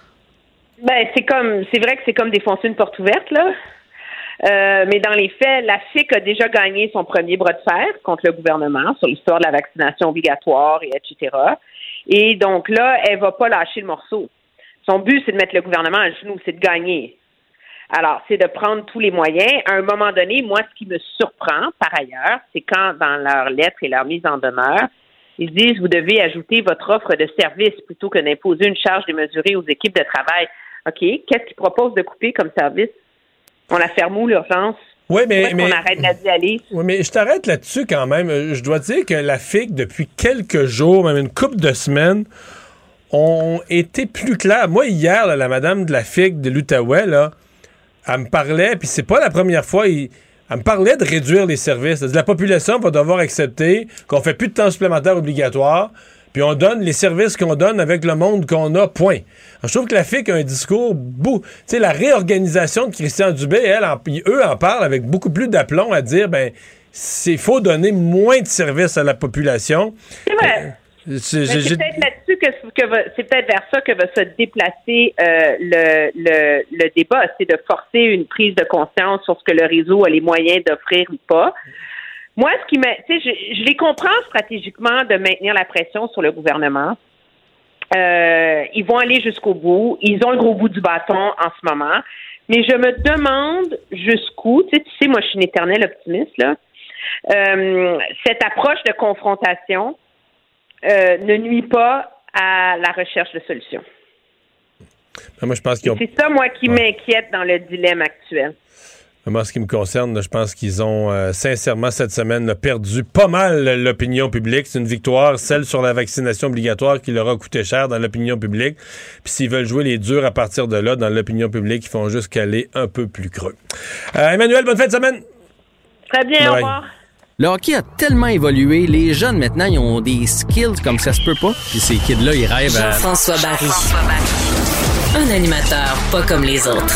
Ben, c'est comme, c'est vrai que c'est comme défoncer une porte ouverte, là. Euh, mais dans les faits, la F I C a déjà gagné son premier bras de fer contre le gouvernement sur l'histoire de la vaccination obligatoire, et et cetera. Et donc là, elle va pas lâcher le morceau. Son but, c'est de mettre le gouvernement à genoux, c'est de gagner. Alors, c'est de prendre tous les moyens. À un moment donné, moi, ce qui me surprend, par ailleurs, c'est quand, dans leurs lettres et leur mise en demeure, ils disent, vous devez ajouter votre offre de service plutôt que d'imposer une charge démesurée aux équipes de travail. OK, qu'est-ce qu'ils proposent de couper comme service? On la ferme où, l'urgence? Oui, mais, mais on arrête d'y aller. Oui, mais je t'arrête là-dessus quand même. Je dois dire que la F I C, depuis quelques jours, même une couple de semaines, ont été plus clairs. Moi, hier, là, la madame de la F I C de l'Outaouais, là, elle me parlait, puis c'est pas la première fois, il, elle me parlait de réduire les services. La population va devoir accepter qu'on fait plus de temps supplémentaire obligatoire, puis on donne les services qu'on donne avec le monde qu'on a, point. Alors, je trouve que la F I C a un discours, beau, tu sais, la réorganisation de Christian Dubé, elle, en, eux en parlent avec beaucoup plus d'aplomb à dire, ben, c'est faut donner moins de services à la population. C'est vrai. Euh, c'est, c'est peut-être là-dessus que, que va, c'est peut-être vers ça que va se déplacer euh, le, le, le débat, c'est de forcer une prise de conscience sur ce que le réseau a les moyens d'offrir ou pas. Moi, ce qui m'a, tu sais, je, je les comprends stratégiquement de maintenir la pression sur le gouvernement. Euh, ils vont aller jusqu'au bout. Ils ont le gros bout du bâton en ce moment. Mais je me demande jusqu'où, tu sais, tu sais, moi, je suis une éternelle optimiste, là. Euh, cette approche de confrontation euh, ne nuit pas à la recherche de solutions. Ben, moi, je pense qu'ils ont... C'est ça, moi, qui ouais. m'inquiète dans le dilemme actuel. Moi, en ce qui me concerne, là, je pense qu'ils ont euh, sincèrement cette semaine là, perdu pas mal l'opinion publique. C'est une victoire, celle sur la vaccination obligatoire qui leur a coûté cher dans l'opinion publique. Puis s'ils veulent jouer les durs à partir de là, dans l'opinion publique, ils font juste caler un peu plus creux. Euh, Emmanuel, bonne fin de semaine! Très bien, bye. Au revoir. Le hockey a tellement évolué. Les jeunes, maintenant, ils ont des skills comme ça se peut pas. Puis ces kids-là, ils rêvent à... Jean-François Barry. Un animateur pas comme les autres.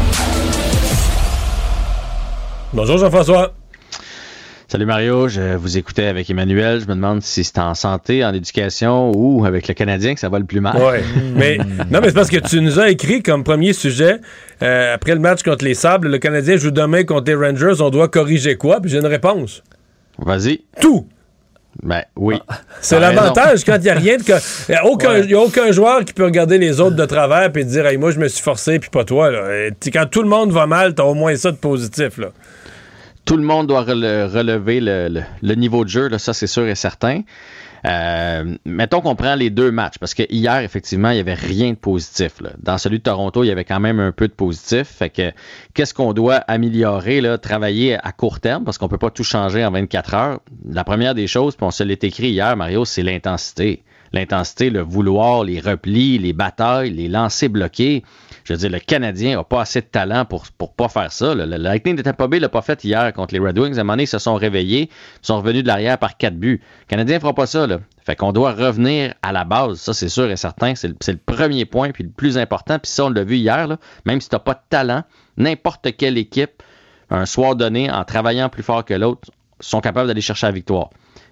Bonjour Jean-François. Salut Mario, je vous écoutais avec Emmanuel. Je me demande si c'est en santé, en éducation ou avec le Canadien que ça va le plus mal. Oui, mais non, mais c'est parce que tu nous as écrit comme premier sujet, euh, après le match contre les Sables, le Canadien joue demain contre les Rangers, on doit corriger quoi? Puis j'ai une réponse. Vas-y. Tout! Ben oui. C'est ah, l'avantage quand il n'y a rien de... Il n'y a, ouais. a aucun joueur qui peut regarder les autres de travers et dire hey, « moi, je me suis forcé, puis pas toi. » là. Quand tout le monde va mal, t'as au moins ça de positif. Là. Tout le monde doit rele- relever le, le, le niveau de jeu, là, ça c'est sûr et certain. Euh, mettons qu'on prend les deux matchs, parce que hier, effectivement, il n'y avait rien de positif. Là. Dans celui de Toronto, il y avait quand même un peu de positif. Fait que qu'est-ce qu'on doit améliorer, là, travailler à court terme, parce qu'on ne peut pas tout changer en vingt-quatre heures. La première des choses, puis on se l'est écrit hier, Mario, c'est l'intensité. L'intensité, le vouloir, les replis, les batailles, les lancers bloqués. Je veux dire, le Canadien n'a pas assez de talent pour ne pas faire ça. Le, le Lightning de Tampa Bay ne l'a pas fait hier contre les Red Wings. À un moment donné, ils se sont réveillés, ils sont revenus de l'arrière par quatre buts. Le Canadien ne fera pas ça. Là. Fait qu'on doit revenir à la base. Ça, c'est sûr et certain. C'est le, c'est le premier point, puis le plus important. Puis ça, on l'a vu hier. Là. Même si tu n'as pas de talent, n'importe quelle équipe, un soir donné, en travaillant plus fort que l'autre, sont capables d'aller chercher la victoire.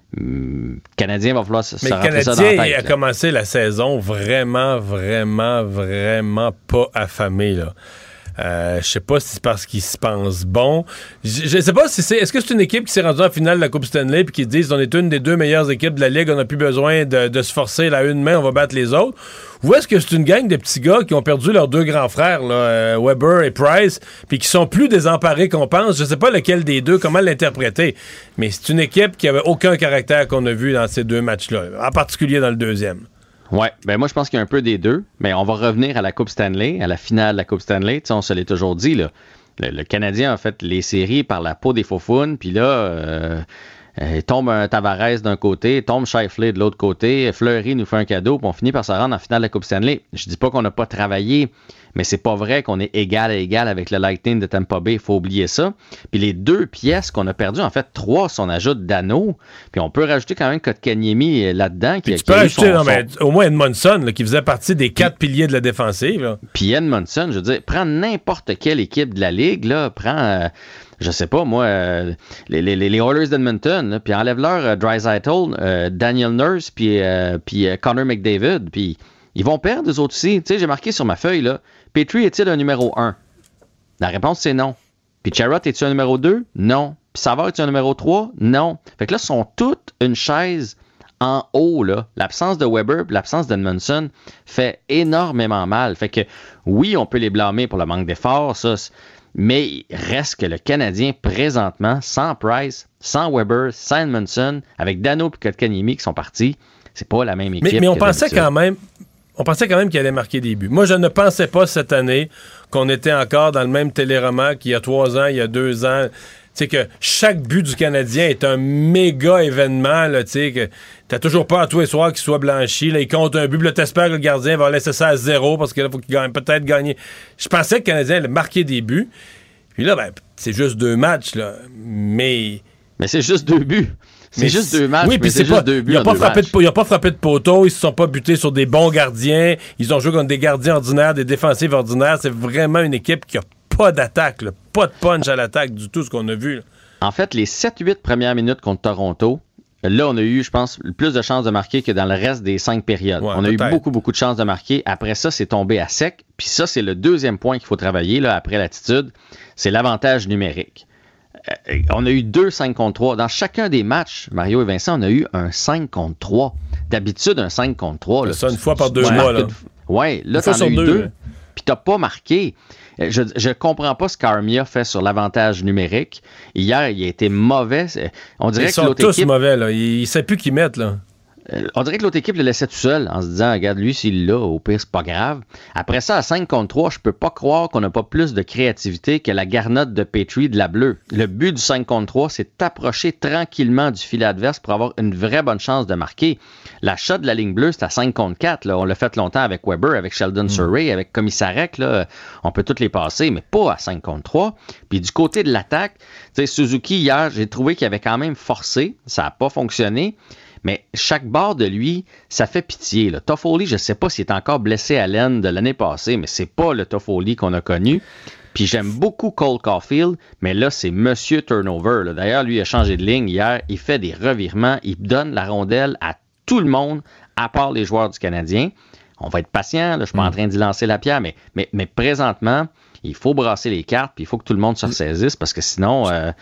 Le Canadien va falloir se, se rappeler ça dans la tête. Mais le Canadien a commencé la saison vraiment, vraiment, vraiment pas affamé, là. Euh, je sais pas si c'est parce qu'ils se pensent bon. Je, je sais pas si c'est... Est-ce que c'est une équipe qui s'est rendue en finale de la Coupe Stanley puis qui disent on est une des deux meilleures équipes de la Ligue, on n'a plus besoin de, de se forcer la une main, on va battre les autres? Ou est-ce que c'est une gang de petits gars qui ont perdu leurs deux grands frères, là, euh, Weber et Price, puis qui sont plus désemparés qu'on pense? Je sais pas lequel des deux, comment l'interpréter, mais c'est une équipe qui avait aucun caractère qu'on a vu dans ces deux matchs-là, en particulier dans le deuxième. Oui, ben moi je pense qu'il y a un peu des deux, mais on va revenir à la Coupe Stanley, à la finale de la Coupe Stanley. Tu sais, on se l'est toujours dit, là. Le, le Canadien a fait les séries par la peau des faufounes, puis là, euh, il tombe un Tavares d'un côté, il tombe Scheifele de l'autre côté, Fleury nous fait un cadeau, puis on finit par se rendre en finale de la Coupe Stanley. Je dis pas qu'on n'a pas travaillé, mais c'est pas vrai qu'on est égal à égal avec le Lightning de Tampa Bay. Il faut oublier ça. Puis les deux pièces qu'on a perdues, en fait, trois, si on ajoute Dano. Puis on peut rajouter quand même Kotkaniemi là-dedans. Qui, tu qui peux a rajouter, son, non, mais son... au moins Edmondson, là, qui faisait partie des quatre puis, piliers de la défensive. Là. Puis Edmondson, je veux dire, prends n'importe quelle équipe de la Ligue, là, prends... Euh, je sais pas, moi, euh, les, les, les Oilers d'Edmonton, là, puis enlève-leur euh, Draisaitl, euh, Daniel Nurse, puis, euh, puis euh, Connor McDavid, puis ils vont perdre, eux autres aussi. Tu sais, j'ai marqué sur ma feuille, là, Petrie est-il un numéro un? La réponse, c'est non. Puis Charrot, est-il un numéro deux? Non. Puis Savard, est-il un numéro trois? Non. Fait que là, ils sont toutes une chaise en haut, là. L'absence de Weber et l'absence d'Edmondson fait énormément mal. Fait que, oui, on peut les blâmer pour le manque d'effort, ça, mais il reste que le Canadien, présentement, sans Price, sans Weber, sans Edmondson, avec Dano et Kotkaniemi qui sont partis, c'est pas la même équipe. Mais, mais on pensait d'habitude. quand même... On pensait quand même qu'il allait marquer des buts. Moi, je ne pensais pas cette année qu'on était encore dans le même téléroman qu'il y a trois ans, il y a deux ans. Tu sais, que chaque but du Canadien est un méga événement, là, tu sais, que t'as toujours peur tous les soirs qu'il soit blanchi, là, il compte un but, puis là, t'espères que le gardien va laisser ça à zéro, parce que là, faut qu'il gagne, peut-être gagner. Je pensais que le Canadien allait marquer des buts. Puis là, ben, c'est juste deux matchs, là, mais... Mais c'est juste deux buts. C'est mais juste deux matchs, oui, mais c'est, c'est pas, juste deux buts. Il n'a pas, de, pas frappé de poteau, ils se sont pas butés sur des bons gardiens, ils ont joué contre des gardiens ordinaires, des défensifs ordinaires. C'est vraiment une équipe qui a pas d'attaque, là, pas de punch à l'attaque du tout, ce qu'on a vu. Là. En fait, les sept huit premières minutes contre Toronto, là, on a eu, je pense, plus de chances de marquer que dans le reste des cinq périodes. Ouais, on a peut-être. eu beaucoup, beaucoup de chances de marquer. Après ça, c'est tombé à sec. Puis ça, c'est le deuxième point qu'il faut travailler là, après l'attitude. C'est l'avantage numérique. Euh, on a eu deux cinq contre trois. Dans chacun des matchs, Mario et Vincent, on a eu un cinq contre trois. D'habitude, un cinq contre trois. Là, c'est ça, une fois par deux ouais, mois. Là. Oui, là, t'en as eu deux. deux puis t'as pas marqué. Je ne comprends pas ce qu'Armia fait sur l'avantage numérique. Hier, il a été mauvais. On dirait Ils que sont l'autre tous équipe... mauvais. Là. Il ne sait plus qui mettre. Là. Euh, on dirait que l'autre équipe le laissait tout seul en se disant, regarde, lui, s'il l'a, au pire, c'est pas grave. Après ça, à cinq contre trois, je peux pas croire qu'on n'a pas plus de créativité que la garnotte de Petrie de la bleue. Le but du cinq contre trois, c'est d'approcher tranquillement du filet adverse pour avoir une vraie bonne chance de marquer. La shot de la ligne bleue, c'est à cinq contre quatre. Là. On l'a fait longtemps avec Weber, avec Sheldon mm. Surrey, avec Commissarek. Là. On peut toutes les passer, mais pas à cinq contre trois. Puis du côté de l'attaque, tu sais, Suzuki, hier, j'ai trouvé qu'il avait quand même forcé. Ça n'a pas fonctionné. Mais chaque barre de lui, ça fait pitié. Là. Toffoli, je ne sais pas s'il est encore blessé à l'aine de l'année passée, mais c'est pas le Toffoli qu'on a connu. Puis j'aime beaucoup Cole Caulfield, mais là, c'est Monsieur Turnover. Là. D'ailleurs, lui, il a changé de ligne hier. Il fait des revirements. Il donne la rondelle à tout le monde, à part les joueurs du Canadien. On va être patient. Là. Je suis pas mm. en train d'y lancer la pierre, mais, mais, mais présentement, il faut brasser les cartes, puis il faut que tout le monde se ressaisisse, parce que sinon... Euh,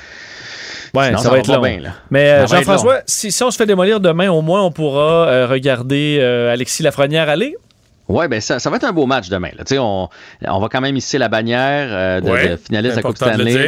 Ouais, ça, ça va être long. Bien, là. Mais euh, Jean-François, si, si on se fait démolir demain, au moins, on pourra euh, regarder euh, Alexis Lafrenière aller. Oui, bien, ça, ça va être un beau match demain. Là. On, on va quand même hisser la bannière euh, de, ouais, de finaliste de la Coupe Stanley.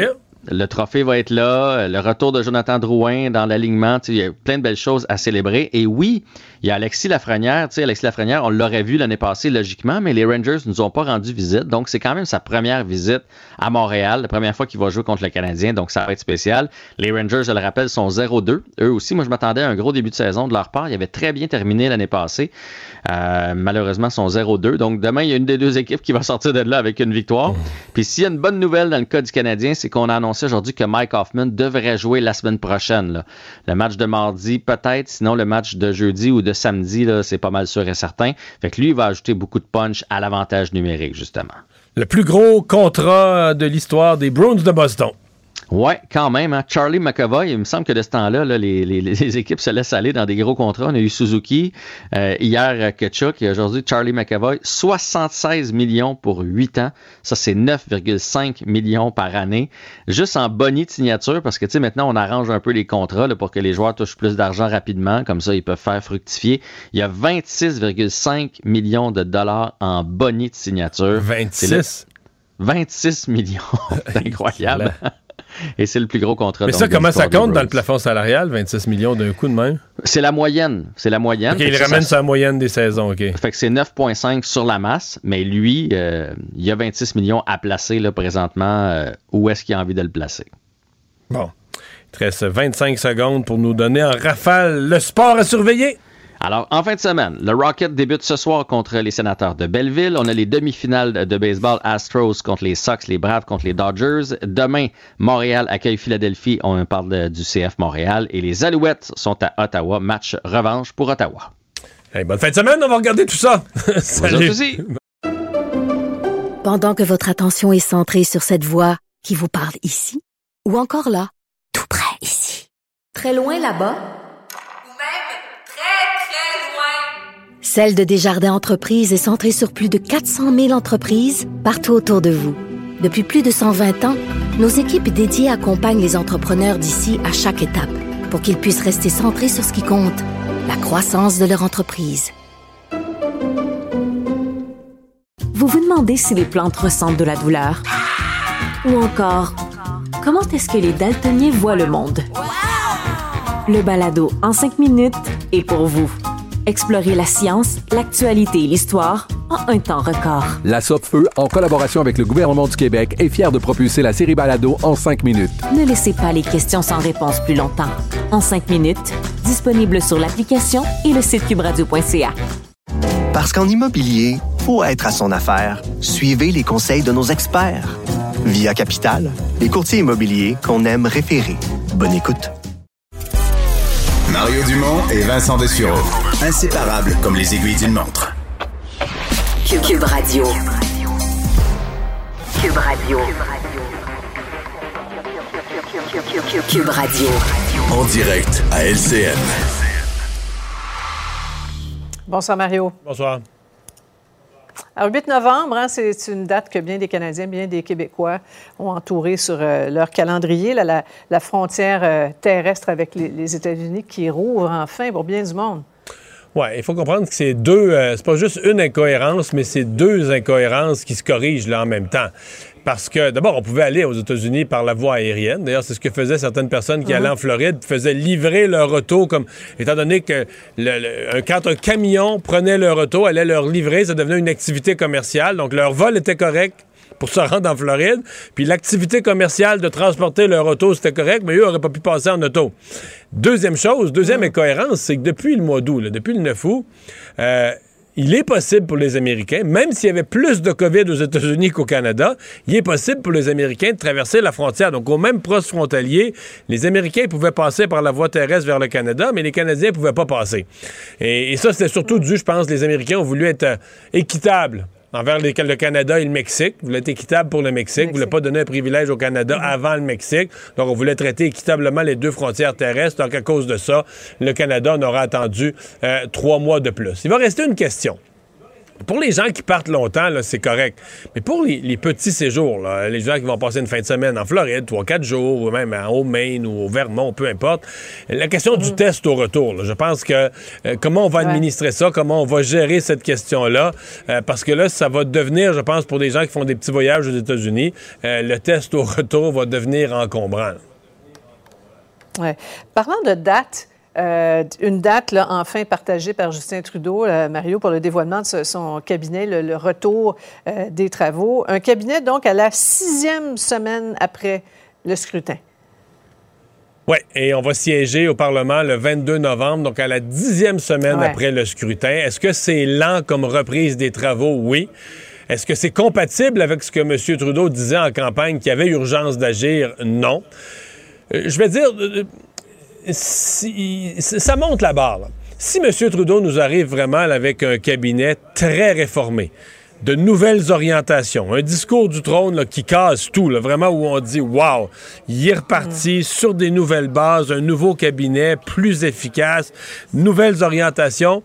Le trophée va être là. Le retour de Jonathan Drouin dans l'alignement. Il y a plein de belles choses à célébrer. Et oui, il y a Alexis Lafrenière. Tu sais, Alexis Lafrenière, on l'aurait vu l'année passée, logiquement, mais les Rangers ne nous ont pas rendu visite. Donc, c'est quand même sa première visite à Montréal. La première fois qu'il va jouer contre le Canadien. Donc, ça va être spécial. Les Rangers, je le rappelle, sont zéro deux. Eux aussi, moi, je m'attendais à un gros début de saison de leur part. Ils avaient très bien terminé l'année passée. Euh, malheureusement, ils sont zéro deux. Donc, demain, il y a une des deux équipes qui va sortir de là avec une victoire. Mmh. Puis, s'il y a une bonne nouvelle dans le cas du Canadien, c'est qu'on a annoncé aujourd'hui que Mike Hoffman devrait jouer la semaine prochaine. Là. Le match de mardi, peut-être. Sinon, le match de jeudi ou de samedi, là, c'est pas mal sûr et certain. Fait que lui, il va ajouter beaucoup de punch à l'avantage numérique, justement. Le plus gros contrat de l'histoire des Bruins de Boston. Ouais, quand même. Hein? Charlie McAvoy, il me semble que de ce temps-là, là, les, les, les équipes se laissent aller dans des gros contrats. On a eu Suzuki, euh, hier Tkachuk et aujourd'hui Charlie McAvoy. soixante-seize millions pour huit ans. Ça, c'est neuf virgule cinq millions par année. Juste en boni de signature, parce que tu sais, maintenant, on arrange un peu les contrats là, pour que les joueurs touchent plus d'argent rapidement. Comme ça, ils peuvent faire fructifier. Il y a vingt-six virgule cinq millions de dollars en boni de signature. vingt-six? vingt-six millions. C'est incroyable. Et c'est le plus gros contrat. Mais ça, comment ça compte dans le plafond salarial, vingt-six millions d'un coup de même? C'est la moyenne. C'est la moyenne. OK, il ramène sa moyenne des saisons, OK. Fait que c'est neuf virgule cinq sur la masse, mais lui, euh, il y a vingt-six millions à placer là, présentement. Euh, où est-ce qu'il a envie de le placer? Bon. Il te reste vingt-cinq secondes pour nous donner en rafale le sport à surveiller. Alors, en fin de semaine, le Rocket débute ce soir contre les Sénateurs de Belleville. On a les demi-finales de baseball, Astros contre les Sox, les Braves contre les Dodgers. Demain, Montréal accueille Philadelphie. On parle de, du C F Montréal. Et les Alouettes sont à Ottawa. Match revanche pour Ottawa. Hey, bonne fin de semaine, on va regarder tout ça. Salut. Aussi. Pendant que votre attention est centrée sur cette voix qui vous parle ici, ou encore là, tout près ici, très loin là-bas, Celle de Desjardins Entreprises est centrée sur plus de quatre cent mille entreprises partout autour de vous. Depuis plus de cent vingt ans, nos équipes dédiées accompagnent les entrepreneurs d'ici à chaque étape pour qu'ils puissent rester centrés sur ce qui compte, la croissance de leur entreprise. Vous vous demandez si les plantes ressentent de la douleur? Ou encore, comment est-ce que les daltoniens voient le monde? Le balado en cinq minutes est pour vous. Explorez la science, l'actualité et l'histoire en un temps record. La Sopfeu, en collaboration avec le gouvernement du Québec, est fière de propulser la série Balado en cinq minutes. Ne laissez pas les questions sans réponse plus longtemps. En cinq minutes, disponible sur l'application et le site cube radio point c a. Parce qu'en immobilier, pour être à son affaire, suivez les conseils de nos experts. Via Capital, les courtiers immobiliers qu'on aime référer. Bonne écoute. Mario Dumont et Vincent Dessureau. Inséparables comme les aiguilles d'une montre. Cube, Cube Radio. Cube Radio. Cube Radio. En direct à L C M. Bonsoir Mario. Bonsoir. Alors, le huit novembre, hein, c'est une date que bien des Canadiens, bien des Québécois ont entourée sur euh, leur calendrier. Là, la, la frontière euh, terrestre avec les, les États-Unis qui rouvre enfin pour bien du monde. Oui, il faut comprendre que c'est deux, euh, c'est pas juste une incohérence, mais c'est deux incohérences qui se corrigent là en même temps. Parce que, d'abord, on pouvait aller aux États-Unis par la voie aérienne. D'ailleurs, c'est ce que faisaient certaines personnes qui mm-hmm. allaient en Floride, faisaient livrer leur auto, comme étant donné que le, le, quand un camion prenait leur auto, allait leur livrer, ça devenait une activité commerciale. Donc, leur vol était correct pour se rendre en Floride. Puis l'activité commerciale de transporter leur auto, c'était correct, mais eux n'auraient pas pu passer en auto. Deuxième chose, deuxième mm-hmm. incohérence, c'est que depuis le mois d'août, là, depuis le neuf août, euh, il est possible pour les Américains, même s'il y avait plus de COVID aux États-Unis qu'au Canada, il est possible pour les Américains de traverser la frontière. Donc, au même poste frontalier, les Américains pouvaient passer par la voie terrestre vers le Canada, mais les Canadiens ne pouvaient pas passer. Et, et ça, c'était surtout dû, je pense, les Américains ont voulu être euh, équitables envers les, le Canada et le Mexique. Ils voulaient être équitables pour le Mexique. Ils ne voulaient pas donner un privilège au Canada mm-hmm. avant le Mexique. Donc, on voulait traiter équitablement les deux frontières terrestres. Donc, à cause de ça, le Canada en aura attendu euh, trois mois de plus. Il va rester une question. pour les gens qui partent longtemps, là, c'est correct. Mais pour les, les petits séjours, là, les gens qui vont passer une fin de semaine en Floride, trois quatre jours, ou même en Haut-Maine ou au Vermont, peu importe, la question mmh. du test au retour, là, je pense que euh, comment on va administrer ouais. ça, comment on va gérer cette question-là, euh, parce que là, ça va devenir, je pense, pour des gens qui font des petits voyages aux États-Unis, euh, le test au retour va devenir encombrant. Oui. Parlant de date, Euh, une date, là, enfin partagée par Justin Trudeau, euh, Mario, pour le dévoilement de son cabinet, le, le retour euh, des travaux. Un cabinet, donc, à la sixième semaine après le scrutin. Oui, et on va siéger au Parlement le vingt-deux novembre, donc à la dixième semaine ouais. après le scrutin. Est-ce que c'est lent comme reprise des travaux? Oui. Est-ce que c'est compatible avec ce que M. Trudeau disait en campagne, qu'il y avait urgence d'agir? Non. Euh, je vais dire... Euh, Si, ça monte la barre. Là. Si M. Trudeau nous arrive vraiment avec un cabinet très réformé, de nouvelles orientations, un discours du trône là, qui casse tout, là, vraiment où on dit « wow », il est reparti mmh. sur des nouvelles bases, un nouveau cabinet plus efficace, nouvelles orientations.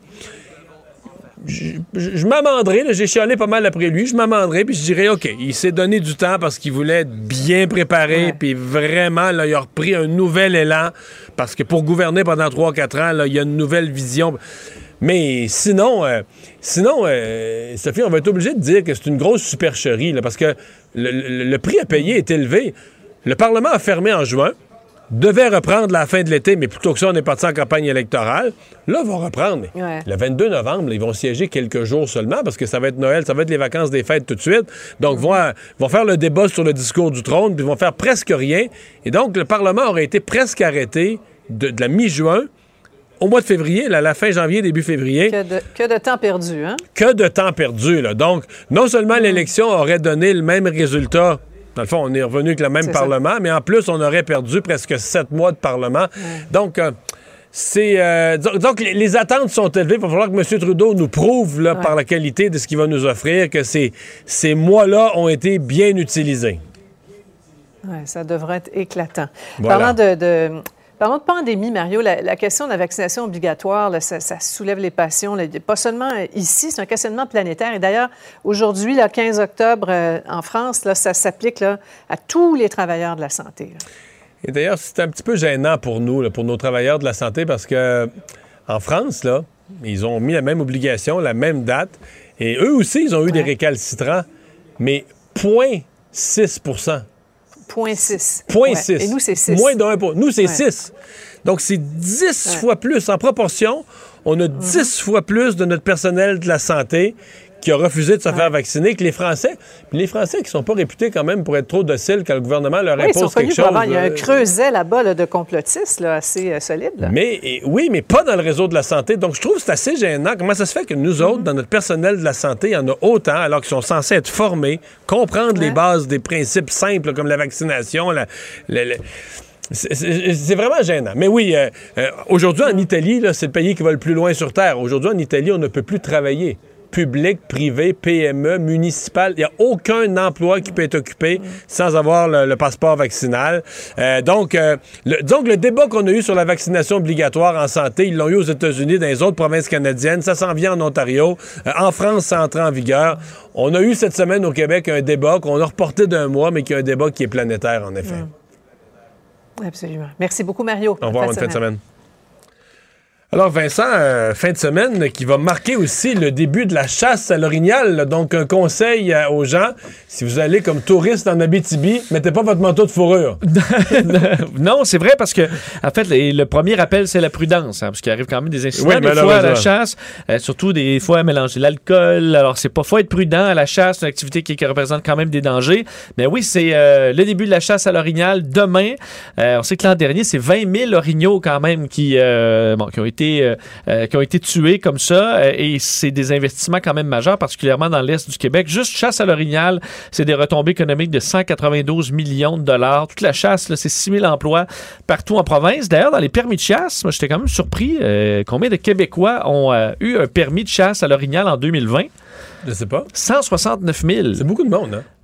Je, je, je m'amenderai, là, j'ai chialé pas mal après lui, je m'amenderai, puis je dirais, OK, il s'est donné du temps parce qu'il voulait être bien préparé, ouais. puis vraiment, là, il a repris un nouvel élan, parce que pour gouverner pendant trois quatre ans, là, il y a une nouvelle vision. Mais sinon, euh, sinon euh, Sophie, on va être obligé de dire que c'est une grosse supercherie, là, parce que le, le, le prix à payer est élevé. Le Parlement a fermé en juin, devait reprendre la fin de l'été, mais plutôt que ça, on est parti en campagne électorale. Là, vont reprendre. Ouais. Le vingt-deux novembre, là, ils vont siéger quelques jours seulement parce que ça va être Noël, ça va être les vacances des fêtes tout de suite. Donc, ils mm-hmm. vont, vont faire le débat sur le discours du trône, puis ils vont faire presque rien. Et donc, le Parlement aurait été presque arrêté de, de la mi-juin au mois de février, là, à la fin janvier, début février. Que de, que de temps perdu, hein? Que de temps perdu, là. Donc, non seulement mm-hmm. l'élection aurait donné le même résultat. Dans le fond, on est revenu avec le même c'est Parlement, ça. Mais en plus, on aurait perdu presque sept mois de Parlement. Ouais. Donc, euh, c'est... Euh, donc, les, les attentes sont élevées. Il va falloir que M. Trudeau nous prouve, là, ouais. par la qualité de ce qu'il va nous offrir, que ces, ces mois-là ont été bien utilisés. Oui, ça devrait être éclatant. Voilà. Parlant de... de... Parlons de pandémie, Mario. La, la question de la vaccination obligatoire, là, ça, ça soulève les passions. Là, pas seulement ici, c'est un questionnement planétaire. Et d'ailleurs, aujourd'hui, le quinze octobre, euh, en France, là, ça s'applique là, à tous les travailleurs de la santé. Là. Et d'ailleurs, c'est un petit peu gênant pour nous, là, pour nos travailleurs de la santé, parce que en France, là, ils ont mis la même obligation, la même date. Et eux aussi, ils ont eu ouais. des récalcitrants, mais zéro virgule six pour cent. Point six. Point ouais. six. Et nous, c'est six. Moins d'un point. Nous, c'est ouais. six. Donc, c'est dix ouais. fois plus. En proportion, on a mm-hmm. dix fois plus de notre personnel de la santé qui a refusé de se ouais. faire vacciner que les Français. Puis les Français qui ne sont pas réputés quand même pour être trop dociles quand le gouvernement leur oui, impose ils sont quelque chose. Il y a un creuset là-bas là, de complotistes là, assez euh, solide. Là. Mais, et, oui, mais pas dans le réseau de la santé. Donc, je trouve que c'est assez gênant. Comment ça se fait que nous autres, mm-hmm. dans notre personnel de la santé, il y en a autant, alors qu'ils sont censés être formés, comprendre ouais. les bases des principes simples là, comme la vaccination, la... la, la C'est, c'est, c'est vraiment gênant. Mais oui, euh, euh, aujourd'hui, en Italie, là, c'est le pays qui va le plus loin sur Terre. Aujourd'hui, en Italie, on ne peut plus travailler. Public, privé, P M E, municipal. Il n'y a aucun emploi qui peut être occupé sans avoir le, le passeport vaccinal. Euh, donc, euh, le, donc, le débat qu'on a eu sur la vaccination obligatoire en santé, ils l'ont eu aux États-Unis, dans les autres provinces canadiennes. Ça s'en vient en Ontario. Euh, en France, ça entre en vigueur. On a eu cette semaine au Québec un débat qu'on a reporté d'un mois, mais qui est un débat qui est planétaire, en effet. Mmh. Absolument. Merci beaucoup, Mario. Au revoir, bonne fin de semaine. Alors, Vincent, euh, fin de semaine qui va marquer aussi le début de la chasse à l'orignal. Là. Donc, un conseil euh, aux gens, si vous allez comme touriste en Abitibi, mettez pas votre manteau de fourrure. Non, c'est vrai parce que, en fait, le, le premier rappel, c'est la prudence. Hein, parce qu'il arrive quand même des incidents oui, des fois à la chasse, euh, surtout des fois à mélanger l'alcool. Alors, c'est pas faut être prudent à la chasse, c'est une activité qui, qui représente quand même des dangers. Mais oui, c'est euh, le début de la chasse à l'orignal demain. Euh, on sait que l'an dernier, c'est vingt mille orignaux quand même qui, euh, bon, qui ont été Euh, euh, qui ont été tués comme ça euh, et c'est des investissements quand même majeurs, particulièrement dans l'Est du Québec. Juste chasse à l'orignal, c'est des retombées économiques de cent quatre-vingt-douze millions de dollars. Toute la chasse, là, c'est six mille emplois partout en province. D'ailleurs, dans les permis de chasse, moi, j'étais quand même surpris euh, combien de Québécois ont euh, eu un permis de chasse à l'orignal en deux mille vingt. Je sais pas. cent soixante-neuf mille. C'est beaucoup de monde, hein?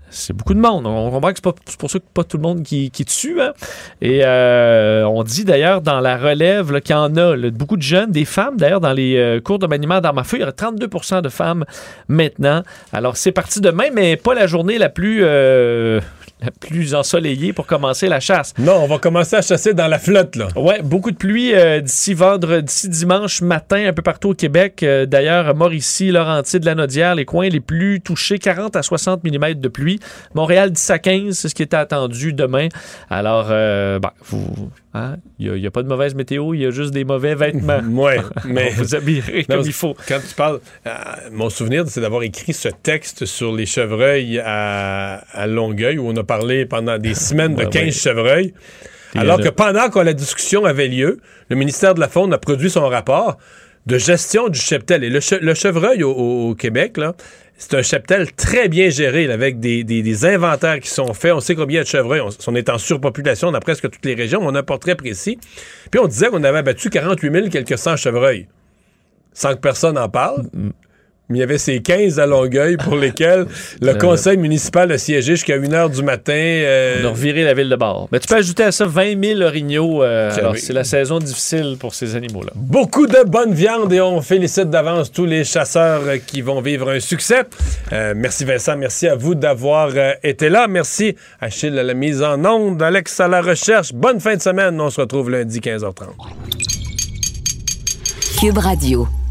c'est beaucoup de monde. On comprend que c'est, pas, c'est pour ça que pas tout le monde qui, qui tue. Hein? Et euh, on dit d'ailleurs dans la relève là, qu'il y en a là, beaucoup de jeunes, des femmes d'ailleurs dans les euh, cours de maniement d'armes à feu. Il y a trente-deux pour cent de femmes maintenant. Alors c'est parti demain, mais pas la journée la plus... Euh, la plus ensoleillée pour commencer la chasse. Non, on va commencer à chasser dans la flotte, là. Ouais, beaucoup de pluie euh, d'ici vendredi, d'ici dimanche matin, un peu partout au Québec. Euh, d'ailleurs, Mauricie, Laurentides, Lanaudière, les coins les plus touchés, quarante à soixante millimètres de pluie. Montréal, dix à quinze, c'est ce qui est attendu demain. Alors, euh, ben, vous... Hein? Il n'y a, a pas de mauvaise météo, il y a juste des mauvais vêtements. Oui, mais... vous habillerez comme il faut. Quand tu parles... Euh, mon souvenir, c'est d'avoir écrit ce texte sur les chevreuils à, à Longueuil, où on a parlé pendant des semaines de ouais, quinze ouais. chevreuils. Et alors que pendant que la discussion avait lieu, le ministère de la Faune a produit son rapport de gestion du cheptel. Et le, che- le chevreuil au, au, au Québec, là, c'est un cheptel très bien géré, là, avec des, des, des inventaires qui sont faits. On sait combien il y a de chevreuils. On, on est en surpopulation dans presque toutes les régions. On a un portrait précis. Puis on disait qu'on avait abattu quarante-huit mille quelques cent chevreuils. Sans que personne en parle. Mm-hmm. Mais il y avait ces quinze à Longueuil pour lesquels le conseil municipal a siégé jusqu'à une heure du matin. Euh... On a reviré la ville de bord. Mais tu peux ajouter à ça vingt mille orignaux. Euh, alors, oui. C'est la saison difficile pour ces animaux-là. Beaucoup de bonne viande et on félicite d'avance tous les chasseurs qui vont vivre un succès. Euh, merci Vincent, merci à vous d'avoir euh, été là. Merci Achille à la mise en onde, Alex à la recherche. Bonne fin de semaine. On se retrouve lundi quinze heures trente. Cube Radio.